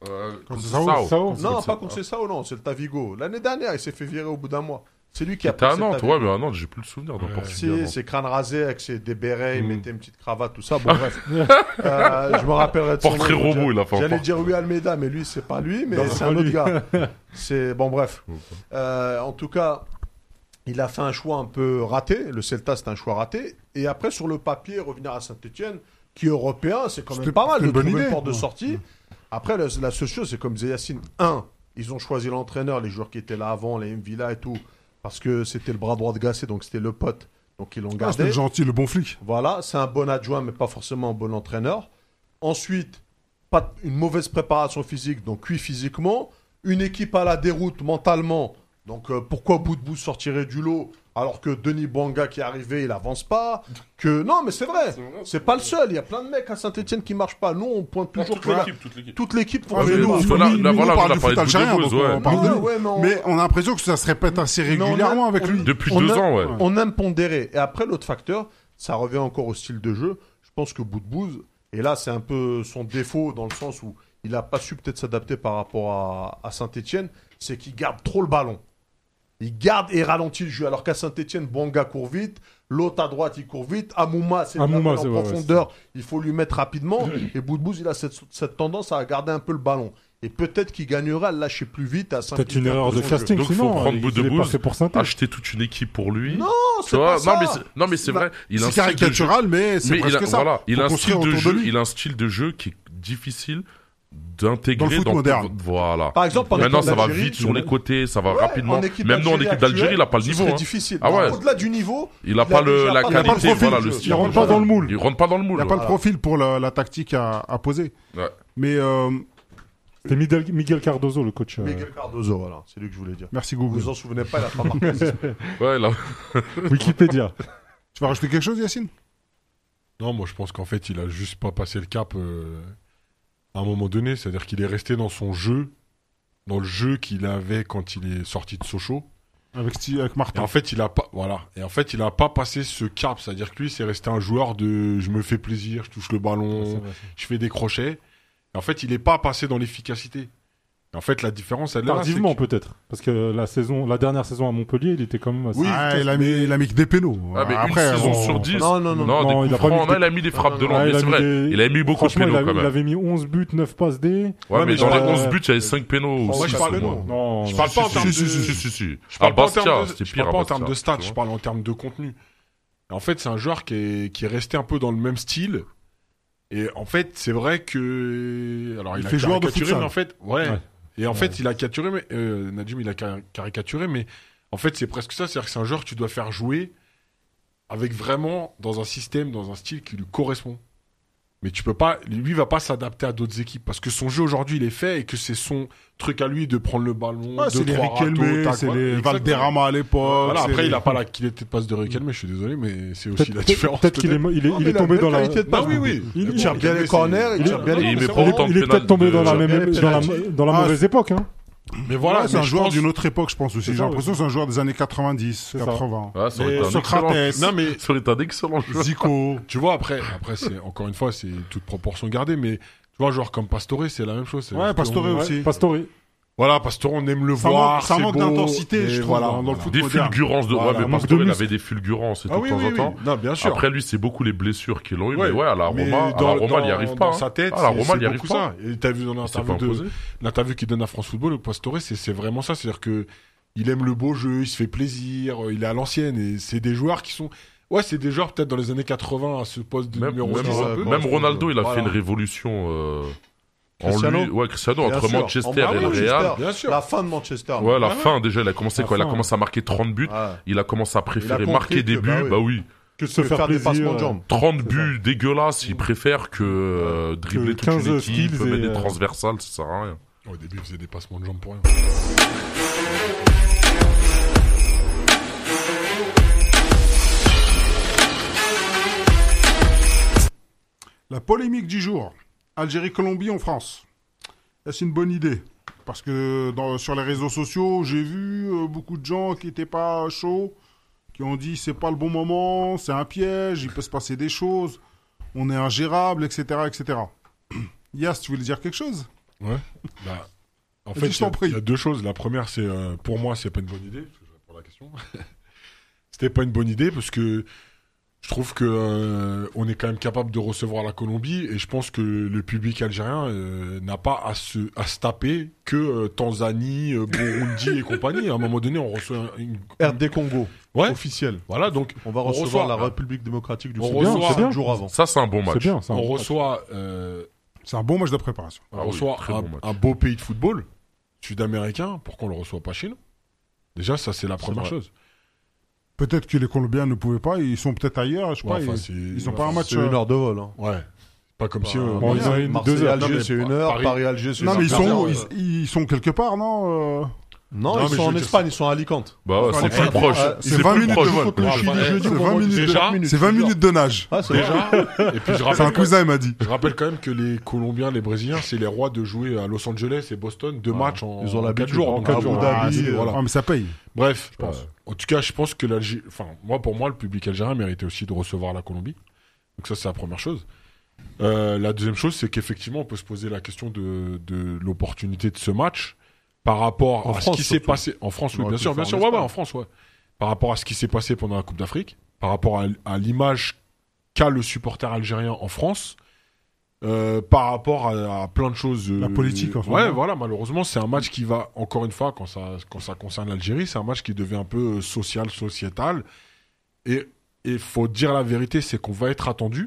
Speaker 3: Conceição.
Speaker 5: Non, pas Conceição, non, c'est le Tavigo. L'année dernière, il s'est fait virer au bout d'un mois. C'est lui qui a
Speaker 3: pris à Nantes, ouais, mais à Nantes, j'ai plus le souvenir d'un portugais.
Speaker 5: C'est crâne rasé avec des bérets, il mettait une petite cravate, tout ça. Bon, bref. Je me rappellerai de son nom.
Speaker 3: Portrait robot, il a fait.
Speaker 5: J'allais dire Rui Almeida, mais lui, c'est pas lui, mais c'est un autre gars. Bon, bref. En tout cas, il a fait un choix un peu raté. Le Celta, c'est un choix raté. Et après, sur le papier, revenir à Saint-Etienne, qui est européen, c'est quand même pas mal de trouver une porte de sortie. Après, la seule chose, c'est comme disait Yacine, ils ont choisi l'entraîneur, les joueurs qui étaient là avant, les Mvila et tout, parce que c'était le bras droit de Gasset, donc c'était le pote. Donc ils l'ont gardé.
Speaker 1: C'était le gentil, le bon flic.
Speaker 5: Voilà, c'est un bon adjoint, mais pas forcément un bon entraîneur. Ensuite, pas une mauvaise préparation physique, donc cuit physiquement. Une équipe à la déroute mentalement. Donc pourquoi Boudbouz sortirait du lot alors que Denis Bouanga qui est arrivé, il avance pas. Non, mais c'est vrai. C'est pas le seul. Il y a plein de mecs à Saint-Etienne qui marchent pas. Nous, on pointe toujours toute l'équipe.
Speaker 1: Nous, on parle de foot algérien, donc on parle de nous. Mais on a l'impression que ça se répète assez régulièrement avec lui.
Speaker 3: Depuis 2 ans, ouais.
Speaker 5: On aime pondérer. Et après, l'autre facteur, ça revient encore au style de jeu. Je pense que Boudbouz, et là, c'est un peu son défaut dans le sens où il n'a pas su peut-être s'adapter par rapport à Saint-Etienne, c'est qu'il garde trop le ballon. Il garde et ralentit le jeu. Alors qu'à Saint-Etienne, Bonga court vite. L'autre à droite, il court vite. Amouma, c'est en profondeur. Il faut lui mettre rapidement. Et Boudbouz, il a cette tendance à garder un peu le ballon. Et peut-être qu'il gagnerait à le lâcher plus vite.
Speaker 4: Peut-être une erreur de casting.
Speaker 3: Donc il faut prendre Boudbouz, acheter toute une équipe pour lui.
Speaker 5: Non, c'est pas ça.
Speaker 3: Non, mais c'est vrai.
Speaker 1: C'est caricatural, mais c'est presque ça.
Speaker 3: Voilà, il a un style de jeu qui est difficile d'intégrer
Speaker 1: dans le foot moderne.
Speaker 3: Voilà.
Speaker 5: Par exemple,
Speaker 3: maintenant ça va vite sur les côtés, ça va rapidement. Même nous en équipe d'Algérie, il a pas le niveau.
Speaker 5: C'est difficile.
Speaker 3: Ah ouais.
Speaker 5: Au-delà du niveau,
Speaker 3: il a pas la qualité, voilà le style.
Speaker 1: Il rentre pas dans le moule.
Speaker 3: Il rentre pas dans le moule.
Speaker 1: Il a pas le profil pour la tactique à poser.
Speaker 3: Ouais.
Speaker 1: Mais
Speaker 4: c'est Miguel Cardozo, le coach.
Speaker 5: Miguel Cardozo, voilà, c'est lui que je voulais dire.
Speaker 1: Merci Google.
Speaker 5: Vous vous en souvenez pas, il a pas marqué.
Speaker 3: Ouais, là.
Speaker 4: Wikipédia.
Speaker 1: Tu vas rajouter quelque chose, Yacine?
Speaker 2: Non, moi je pense qu'en fait, il a juste pas passé le cap à un moment donné. C'est-à-dire qu'il est resté dans son jeu, dans le jeu qu'il avait quand il est sorti de Sochaux.
Speaker 1: Avec Martin.
Speaker 2: Et en fait, il a pas passé ce cap. C'est-à-dire que lui, c'est resté un joueur de je me fais plaisir, je touche le ballon, je fais des crochets. Et en fait, il est pas passé dans l'efficacité. Et en fait, la différence, elle est là.
Speaker 4: Tardivement, peut-être. Parce que la dernière saison à Montpellier, il était quand même assez...
Speaker 1: Oui, il a mis que des pénaux.
Speaker 3: Ah, mais
Speaker 1: après,
Speaker 3: une saison sur 10.
Speaker 4: Non, il a mis
Speaker 3: des frappes de l'an. Mais c'est vrai. Il a mis beaucoup de pénaux, quand même.
Speaker 4: Il avait mis 11 buts, 9 passes D.
Speaker 3: Ouais, mais dans les 11 buts, il y avait 5 pénaux.
Speaker 2: Moi, je parle
Speaker 3: non.
Speaker 2: Je parle pas en termes de...
Speaker 3: Je parle pas
Speaker 2: en termes de stats, je parle en termes de contenu. En fait, c'est un joueur qui est resté un peu dans le même style. Et en fait, c'est vrai que... Alors, il a
Speaker 1: fait joueur de futsal.
Speaker 2: Mais en fait, et en fait, il a caricaturé, mais Nadjim, il a caricaturé, mais en fait, c'est presque ça. C'est-à-dire que c'est un joueur que tu dois faire jouer avec vraiment dans un système, dans un style qui lui correspond. Mais tu peux pas, lui va pas s'adapter à d'autres équipes parce que son jeu aujourd'hui il est fait et que c'est son truc à lui de prendre le ballon,
Speaker 1: Ouais, c'est les Riquelme, c'est les Valderrama à l'époque.
Speaker 2: Voilà, après
Speaker 1: c'est
Speaker 2: il a pas la qualité de passe de Riquelme, je suis désolé, mais c'est aussi la différence.
Speaker 4: Peut-être qu'il est tombé dans la.
Speaker 2: Non, oui.
Speaker 5: Il tire bien les corners, il tire bien les
Speaker 3: Et il met
Speaker 5: coups
Speaker 3: pas
Speaker 5: francs.
Speaker 3: autant de
Speaker 4: Il est peut-être
Speaker 3: pénal
Speaker 4: tombé
Speaker 3: de-
Speaker 4: dans la
Speaker 1: Ah,
Speaker 4: mauvaise époque. Hein.
Speaker 2: Mais voilà,
Speaker 1: c'est un
Speaker 2: mais je
Speaker 1: joueur
Speaker 2: pense-
Speaker 1: d'une autre époque, je pense aussi.
Speaker 4: C'est
Speaker 1: J'ai
Speaker 4: ça,
Speaker 1: l'impression que c'est un joueur des années 90,
Speaker 4: C'est ça.
Speaker 1: 80.
Speaker 3: Ah, ça aurait
Speaker 2: Mais
Speaker 3: été un
Speaker 1: Socrates.
Speaker 3: excellent-
Speaker 2: Non, mais
Speaker 3: ça aurait été un excellent joueur.
Speaker 1: Zico.
Speaker 2: tu vois, après c'est encore une fois, c'est toute proportion gardée, mais tu vois, un joueur comme Pastore, c'est la même chose. c'est-
Speaker 1: Ouais, Pastore
Speaker 2: on-
Speaker 1: aussi.
Speaker 4: Pastore.
Speaker 2: Voilà, Pastore, on aime le
Speaker 1: Ça
Speaker 2: voir.
Speaker 1: manque- ça
Speaker 2: c'est
Speaker 1: manque
Speaker 2: beau,
Speaker 1: d'intensité,
Speaker 2: mais
Speaker 1: je trouve,
Speaker 2: voilà,
Speaker 1: dans le
Speaker 2: voilà.
Speaker 1: foot.
Speaker 3: Des
Speaker 1: moderne.
Speaker 3: fulgurances de.
Speaker 2: Voilà,
Speaker 3: Ouais, mais
Speaker 2: manque
Speaker 3: Pastore,
Speaker 4: de
Speaker 3: il
Speaker 4: muscle.
Speaker 3: avait des fulgurances et tout
Speaker 2: Ah
Speaker 3: de
Speaker 2: oui,
Speaker 3: temps
Speaker 2: oui,
Speaker 3: en
Speaker 2: oui.
Speaker 3: temps.
Speaker 2: Non, bien sûr.
Speaker 3: Après, lui, c'est beaucoup les blessures qu'il a eu.
Speaker 2: Ouais.
Speaker 3: Mais ouais, à la
Speaker 2: Mais
Speaker 3: Roma, il n'y arrive pas.
Speaker 2: Dans
Speaker 3: hein.
Speaker 2: sa tête,
Speaker 3: À la
Speaker 2: c'est
Speaker 3: Roma, il n'y arrive
Speaker 2: beaucoup
Speaker 3: pas.
Speaker 2: ça. Et t'as vu dans
Speaker 3: Il s'est pas
Speaker 2: l'interview
Speaker 3: imposé.
Speaker 2: l'interview qu'il donne à France Football, Pastore, c'est vraiment ça. C'est-à-dire que il aime le beau jeu, il se fait plaisir, il est à l'ancienne. Et c'est des joueurs qui sont. Ouais, c'est des joueurs peut-être dans les années 80 à ce poste de
Speaker 3: Même,
Speaker 2: numéro 10 un peu.
Speaker 3: même Ronaldo, il a
Speaker 2: Voilà.
Speaker 3: fait une révolution en
Speaker 5: Cristiano.
Speaker 3: lui. Ouais, Cristiano,
Speaker 5: Bien
Speaker 3: entre
Speaker 5: sûr.
Speaker 3: Manchester
Speaker 5: Ah
Speaker 3: et
Speaker 5: oui,
Speaker 3: le
Speaker 5: Manchester.
Speaker 3: Real.
Speaker 2: Bien sûr.
Speaker 5: La fin de Manchester.
Speaker 3: Ouais, la
Speaker 2: Ouais,
Speaker 3: fin déjà, il a commencé
Speaker 4: La
Speaker 3: quoi? Il a
Speaker 4: fin.
Speaker 3: commencé à marquer 30 buts.
Speaker 5: Ouais.
Speaker 3: Il a commencé à préférer
Speaker 5: compris
Speaker 3: marquer des
Speaker 5: que,
Speaker 3: buts.
Speaker 5: bah oui.
Speaker 4: Que se
Speaker 5: Que
Speaker 4: faire
Speaker 5: des passements
Speaker 4: plaisir.
Speaker 5: de jambes.
Speaker 3: 30
Speaker 4: C'est
Speaker 3: buts dégueulasses, il préfère que dribbler toute
Speaker 4: 15
Speaker 3: une équipe,
Speaker 4: skills
Speaker 3: mettre
Speaker 4: et,
Speaker 3: des transversales, ça sert à rien.
Speaker 2: Au début, il faisait des passements de jambes pour rien.
Speaker 1: La polémique du jour. Algérie-Colombie en France. Est-ce une bonne idée? Parce que sur les réseaux sociaux, j'ai vu beaucoup de gens qui n'étaient pas chauds, qui ont dit c'est pas le bon moment, c'est un piège, il peut se passer des choses, on est ingérable, etc. etc. Yas, tu voulais dire quelque chose?
Speaker 2: Ouais. Bah, en
Speaker 1: Vas-y,
Speaker 2: fait,
Speaker 1: je t'en prie.
Speaker 2: il y a deux choses. La première, c'est pour moi, c'est pas une bonne idée. Parce que je réponds à la question. C'était pas une bonne idée parce que je trouve que on est quand même capable de recevoir la Colombie et je pense que le public algérien n'a pas à se taper que Tanzanie, Burundi et compagnie. À un moment donné, on reçoit une.
Speaker 5: RD Congo.
Speaker 2: Ouais.
Speaker 5: Officiel.
Speaker 2: Voilà, donc
Speaker 5: On va
Speaker 2: On
Speaker 5: recevoir
Speaker 2: reçoit-
Speaker 5: la République démocratique du
Speaker 2: On
Speaker 5: Congo
Speaker 2: reçoit-
Speaker 5: 5 jours avant.
Speaker 3: Ça, c'est un bon match.
Speaker 4: C'est bien, ça.
Speaker 2: on reçoit
Speaker 1: C'est un bon match de préparation.
Speaker 3: Ah
Speaker 2: on
Speaker 3: oui,
Speaker 2: reçoit
Speaker 3: très bon match.
Speaker 2: un beau pays de football sud-américain. Pourquoi on le reçoit pas chez nous? Déjà, ça c'est la première
Speaker 3: vrai.
Speaker 2: chose.
Speaker 1: Peut-être que les Colombiens ne pouvaient pas, ils sont peut-être ailleurs, je sais
Speaker 2: Ouais,
Speaker 1: pas.
Speaker 2: enfin,
Speaker 1: Ils ont pas un match.
Speaker 5: C'est 1 heure de vol. Hein.
Speaker 2: Ouais. Pas comme si.
Speaker 4: Bon, ils ont une- 2 heures.
Speaker 2: Non, mais
Speaker 5: Marseille-Alger, c'est 1 heure.
Speaker 2: Paris-
Speaker 5: Paris-Alger, c'est
Speaker 1: Non, mais
Speaker 5: 5 heures.
Speaker 1: ils sont quelque part, non
Speaker 5: Non,
Speaker 2: Non,
Speaker 5: ils
Speaker 2: mais
Speaker 5: sont
Speaker 2: je
Speaker 5: en
Speaker 2: veux dire,
Speaker 5: Espagne, ils sont à Alicante.
Speaker 3: Bah ouais,
Speaker 1: Enfin,
Speaker 3: c'est
Speaker 1: les
Speaker 3: plus
Speaker 1: Français,
Speaker 3: proche.
Speaker 1: c'est 20 minutes de
Speaker 3: proche.
Speaker 1: vol.
Speaker 5: Contre le Chili,
Speaker 2: enfin,
Speaker 5: jeudi,
Speaker 1: c'est
Speaker 5: ou
Speaker 1: 20
Speaker 5: vendredi,
Speaker 1: minutes.
Speaker 5: c'est
Speaker 2: Déjà,
Speaker 5: 20 minutes.
Speaker 1: C'est 20 minutes de nage.
Speaker 5: Ah, c'est
Speaker 2: Déjà, et puis
Speaker 1: C'est un cousin, il m'a dit.
Speaker 2: je rappelle quand même que les Colombiens, les Brésiliens, c'est les rois de jouer à Los Angeles et Boston 2 matchs en
Speaker 5: Ils ont
Speaker 2: 4
Speaker 5: l'habitude.
Speaker 2: jours.
Speaker 5: En
Speaker 2: donc,
Speaker 5: 4
Speaker 2: jours.
Speaker 5: Abu Dhabi,
Speaker 2: c'est- voilà.
Speaker 1: Ah, mais ça paye.
Speaker 2: Bref,
Speaker 3: pense.
Speaker 2: en tout cas, je pense que l'Algérie, enfin, pour moi, le public algérien méritait aussi de recevoir la Colombie. Donc ça, c'est la première chose. La deuxième chose, c'est qu'effectivement, on peut se poser la question de l'opportunité de ce match par rapport
Speaker 5: En
Speaker 2: à
Speaker 5: France,
Speaker 2: ce qui s'est
Speaker 5: surtout.
Speaker 2: passé en France. Oui,
Speaker 5: On
Speaker 2: bien
Speaker 5: aurait pu
Speaker 2: sûr,
Speaker 5: le
Speaker 2: bien
Speaker 5: faire
Speaker 2: sûr,
Speaker 5: en
Speaker 2: ouais,
Speaker 5: Espagne.
Speaker 2: en France, ouais. Par rapport à ce qui s'est passé pendant la Coupe d'Afrique, par rapport à l'image qu'a le supporter algérien en France. Par rapport à plein de choses.
Speaker 1: La politique, en ce
Speaker 2: Ouais,
Speaker 1: moment.
Speaker 2: voilà, malheureusement, c'est un match qui va, encore une fois, quand ça concerne l'Algérie, c'est un match qui devient un peu social, sociétal. Et il faut dire la vérité, c'est qu'on va être attendu.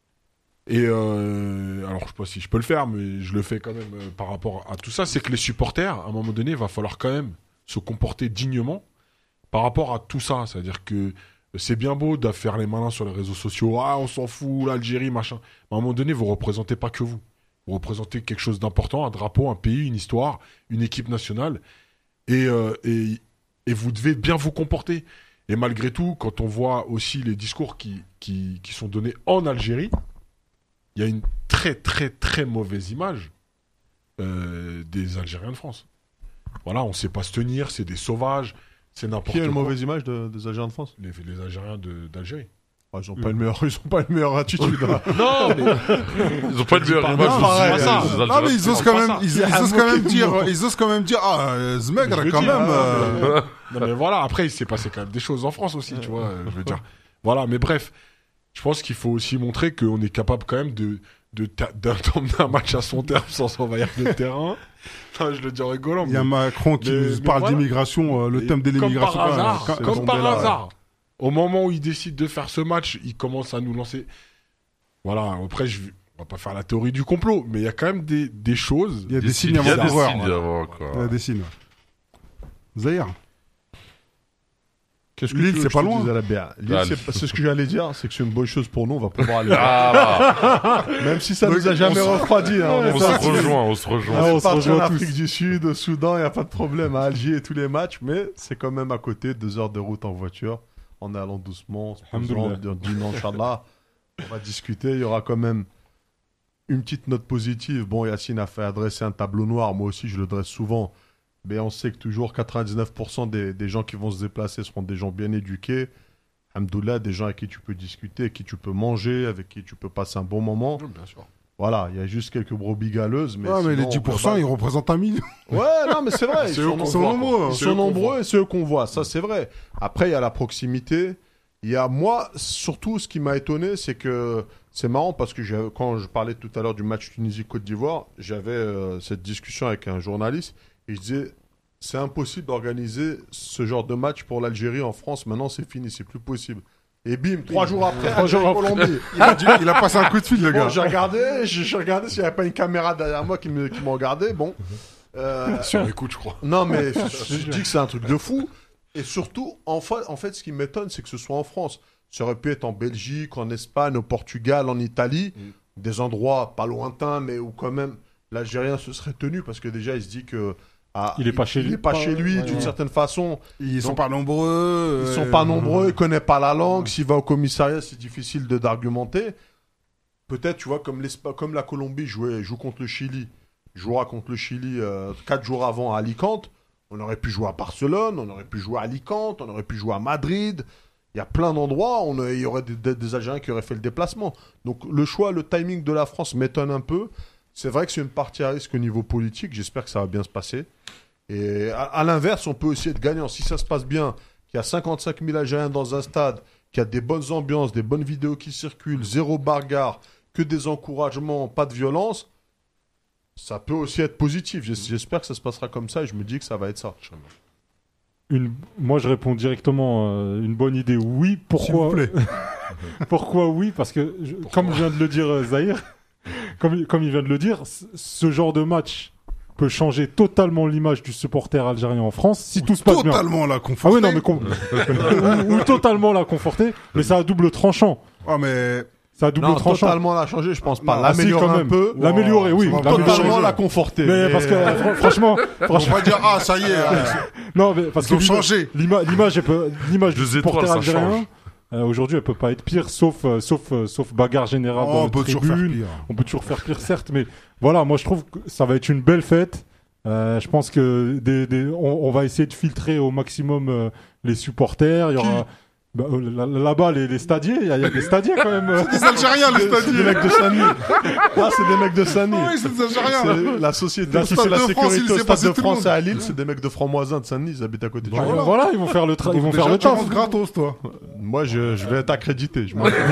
Speaker 2: Et alors, je sais pas si je peux le faire, mais je le fais quand même par rapport à tout ça. C'est que les supporters, à un moment donné, il va falloir quand même se comporter dignement par rapport à tout ça. C'est-à-dire que c'est bien beau de faire les malins sur les réseaux sociaux. Ah, on s'en fout, l'Algérie, machin. Mais à un moment donné, vous représentez pas que vous. Vous représentez quelque chose d'important, un drapeau, un pays, une histoire, une équipe nationale. Et vous devez bien vous comporter. Et malgré tout, quand on voit aussi les discours qui sont donnés en Algérie, il y a une très très très mauvaise image des Algériens de France. Voilà, on ne sait pas se tenir, c'est des sauvages, c'est n'importe
Speaker 5: Qui a
Speaker 2: quoi.
Speaker 5: une mauvaise image des Algériens de France?
Speaker 2: Les Algériens d'Algérie.
Speaker 5: Ah, ils ont pas une meilleure attitude. hein.
Speaker 2: Non, mais
Speaker 3: Ils ont pas une meilleure
Speaker 2: pas-
Speaker 3: image
Speaker 2: non,
Speaker 3: aussi,
Speaker 2: pareil,
Speaker 3: les
Speaker 2: ça.
Speaker 3: Algériens.
Speaker 1: Non, mais ils osent quand même, ils
Speaker 5: C'est
Speaker 1: osent
Speaker 5: un
Speaker 1: quand même
Speaker 5: mot qui
Speaker 1: dire,
Speaker 5: me-
Speaker 1: ils osent quand même dire, ah,
Speaker 2: Je
Speaker 1: Zmegre,
Speaker 2: le
Speaker 1: quand
Speaker 2: dis,
Speaker 1: même.
Speaker 2: hein, non, mais voilà, après, il s'est passé quand même des choses en France aussi, tu vois, je veux dire. Voilà, mais bref, je pense qu'il faut aussi montrer qu'on est capable quand même d'emmener un match à son terme sans s'envahir le terrain. Enfin, je le dis en rigolant.
Speaker 1: Il y a Macron qui
Speaker 2: mais
Speaker 1: nous parle
Speaker 2: voilà.
Speaker 1: d'immigration, le thème de l'immigration.
Speaker 2: Comme par hasard,
Speaker 1: quand-
Speaker 2: comme
Speaker 1: quand
Speaker 2: par
Speaker 1: on est là,
Speaker 2: hasard. Au moment où il décide de faire ce match, il commence à nous lancer. Voilà, après, on va pas faire la théorie du complot, mais il y a quand même des choses.
Speaker 1: Il y a des signes
Speaker 3: Il y a des
Speaker 1: avant-coureurs.
Speaker 3: signes avant, quoi.
Speaker 1: Il y a des signes. Zahir,
Speaker 5: Qu'est-ce
Speaker 1: Lille,
Speaker 5: tu veux
Speaker 1: c'est
Speaker 5: que
Speaker 1: pas
Speaker 5: je te
Speaker 1: loin.
Speaker 5: dise à la BA Lille,
Speaker 3: Ah,
Speaker 5: c'est ce que j'allais dire, c'est que c'est une bonne chose pour nous, on va pouvoir aller.
Speaker 3: Ah,
Speaker 5: Même si ça nous a jamais refroidi. Hein,
Speaker 3: on se rejoint, on se rejoint.
Speaker 4: Ah, on
Speaker 5: on
Speaker 4: se
Speaker 5: parti en
Speaker 4: rejoint tous.
Speaker 5: Afrique du Sud, au Soudan, il n'y a pas de problème, à Alger et tous les matchs, mais c'est quand même à côté, 2 heures de route en voiture, en allant doucement, en se posant,
Speaker 4: Alhamdoulilah.
Speaker 5: en disant, Inch'Allah, on va discuter, il y aura quand même une petite note positive. Bon, Yacine a fait adresser un tableau noir, moi aussi je le dresse souvent, mais on sait que toujours 99% des gens qui vont se déplacer seront des gens bien éduqués, alhamdoulilah, des gens avec qui tu peux discuter, avec qui tu peux manger, avec qui tu peux passer un bon moment.
Speaker 2: Bien sûr.
Speaker 5: Voilà, il y a juste quelques brebis galeuses, mais
Speaker 1: Mais les
Speaker 5: sinon,
Speaker 1: 10%, ils représentent 1 million.
Speaker 5: Ouais, non, mais c'est vrai.
Speaker 1: C'est eux qu'on voit, quoi.
Speaker 5: Ils
Speaker 1: C'est
Speaker 5: sont
Speaker 1: eux qu'on
Speaker 5: nombreux
Speaker 1: voit.
Speaker 5: et c'est eux qu'on voit. Ça, c'est vrai. Après, il y a la proximité. Il y a, moi, surtout, ce qui m'a étonné, c'est que c'est marrant parce que quand je parlais tout à l'heure du match Tunisie-Côte d'Ivoire, j'avais cette discussion avec un journaliste et je disais, c'est impossible d'organiser ce genre de match pour l'Algérie en France. Maintenant, c'est fini, c'est plus possible. Et bim, 3 jours après,
Speaker 4: 3 jours après.
Speaker 5: Colombie.
Speaker 1: Il a passé un coup de fil, le
Speaker 5: Bon,
Speaker 1: gars.
Speaker 5: j'ai regardé s'il n'y avait pas une caméra derrière moi qui me regardait. Bon.
Speaker 2: Sur écoute, je crois.
Speaker 5: Non, mais je dis que c'est un truc de fou. Et surtout, en fait, ce qui m'étonne, c'est que ce soit en France. Ça aurait pu être en Belgique, en Espagne, au Portugal, en Italie. Des endroits pas lointains, mais où quand même l'Algérien se serait tenu. Parce que déjà, il se dit que...
Speaker 4: Il est pas chez lui.
Speaker 5: Il est pas chez lui,
Speaker 4: Ouais,
Speaker 5: d'une
Speaker 4: ouais.
Speaker 5: certaine façon.
Speaker 1: Ils sont
Speaker 5: Donc,
Speaker 1: pas nombreux.
Speaker 5: Ils sont pas nombreux, il connaît pas la langue. S'il va au commissariat, c'est difficile d'argumenter. Peut-être, tu vois, comme la Colombie joue contre le Chili, jouera contre le Chili 4 jours avant à Alicante. On aurait pu jouer à Barcelone, on aurait pu jouer à Alicante, on aurait pu jouer à Madrid. Il y a plein d'endroits, il y aurait des Algériens qui auraient fait le déplacement. Donc le choix, le timing de la France m'étonne un peu. C'est vrai que c'est une partie à risque au niveau politique. J'espère que ça va bien se passer. Et à l'inverse, on peut aussi être gagnant. Si ça se passe bien, qu'il y a 55 000 Algériens dans un stade, qu'il y a des bonnes ambiances, des bonnes vidéos qui circulent, zéro bagarre, que des encouragements, pas de violence, ça peut aussi être positif. J'espère que ça se passera comme ça et je me dis que ça va être ça.
Speaker 4: Moi, je réponds directement une bonne idée. Oui, pourquoi
Speaker 1: S'il vous plaît.
Speaker 4: Pourquoi oui? Parce que, comme vient de le dire Zahir, comme il vient de le dire, ce genre de match peut changer totalement l'image du supporter algérien en France si tout se passe bien.
Speaker 1: Totalement la
Speaker 4: Ah
Speaker 1: conforter.
Speaker 4: oui, non, mais ou totalement la conforter, mais ça a double tranchant.
Speaker 1: Ah, mais
Speaker 4: Ça a double
Speaker 5: Non,
Speaker 4: tranchant.
Speaker 5: totalement la changer, je pense pas.
Speaker 1: Non,
Speaker 5: L'améliorer
Speaker 4: quand
Speaker 5: un
Speaker 4: même.
Speaker 5: peu.
Speaker 4: L'améliorer, oui.
Speaker 1: ça va
Speaker 4: l'améliorer.
Speaker 5: Totalement la conforter.
Speaker 4: Mais parce que franchement,
Speaker 1: on va dire, ah, ça y est,
Speaker 4: non, mais parce
Speaker 1: ils ont
Speaker 4: que
Speaker 1: changé.
Speaker 4: l'image du
Speaker 3: 2
Speaker 4: supporter
Speaker 3: étoiles, ça
Speaker 4: algérien.
Speaker 3: change.
Speaker 4: Aujourd'hui, elle peut pas être pire, sauf bagarre générale
Speaker 1: Oh,
Speaker 4: dans
Speaker 1: on
Speaker 4: les
Speaker 1: peut toujours faire
Speaker 4: tribunes.
Speaker 1: pire.
Speaker 4: On peut toujours faire pire, certes, mais voilà, moi je trouve que ça va être une belle fête. Je pense que on va essayer de filtrer au maximum les supporters. Il y aura là-bas les stadiers. Il y a des stadiers quand même.
Speaker 1: Les Algériens, les
Speaker 5: C'est des mecs de Saint-Denis. Ah, c'est des mecs de Saint-Denis.
Speaker 1: Oui, c'est des Algériens.
Speaker 5: C'est la société,
Speaker 1: Le
Speaker 5: c'est
Speaker 1: Stade
Speaker 5: la
Speaker 1: de France, il
Speaker 5: sécurité au
Speaker 1: s'est
Speaker 5: Stade
Speaker 1: passé
Speaker 5: de
Speaker 1: tout le
Speaker 5: France
Speaker 1: monde.
Speaker 5: et à Lille, c'est des mecs de Franc-Moisin de Saint-Denis, ils habitent à côté de chez moi.
Speaker 4: Voilà, ils vont faire le ils vont faire le
Speaker 1: Tu
Speaker 4: taf.
Speaker 1: rentres gratos, toi.
Speaker 5: Moi, je vais être accrédité.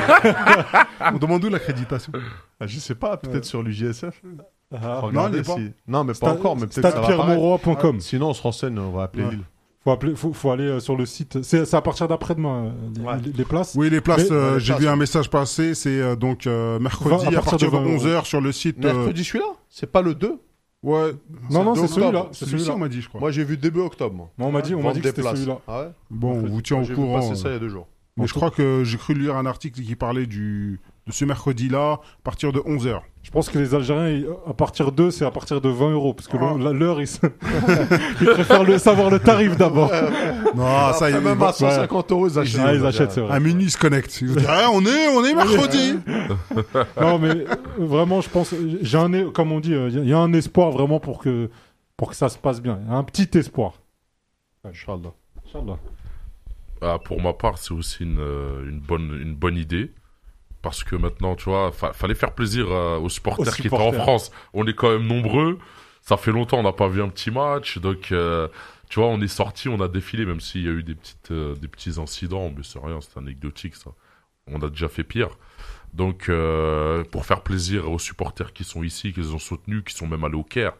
Speaker 1: On demande où l'accréditation?
Speaker 5: Je sais pas, peut-être sur l'UJSF.
Speaker 4: Ah.
Speaker 1: Non, il est pas.
Speaker 5: Non, mais pas encore, mais peut-être que ça va apparaître.
Speaker 4: Stadepierremauroy.com.
Speaker 5: Sinon, on se renseigne, on va appeler Lille.
Speaker 4: Faut aller sur le site. C'est à partir d'après-demain
Speaker 5: Ouais.
Speaker 4: les places.
Speaker 1: Oui, les places,
Speaker 4: Mais-
Speaker 1: j'ai vu un message passer, c'est donc mercredi
Speaker 4: À
Speaker 1: à
Speaker 4: partir
Speaker 1: partir
Speaker 4: de
Speaker 1: de
Speaker 4: 20
Speaker 1: 11h sur le site.
Speaker 5: Mercredi, celui-là C'est pas le 2
Speaker 1: Ouais.
Speaker 4: Non, c'est
Speaker 5: octobre.
Speaker 4: celui-là.
Speaker 1: C'est
Speaker 4: C'est
Speaker 1: celui-ci,
Speaker 4: celui-là.
Speaker 1: on m'a dit, je crois.
Speaker 5: Moi, j'ai vu début octobre. Moi.
Speaker 4: On m'a dit
Speaker 5: Vente
Speaker 4: que
Speaker 5: des
Speaker 4: c'était
Speaker 5: places.
Speaker 4: celui-là.
Speaker 5: Ah ouais
Speaker 1: Bon, on vous tient au
Speaker 5: J'ai vu
Speaker 1: courant.
Speaker 5: passer ça il y a 2 jours.
Speaker 1: Mais je crois que j'ai cru lire un article qui parlait de ce mercredi-là, à partir de 11h.
Speaker 4: Je pense que les Algériens, à partir d'eux, c'est à partir de 20 €. Parce que
Speaker 1: Ah.
Speaker 4: l'heure, ils préfèrent savoir le tarif d'abord.
Speaker 1: Non, ça,
Speaker 5: Après, même à 150 €, ils achètent.
Speaker 4: Ah, ils achètent, c'est
Speaker 1: à
Speaker 4: vrai.
Speaker 1: minuit, ils se connectent. Ils vont dire, ah, on est mercredi.
Speaker 4: Non, mais vraiment, je pense, comme on dit, il y a un espoir vraiment pour que ça se passe bien. Un petit espoir.
Speaker 5: Inch'Allah.
Speaker 4: Inch'Allah.
Speaker 3: Pour ma part, c'est aussi une bonne idée. Parce que maintenant, tu vois, fallait faire plaisir aux supporters qui étaient en France. On est quand même nombreux. Ça fait longtemps, on n'a pas vu un petit match. Donc, tu vois, on est sortis, on a défilé, même s'il y a eu des petits incidents. Mais c'est rien, c'est anecdotique, ça. On a déjà fait pire. Donc, pour faire plaisir aux supporters qui sont ici, qui les ont soutenus, qui sont même allés au Caire.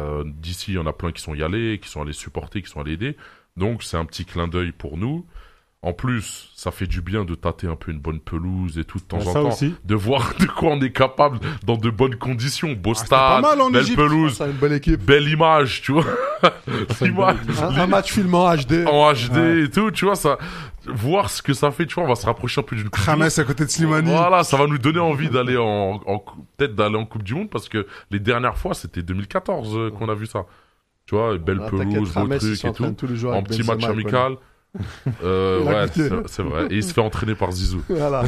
Speaker 3: D'ici, il y en a plein qui sont y allés, qui sont allés supporter, qui sont allés aider. Donc, c'est un petit clin d'œil pour nous. En plus, ça fait du bien de tâter un peu une bonne pelouse et tout de temps en
Speaker 4: Ça
Speaker 3: temps.
Speaker 4: aussi.
Speaker 3: De voir de quoi on est capable dans de bonnes conditions. Beau
Speaker 1: c'était pas
Speaker 3: stade,
Speaker 1: mal en
Speaker 3: belle
Speaker 1: Égypte.
Speaker 3: pelouse,
Speaker 5: C'est une bonne équipe.
Speaker 3: belle image, tu vois. L'image
Speaker 5: Un match film en HD.
Speaker 3: en HD et tout, tu vois, ça. Voir ce que ça fait, tu vois, on va se rapprocher un peu d'une coupe du monde.
Speaker 1: Khames à côté de Slimani.
Speaker 3: Voilà, ça va nous donner envie d'aller peut-être d'aller en Coupe du Monde parce que les dernières fois, c'était 2014 qu'on a vu ça. Tu vois, belle pelouse, beau truc et tout. En petit match amical. Ouais, c'est vrai. Et il se fait entraîner par Zizou.
Speaker 5: Voilà.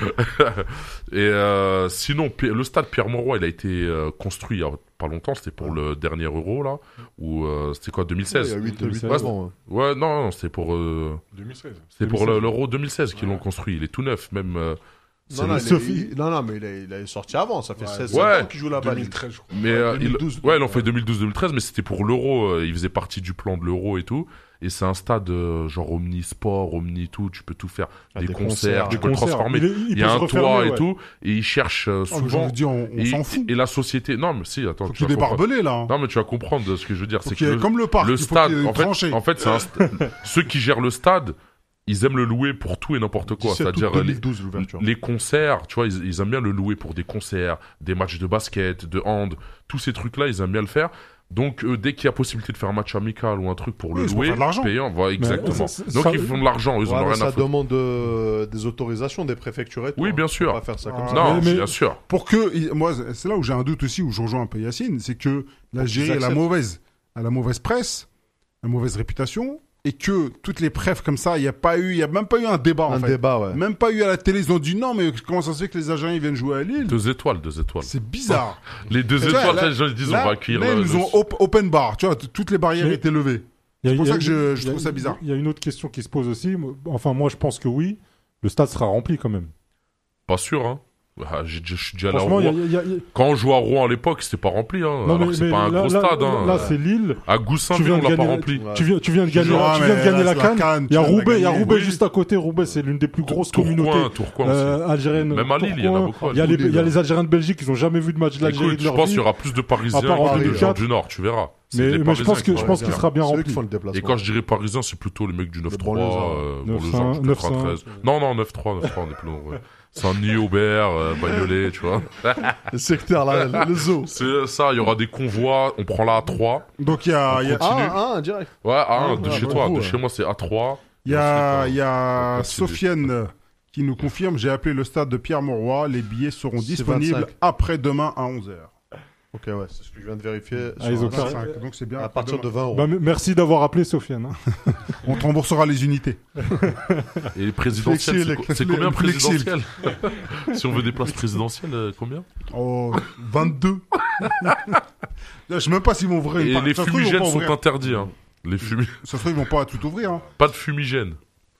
Speaker 3: Et sinon, le stade Pierre-Mauroy, il a été construit il y a pas longtemps. C'était pour le dernier Euro, là. Ou c'était quoi, 2016
Speaker 5: Il y a 8
Speaker 3: Ouais,
Speaker 5: ans.
Speaker 3: Ouais, non, c'était pour
Speaker 2: 2016.
Speaker 3: c'était pour l'Euro 2016 qu'ils l'ont construit. Il est tout neuf, même.
Speaker 5: Non, mais il est sorti avant. Ça fait 16
Speaker 3: Ouais.
Speaker 5: ans qu'il joue là-bas.
Speaker 2: 2013, je crois.
Speaker 3: Mais
Speaker 5: 2012,
Speaker 3: ouais, ils l'ont fait 2012-2013, mais c'était pour l'Euro. Il faisait partie du plan de l'Euro et tout. Et c'est un stade genre omnisport, omni tout. Tu peux tout faire. Des concerts, tu peux le transformer. Il y a un toit et tout. Et ils cherchent
Speaker 1: Je
Speaker 3: souvent.
Speaker 1: vous dis, on s'en fout.
Speaker 3: Et la société. Non, mais si, attends.
Speaker 1: Faut
Speaker 3: tu
Speaker 1: qu'il y ait
Speaker 3: vas
Speaker 1: des
Speaker 3: comprendre.
Speaker 1: barbelés, là. hein.
Speaker 3: Non, mais tu vas comprendre ce que je veux dire.
Speaker 1: Faut
Speaker 3: C'est
Speaker 1: qu'il y ait-
Speaker 3: que
Speaker 1: comme le parc,
Speaker 3: le
Speaker 1: il faut
Speaker 3: stade,
Speaker 1: qu'il y ait une tranchée.
Speaker 3: en fait, ceux qui gèrent le stade, ils aiment le louer pour tout et n'importe quoi.
Speaker 5: 17 août
Speaker 3: C'est-à-dire
Speaker 5: 2012 l'ouverture.
Speaker 3: les concerts, tu vois, ils aiment bien le louer pour des concerts, des matchs de basket, de hand, tous ces trucs-là, ils aiment bien le faire. Donc, dès qu'il y a possibilité de faire un match amical ou un truc pour le
Speaker 1: Oui, ils se font
Speaker 3: louer,
Speaker 1: faire de l'argent.
Speaker 3: payant, voilà, exactement.
Speaker 4: ça-
Speaker 3: Donc,
Speaker 4: ça-
Speaker 3: ils font de l'argent, ils en
Speaker 5: Ouais,
Speaker 3: ont
Speaker 5: mais
Speaker 3: rien à
Speaker 5: ça
Speaker 3: foutre.
Speaker 5: demande des autorisations des préfectures et tout.
Speaker 3: Oui,
Speaker 5: hein.
Speaker 3: bien
Speaker 5: Faut
Speaker 3: sûr.
Speaker 5: pas faire ça comme
Speaker 1: Ah,
Speaker 5: ça.
Speaker 3: Non,
Speaker 4: mais-
Speaker 3: bien sûr.
Speaker 1: Pour que, moi, c'est là où j'ai un doute aussi, où je rejoins un peu Yacine, c'est que l'Algérie
Speaker 5: qu'ils
Speaker 1: a
Speaker 5: acceptent.
Speaker 1: la mauvaise presse, la mauvaise réputation, et que toutes les preuves comme ça, il y a même pas eu un débat, en
Speaker 5: Un
Speaker 1: fait.
Speaker 5: débat, ouais.
Speaker 1: Même pas eu à la télé, ils ont dit non, mais comment ça se fait que les Algériens ils viennent jouer à Lille?
Speaker 3: 2 étoiles, 2 étoiles.
Speaker 1: C'est bizarre.
Speaker 3: Les 2
Speaker 1: Tu vois,
Speaker 3: étoiles,
Speaker 1: là-
Speaker 3: les gens ils disent, on
Speaker 1: Là,
Speaker 3: va accueillir
Speaker 1: là, ils nous ont open bar, tu vois, toutes les barrières
Speaker 4: Mais-
Speaker 1: étaient levées.
Speaker 4: Il y a-
Speaker 1: C'est pour
Speaker 4: il y a-
Speaker 1: ça que je
Speaker 4: il y a-
Speaker 1: trouve ça bizarre.
Speaker 4: Il y a une autre question qui se pose aussi. Enfin, moi, je pense que oui. Le stade sera rempli quand même.
Speaker 3: Pas sûr, hein. Ah, je suis déjà allé à
Speaker 4: Franchement, il y a-
Speaker 3: Rouen.
Speaker 4: il y a- il y a-
Speaker 3: Quand on jouait à Rouen à l'époque, c'était pas rempli, hein.
Speaker 4: Non,
Speaker 3: Alors que c'est
Speaker 4: mais
Speaker 3: pas un
Speaker 4: là-
Speaker 3: gros
Speaker 4: là-
Speaker 3: stade, hein.
Speaker 4: Là, c'est Lille.
Speaker 3: À
Speaker 4: Tu
Speaker 3: Goussainville,
Speaker 4: viens
Speaker 3: on
Speaker 4: de
Speaker 3: l'a pas
Speaker 4: gagner-
Speaker 3: rempli.
Speaker 5: Ouais.
Speaker 4: Tu viens de gagner,
Speaker 1: Ah,
Speaker 4: tu viens de
Speaker 1: mais
Speaker 4: gagner
Speaker 1: là,
Speaker 4: la
Speaker 1: c'est la
Speaker 4: Cannes.
Speaker 1: Cannes,
Speaker 4: Il y a
Speaker 1: tu viens de
Speaker 4: Roubaix, il y a
Speaker 1: gagner.
Speaker 4: Roubaix
Speaker 3: Oui.
Speaker 4: juste à côté. Roubaix, c'est l'une des plus grosses
Speaker 3: Tourcoing,
Speaker 4: communautés
Speaker 3: Tourcoing aussi.
Speaker 4: algériennes.
Speaker 3: Même à Lille, il y en a
Speaker 4: Tourcoing.
Speaker 3: beaucoup.
Speaker 4: Il y a
Speaker 5: Lille,
Speaker 4: les Algériens de Belgique, ils ont jamais vu de match de l'Algérie
Speaker 3: Écoute,
Speaker 4: de
Speaker 3: je
Speaker 4: leur
Speaker 3: pense
Speaker 4: vie.
Speaker 3: qu'il y aura plus de Parisiens
Speaker 4: À part en
Speaker 3: que de gens
Speaker 4: 2004.
Speaker 3: du Nord, tu verras. C'est
Speaker 4: Mais
Speaker 3: les
Speaker 4: je
Speaker 3: Parisiens
Speaker 4: pense
Speaker 3: qui vont
Speaker 4: qu'il
Speaker 3: venir.
Speaker 4: sera bien
Speaker 5: C'est eux
Speaker 4: rempli.
Speaker 5: qui font le déplacement.
Speaker 3: Et quand je dirais parisien, c'est plutôt les mecs du 9-3,
Speaker 5: banlieusards.
Speaker 3: banlieusards,
Speaker 4: 900,
Speaker 3: 93. Non, 9-3, on est plus nombreux. Saint-Denis, Aubert, Bagnolet, tu vois.
Speaker 5: Le secteur, là, le zoo.
Speaker 3: C'est ça, il y aura des convois, on prend la A3.
Speaker 1: Donc il y a,
Speaker 5: Direct.
Speaker 3: Ouais, A1, de
Speaker 5: Ah,
Speaker 3: chez
Speaker 5: bah,
Speaker 3: toi,
Speaker 5: vous,
Speaker 3: de
Speaker 5: ouais.
Speaker 3: chez moi c'est A3.
Speaker 1: il y a, il y
Speaker 3: on
Speaker 1: a
Speaker 3: continue.
Speaker 1: Sofiane qui nous confirme, j'ai appelé le stade de Pierre-Mauroy, les billets seront
Speaker 5: C'est
Speaker 1: disponibles
Speaker 5: 25.
Speaker 1: après-demain à 11h.
Speaker 5: Ok, ouais, c'est ce que je viens de vérifier.
Speaker 4: Ah, ils ont fait-
Speaker 1: Donc c'est bien.
Speaker 5: À partir de
Speaker 1: après-demain.
Speaker 5: 20 euros.
Speaker 4: Bah, merci d'avoir appelé Sofiane. hein.
Speaker 1: On te remboursera les unités.
Speaker 3: Et les présidentielles,
Speaker 5: Flexi,
Speaker 3: c'est combien
Speaker 1: Flexi.
Speaker 3: présidentielles Si on veut des places présidentielles, combien
Speaker 1: Oh, 22. Je sais même pas s'ils vont ouvrir une
Speaker 3: Et
Speaker 1: part.
Speaker 3: les
Speaker 1: Ça se trouve, ils vont
Speaker 3: fumigènes
Speaker 1: pas
Speaker 3: sont
Speaker 1: ouvrir.
Speaker 3: interdits. Hein.
Speaker 1: Ça se trouve, ils vont pas tout ouvrir. Hein.
Speaker 3: Pas de fumigène.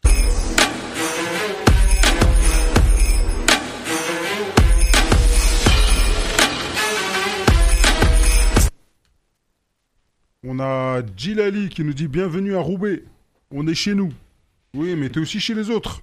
Speaker 1: On a Djilali qui nous dit bienvenue à Roubaix. On est chez nous. Oui, mais t'es aussi chez les autres.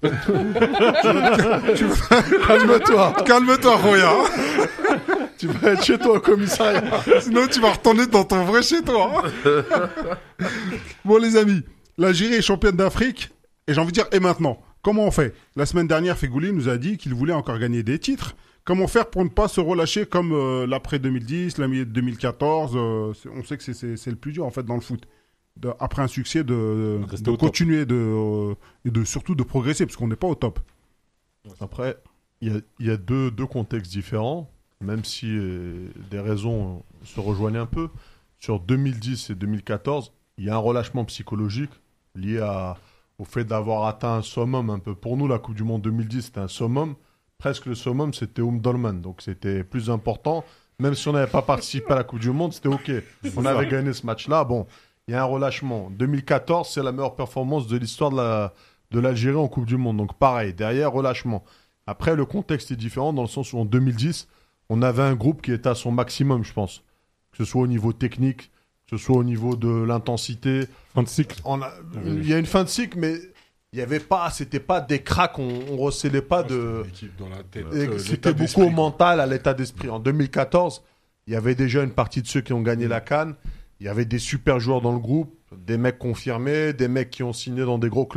Speaker 5: Calme-toi.
Speaker 1: Calme-toi, Roya.
Speaker 5: Tu vas être chez toi au commissariat.
Speaker 1: Sinon, tu vas retourner dans ton vrai chez toi. Bon, les amis, l'Algérie est championne d'Afrique. Et j'ai envie de dire, et maintenant, comment on fait? La semaine dernière, Fegouli nous a dit qu'il voulait encore gagner des titres. Comment faire pour ne pas se relâcher comme l'après 2010, la 2014 on sait que c'est le plus dur, en fait, dans le foot. Après un succès, de
Speaker 4: Rester au top.
Speaker 1: continuer et surtout de progresser, parce qu'on n'est pas au top.
Speaker 5: Après, il y a deux contextes différents, même si des raisons se rejoignent un peu. Sur 2010 et 2014, il y a un relâchement psychologique lié au fait d'avoir atteint un summum un peu. Pour nous, la Coupe du Monde 2010, c'était un summum. Presque le summum, c'était Dolman. Donc c'était plus important. Même si on n'avait pas participé à la Coupe du Monde, c'était OK. On avait gagné ce match-là. Bon, il y a un relâchement. 2014, c'est la meilleure performance de l'histoire de l'Algérie en Coupe du Monde. Donc pareil, derrière, relâchement. Après, le contexte est différent dans le sens où en 2010, on avait un groupe qui était à son maximum, je pense. Que ce soit au niveau technique, que ce soit au niveau de l'intensité.
Speaker 4: Fin de cycle.
Speaker 5: Il y a une fin de cycle, mais il y avait pas, c'était pas des cracks, on recélait pas de.
Speaker 2: L'équipe dans la tête.
Speaker 5: C'était beaucoup au mental, à l'état d'esprit. En 2014, il y avait déjà une partie de ceux qui ont gagné la CAN. Il y avait des super joueurs dans le groupe, des mecs confirmés, des mecs qui ont signé dans des gros clubs.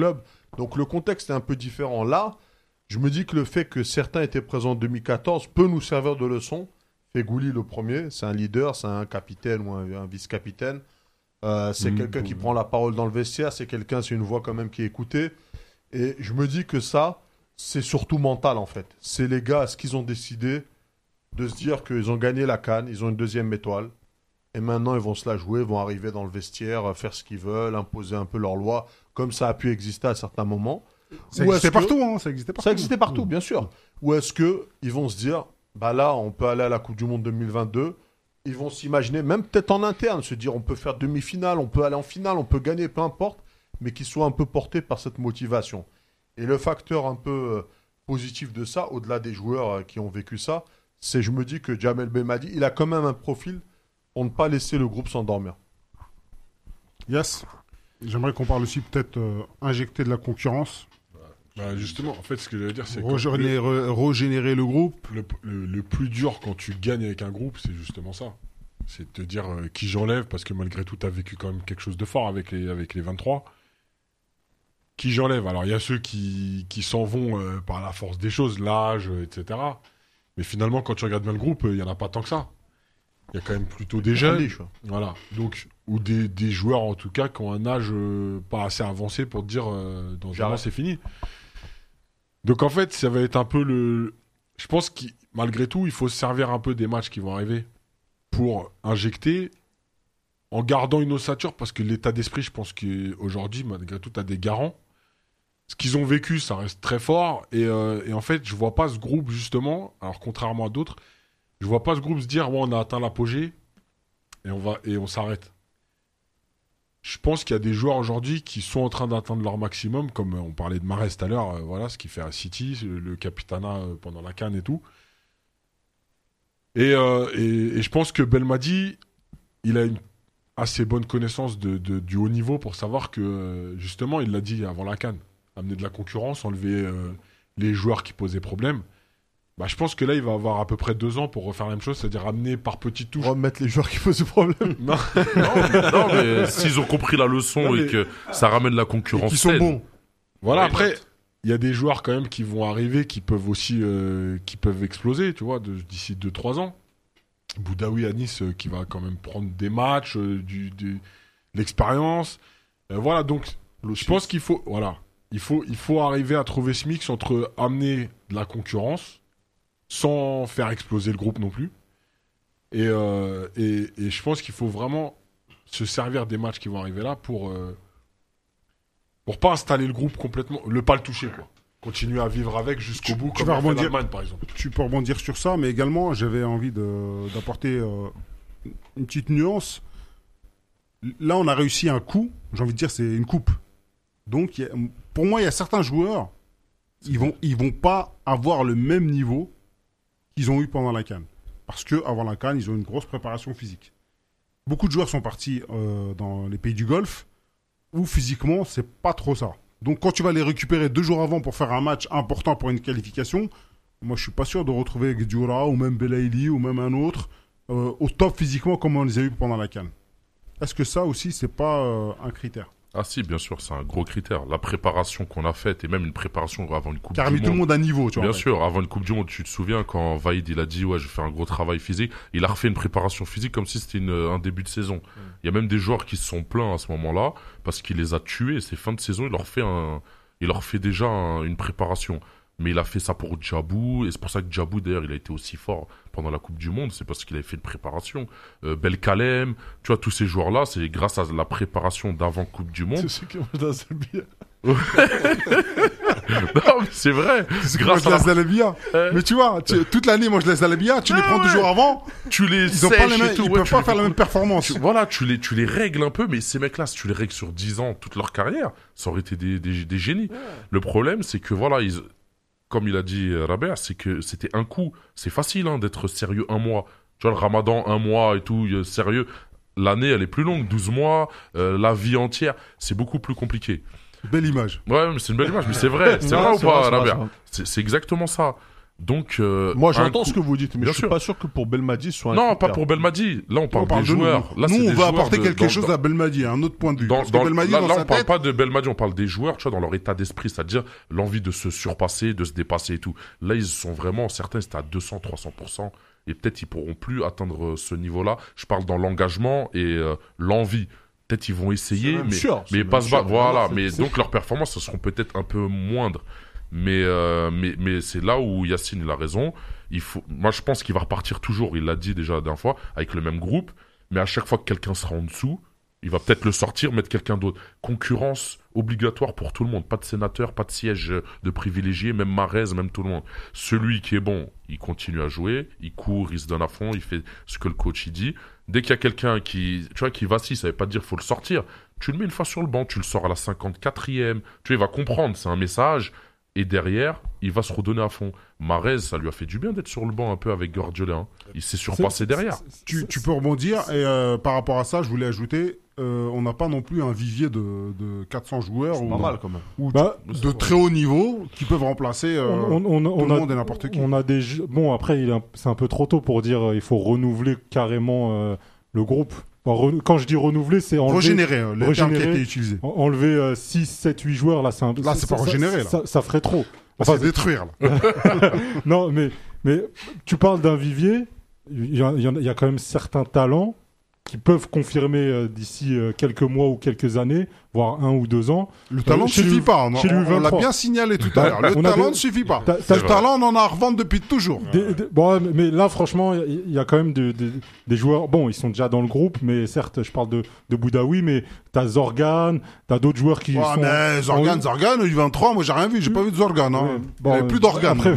Speaker 5: Donc le contexte est un peu différent. Là, je me dis que le fait que certains étaient présents en 2014 peut nous servir de leçon. Fegouli, le premier, c'est un leader, c'est un capitaine ou un vice-capitaine. C'est quelqu'un qui prend la parole dans le vestiaire, c'est une voix quand même qui est écoutée. Et je me dis que ça, c'est surtout mental en fait. C'est les gars, ce qu'ils ont décidé de se dire qu'ils ont gagné la CAN, ils ont une 2e étoile. Et maintenant, ils vont se la jouer, vont arriver dans le vestiaire, faire ce qu'ils veulent, imposer un peu leurs lois, comme ça a pu exister à certains moments.
Speaker 1: Ça existait partout, hein, ça existait partout.
Speaker 5: Ça existait partout, bien sûr. Ou est-ce qu'ils vont se dire, bah là, on peut aller à la Coupe du Monde 2022. Ils vont s'imaginer, même peut-être en interne, se dire, on peut faire demi-finale, on peut aller en finale, on peut gagner, peu importe, mais qu'ils soient un peu portés par cette motivation. Et le facteur un peu positif de ça, au-delà des joueurs qui ont vécu ça, c'est, je me dis que Jamel Belmadi, il a quand même un profil pour ne pas laisser le groupe s'endormir.
Speaker 1: Yes. J'aimerais qu'on parle aussi peut-être injecter de la concurrence.
Speaker 2: Bah justement, en fait, ce que je veux dire, c'est que
Speaker 1: régénérer le groupe.
Speaker 2: le plus dur quand tu gagnes avec un groupe, c'est justement ça. C'est de te dire qui j'enlève, parce que malgré tout, tu as vécu quand même quelque chose de fort avec les 23. Qui j'enlève? Alors, il y a ceux qui s'en vont par la force des choses, l'âge, etc. Mais finalement, quand tu regardes bien le groupe, il n'y en a pas tant que ça. Il y a quand même plutôt des jeunes. Voilà. Donc, ou des joueurs, en tout cas, qui ont un âge pas assez avancé pour te dire dans un an, c'est fini. Donc, en fait, ça va être un peu le... Je pense que malgré tout, il faut se servir un peu des matchs qui vont arriver pour injecter en gardant une ossature, parce que l'état d'esprit, je pense qu'aujourd'hui, malgré tout, tu as des garants. Ce qu'ils ont vécu, ça reste très fort. Et en fait, je vois pas ce groupe, justement, alors contrairement à d'autres, je vois pas ce groupe se dire, ouais, on a atteint l'apogée et on s'arrête. Je pense qu'il y a des joueurs aujourd'hui qui sont en train d'atteindre leur maximum, comme on parlait de Mahrez tout à l'heure, voilà, ce qu'il fait à City, le capitana pendant la CAN et tout. Et je pense que Belmadi, il a une assez bonne connaissance du haut niveau pour savoir que, justement, il l'a dit avant la CAN, amener de la concurrence, enlever les joueurs qui posaient problème. Bah, je pense que là, il va avoir à peu près 2 ans pour refaire la même chose, c'est-à-dire amener par petites touches.
Speaker 5: Remettre les joueurs qui posent problème.
Speaker 3: non, mais s'ils ont compris la leçon et que ça ramène la concurrence.
Speaker 1: Qui sont bons.
Speaker 2: Voilà, après, il y a des joueurs quand même qui vont arriver, qui peuvent aussi qui peuvent exploser, tu vois, d'ici 2-3 ans. Boudaoui à Nice qui va quand même prendre des matchs, de l'expérience. Voilà, donc je pense qu'il faut, voilà, il faut arriver à trouver ce mix entre amener de la concurrence sans faire exploser le groupe non plus. Et je pense qu'il faut vraiment se servir des matchs qui vont arriver là pour pas installer le groupe complètement, pas le toucher, quoi. Continuer à vivre avec jusqu'au bout, comme l'Allemagne, par exemple.
Speaker 1: Tu peux rebondir sur ça, mais également, j'avais envie d'apporter une petite nuance. Là, on a réussi un coup. J'ai envie de dire, c'est une coupe. Donc, pour moi, il y a certains joueurs, ils vont pas avoir le même niveau qu'ils ont eu pendant la CAN. Parce qu'avant la CAN, ils ont une grosse préparation physique. Beaucoup de joueurs sont partis dans les pays du Golfe, où physiquement, c'est pas trop ça. Donc, quand tu vas les récupérer 2 jours avant pour faire un match important pour une qualification, moi, je suis pas sûr de retrouver Gdioura ou même Belaïli ou même un autre au top physiquement comme on les a eu pendant la CAN. Est-ce que ça aussi, c'est pas un critère?
Speaker 3: Ah si, bien sûr, c'est un gros critère. La préparation qu'on a faite, et même une préparation avant une Coupe
Speaker 1: Car
Speaker 3: du Monde.
Speaker 1: tout le monde à niveau, tu vois.
Speaker 3: Bien sûr, avant une Coupe du Monde, tu te souviens quand Vaïd, il a dit, ouais, je vais faire un gros travail physique. Il a refait une préparation physique comme si c'était un début de saison. Il y a même des joueurs qui se sont plaints à ce moment-là, parce qu'il les a tués, et c'est fin de saison, il leur fait déjà une préparation. Mais il a fait ça pour Djabou, et c'est pour ça que Djabou, d'ailleurs, il a été aussi fort pendant la Coupe du Monde, c'est parce qu'il avait fait une préparation. Belkalem, tu vois, tous ces joueurs-là, c'est grâce à la préparation d'avant Coupe du Monde.
Speaker 5: C'est ceux qui mangent de la Zalbia.
Speaker 3: Non, mais c'est vrai.
Speaker 1: C'est grâce à la Zalabia. Mais tu vois, toute l'année, ils mangent de la Zalabia, tu les prends 2 jours avant,
Speaker 3: tu les
Speaker 1: ils ont pas les mêmes,
Speaker 3: et tout,
Speaker 1: ils peuvent pas faire la même performance.
Speaker 3: Voilà, tu les règles un peu, mais ces mecs-là, si tu les règles sur 10 ans, toute leur carrière, ça aurait été des génies. Ouais. Le problème, c'est que voilà, comme il a dit Rabea, c'est que c'était un coup. C'est facile d'être sérieux 1 mois. Tu vois, le ramadan, 1 mois et tout, sérieux. L'année, elle est plus longue, 12 mois. La vie entière, c'est beaucoup plus compliqué.
Speaker 1: Belle image.
Speaker 3: Ouais, mais c'est une belle image, mais c'est vrai. C'est vrai ou pas, Rabea? C'est exactement ça. Donc,
Speaker 5: Moi, j'entends ce que vous dites, mais
Speaker 3: Bien
Speaker 5: je suis
Speaker 3: sûr.
Speaker 5: pas sûr que pour Belmadi, ce soit un
Speaker 3: Non, pas
Speaker 5: critère.
Speaker 3: pour Belmadi. Là, on parle
Speaker 1: parle
Speaker 3: des
Speaker 1: de nous.
Speaker 3: joueurs. Là, c'est
Speaker 1: Nous,
Speaker 3: des
Speaker 1: on va
Speaker 3: joueurs
Speaker 1: apporter
Speaker 3: de-
Speaker 1: quelque
Speaker 3: dans-
Speaker 1: chose
Speaker 3: dans-
Speaker 1: à Belmadi, un autre point de vue.
Speaker 3: Dans,
Speaker 1: Parce
Speaker 3: dans-
Speaker 1: que Belmadi,
Speaker 3: là,
Speaker 1: dans
Speaker 3: là,
Speaker 1: sa
Speaker 3: on parle
Speaker 1: tête,
Speaker 3: pas de Belmadi, on parle des joueurs, tu vois, dans leur état d'esprit, c'est-à-dire l'envie de se surpasser, de se dépasser et tout. Là, ils sont vraiment, certains, c'était à 200, 300%, et peut-être ils pourront plus atteindre ce niveau-là. Je parle dans l'engagement et l'envie. Peut-être ils vont essayer,
Speaker 5: C'est même
Speaker 3: mais
Speaker 5: sûr, c'est
Speaker 3: mais
Speaker 5: même
Speaker 3: pas se
Speaker 5: sûr.
Speaker 3: battre. Voilà,
Speaker 5: C'est-
Speaker 3: mais
Speaker 5: c'est-
Speaker 3: donc leurs performances, ce seront peut-être un peu moindres. Mais c'est là où Yacine il a raison. Moi, je pense qu'il va repartir toujours. Il l'a dit déjà la dernière fois avec le même groupe. Mais à chaque fois que quelqu'un sera en dessous, il va peut-être le sortir, mettre quelqu'un d'autre. Concurrence obligatoire pour tout le monde. Pas de sénateur, pas de siège de privilégié, même Marez, même tout le monde. Celui qui est bon, il continue à jouer, il court, il se donne à fond, il fait ce que le coach il dit. Dès qu'il y a quelqu'un qui vacille, ça veut pas dire qu'il faut le sortir. Tu le mets une fois sur le banc, tu le sors à la 54e. Tu vois, il va comprendre, c'est un message. Et derrière, il va se redonner à fond. Marez, ça lui a fait du bien d'être sur le banc un peu avec Guardiola. Hein. Il s'est surpassé derrière.
Speaker 1: tu peux rebondir. Et par rapport à ça, je voulais ajouter, on n'a pas non plus un vivier de 400 joueurs
Speaker 5: C'est
Speaker 1: ou,
Speaker 5: pas mal, quand même.
Speaker 1: ou
Speaker 4: Bah,
Speaker 1: de très haut niveau qui peuvent remplacer
Speaker 4: on
Speaker 1: tout le
Speaker 4: a,
Speaker 1: monde et n'importe qui.
Speaker 4: on a des bon après c'est un peu trop tôt pour dire il faut renouveler carrément le groupe. Bon, quand je dis renouveler, c'est enlever,
Speaker 1: Régénérer, le terme qui a
Speaker 4: régénérer.
Speaker 1: été utilisé.
Speaker 4: enlever 6, 7, 8 joueurs. Là,
Speaker 1: C'est pas régénérer, là.
Speaker 4: Ça ferait trop.
Speaker 1: Enfin,
Speaker 4: Enfin,
Speaker 1: c'est détruire, là.
Speaker 4: non, mais tu parles d'un vivier. Il y a quand même certains talents qui peuvent confirmer d'ici quelques mois ou quelques années, voire 1 ou 2 ans.
Speaker 1: Le talent ne
Speaker 4: chez
Speaker 1: suffit
Speaker 4: lui-
Speaker 1: pas. On
Speaker 4: chez lui
Speaker 1: l'a
Speaker 4: 23.
Speaker 1: bien signalé tout à l'heure. Le
Speaker 4: On a
Speaker 1: talent
Speaker 4: des-
Speaker 1: ne suffit pas.
Speaker 4: T'as-
Speaker 1: Le
Speaker 4: t'as-
Speaker 3: vrai.
Speaker 1: talent, on en a à revendre depuis toujours.
Speaker 4: Bon, mais là, franchement, il y a quand même des joueurs. Bon, ils sont déjà dans le groupe, mais certes, je parle de Boudaoui, mais t'as Zorgan, t'as d'autres joueurs qui
Speaker 1: Ouais,
Speaker 4: sont.
Speaker 1: mais Zorgan, U23, moi j'ai rien vu. J'ai pas vu de Zorgan. Hein.
Speaker 4: Ouais,
Speaker 1: Il
Speaker 4: bon,
Speaker 1: n'y avait plus d'organes.
Speaker 4: après,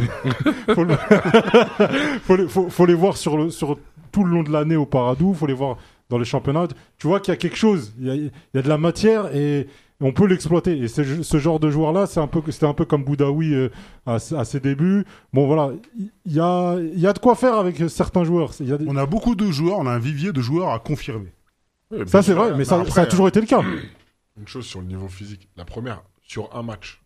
Speaker 4: faut les voir sur tout le long de l'année au Paradou, faut les voir dans les championnats. Tu vois qu'il y a quelque chose, il y a de la matière et on peut l'exploiter. Et ce genre de joueur-là, c'était un peu comme Boudaoui à ses débuts. Bon, voilà, il y a de quoi faire avec certains joueurs.
Speaker 1: On a beaucoup de joueurs, on a un vivier de joueurs à confirmer.
Speaker 4: Ça, c'est vrai, mais ça a toujours été le cas.
Speaker 2: Une chose sur le niveau physique. La première, sur un match,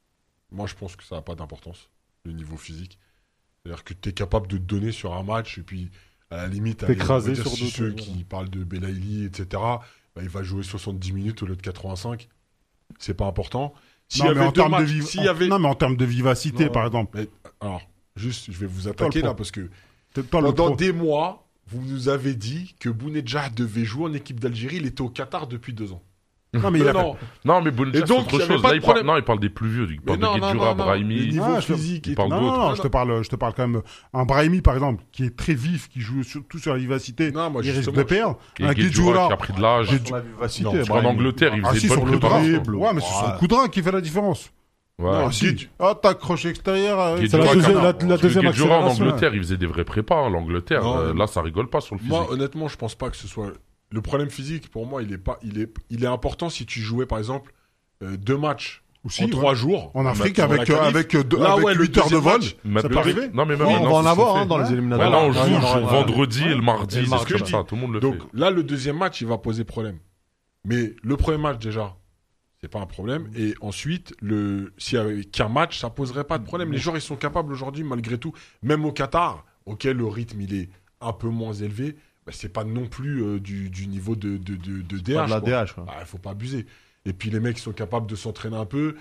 Speaker 2: moi je pense que ça n'a pas d'importance, le niveau physique. C'est-à-dire que tu es capable de te donner sur un match et puis à la limite,
Speaker 4: T'écraser
Speaker 2: on va dire,
Speaker 4: sur
Speaker 2: si
Speaker 4: d'autres,
Speaker 2: ceux
Speaker 4: voilà.
Speaker 2: qui parlent de Belaïli, etc., bah, il va jouer 70 minutes au lieu de 85. C'est pas important. S'il y
Speaker 1: Non, mais
Speaker 2: avait
Speaker 1: en
Speaker 2: deux
Speaker 1: termes de
Speaker 2: matchs,
Speaker 1: viv-
Speaker 2: s'il y avait...
Speaker 1: Non, mais en termes de vivacité,
Speaker 2: Non.
Speaker 1: par exemple.
Speaker 2: Mais, alors, juste, je vais vous attaquer
Speaker 1: pro.
Speaker 2: là parce que
Speaker 1: Toi, le
Speaker 2: pendant
Speaker 1: pro.
Speaker 2: des mois, vous nous avez dit que Bounedjah devait jouer en équipe d'Algérie. Il était au Qatar depuis 2 ans.
Speaker 1: Non, mais il a
Speaker 2: non,
Speaker 3: Non, mais Bounedjah,
Speaker 2: Et
Speaker 3: c'est
Speaker 2: donc,
Speaker 3: autre
Speaker 2: il y avait
Speaker 3: chose.
Speaker 2: pas
Speaker 3: Là,
Speaker 2: de
Speaker 3: il parle...
Speaker 2: problème.
Speaker 3: Non, il parle des plus vieux. Il parle
Speaker 2: non,
Speaker 3: de
Speaker 2: non,
Speaker 3: Guedjura,
Speaker 2: non, non.
Speaker 3: Brahimi.
Speaker 2: Le niveau
Speaker 1: Ah,
Speaker 2: physique
Speaker 3: il
Speaker 2: et
Speaker 3: parle
Speaker 2: tout.
Speaker 3: d'autres.
Speaker 1: Non, je te parle quand même. Un Brahimi, par exemple, qui est très vif, qui joue surtout sur la vivacité,
Speaker 2: Non, moi,
Speaker 1: il risque
Speaker 2: justement,
Speaker 1: de perdre.
Speaker 3: Et
Speaker 1: Un
Speaker 3: Guedjura
Speaker 1: Guedjura.
Speaker 3: qui a pris de l'âge.
Speaker 5: Sur la vivacité,
Speaker 3: Parce qu'en
Speaker 5: Brahim.
Speaker 3: Angleterre, il
Speaker 1: Ah
Speaker 3: faisait
Speaker 1: si,
Speaker 3: de
Speaker 1: sur
Speaker 3: bonnes
Speaker 1: le
Speaker 3: préparations.
Speaker 1: dribble. Ouais, mais c'est sur
Speaker 5: Ouais.
Speaker 1: le coup de rein qui fait la différence.
Speaker 3: Ouais.
Speaker 2: Non,
Speaker 1: Ah, si. Ah, tac, crochet extérieur.
Speaker 3: Guedjura,
Speaker 4: la
Speaker 3: quand
Speaker 4: deuxième-
Speaker 3: même.
Speaker 4: la
Speaker 3: Parce que
Speaker 4: deuxième
Speaker 3: Guedjura, en
Speaker 4: accélération,
Speaker 3: Angleterre, il faisait des vrais prépas. Hein, l'Angleterre,
Speaker 2: Non,
Speaker 3: là, ça rigole pas sur le physique.
Speaker 2: Moi, honnêtement, je pense pas que ce soit. Le problème physique, pour moi, il est important si tu jouais, par exemple, 2 matchs
Speaker 1: Aussi,
Speaker 2: en
Speaker 1: ouais.
Speaker 2: 3 jours.
Speaker 1: En Afrique,
Speaker 2: pendant la
Speaker 1: avec,
Speaker 2: qualif.
Speaker 1: avec,
Speaker 2: Là, ouais,
Speaker 1: 8 heures de
Speaker 2: deuxième
Speaker 1: vol,
Speaker 2: match,
Speaker 3: Mais
Speaker 1: ça peut
Speaker 3: même-
Speaker 1: arriver.
Speaker 3: Non, mais même
Speaker 5: Oui,
Speaker 3: maintenant,
Speaker 5: on va en
Speaker 3: c'est
Speaker 5: avoir
Speaker 3: fait.
Speaker 5: hein, dans les
Speaker 3: Ouais,
Speaker 5: éliminatoires.
Speaker 3: là, on
Speaker 4: Ouais,
Speaker 3: joue
Speaker 4: il y en aura-
Speaker 3: le vendredi et le mardi,
Speaker 5: Et le
Speaker 3: c'est
Speaker 5: mardi,
Speaker 3: comme
Speaker 5: ouais.
Speaker 3: ça, tout le monde le
Speaker 2: Donc
Speaker 3: fait.
Speaker 2: là, le deuxième match, il va poser problème. Mais le premier match, déjà, c'est pas un problème. Et ensuite, s'il y avait qu'un match, ça poserait pas de problème. Les joueurs, ils sont capables aujourd'hui, malgré tout, même au Qatar, auquel le rythme, il est un peu moins élevé, bah, c'est pas non plus du niveau de DH.
Speaker 5: Pas de la
Speaker 2: quoi.
Speaker 5: DH, quoi.
Speaker 2: Il faut pas abuser. Et puis les mecs, ils sont capables de s'entraîner un peu.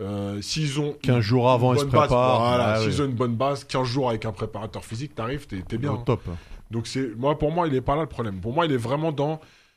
Speaker 2: S'ils ont
Speaker 5: 15 jours avant,
Speaker 2: une
Speaker 5: ils se
Speaker 2: bonne base,
Speaker 5: préparent.
Speaker 2: voilà,
Speaker 5: Ah,
Speaker 2: s'ils
Speaker 5: ouais.
Speaker 2: ont une bonne base, 15 jours avec un préparateur physique, t'arrives, t'es bien.
Speaker 5: Au
Speaker 2: hein.
Speaker 5: top.
Speaker 2: Donc pour moi, il est pas là le problème. Pour moi, il est vraiment dans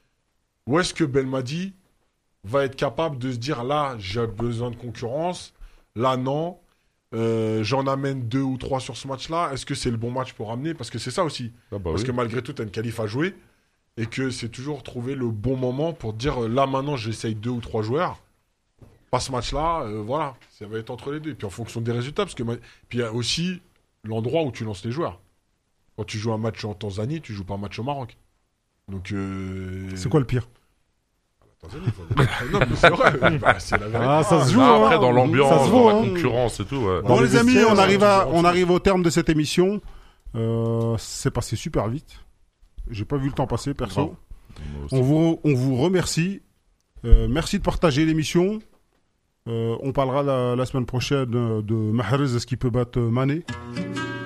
Speaker 2: où est-ce que Belmadi va être capable de se dire là, j'ai besoin de concurrence, là non, j'en amène 2 ou 3 sur ce match-là. Est-ce que c'est le bon match pour ramener? Parce que c'est ça aussi.
Speaker 3: Ah bah
Speaker 2: Parce
Speaker 3: oui.
Speaker 2: que malgré tout, t'as une qualif à jouer et que c'est toujours trouver le bon moment pour dire là maintenant, j'essaye 2 ou 3 joueurs. Pas ce match-là, voilà, ça va être entre les deux. Et puis en fonction des résultats, parce que puis il y a aussi l'endroit où tu lances les joueurs. Quand tu joues un match en Tanzanie, tu joues pas un match au Maroc. Donc
Speaker 1: C'est quoi le pire?
Speaker 2: Tanzanie, non, mais c'est vrai, bah, c'est la vérité.
Speaker 4: Ah, ça se joue.
Speaker 3: Ah,
Speaker 4: hein.
Speaker 3: après, dans
Speaker 4: Ça
Speaker 3: l'ambiance,
Speaker 4: se
Speaker 3: dans
Speaker 4: voit,
Speaker 3: la
Speaker 4: hein.
Speaker 3: concurrence et tout, ouais.
Speaker 1: Bon,
Speaker 4: Dans
Speaker 1: les
Speaker 4: les
Speaker 1: amis,
Speaker 4: vestiaires,
Speaker 1: on arrive au terme de cette émission. C'est passé super vite. J'ai pas vu le temps passer, perso. On vous remercie. Merci de partager l'émission. On parlera la semaine prochaine de Mahrez, est-ce qu'il peut battre Mané.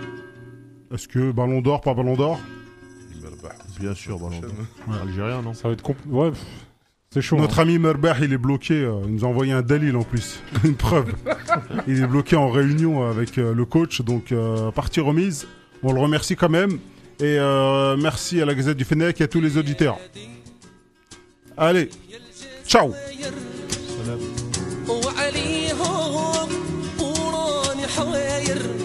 Speaker 1: Est-ce que Ballon d'Or, pas Ballon d'Or?
Speaker 5: Bien sûr, Ballon d'Or.
Speaker 1: Ouais.
Speaker 5: Algérien, non?
Speaker 4: Ça va être ouais, c'est chaud.
Speaker 1: Notre
Speaker 4: hein.
Speaker 1: ami Merbah, il est bloqué. Il nous a envoyé un dalil en plus. Une preuve. Il est bloqué en réunion avec le coach. Donc, partie remise. On le remercie quand même. Et merci à la Gazette du Fennec et à tous les auditeurs. Allez. Ciao.
Speaker 6: وعليهم وراني حواير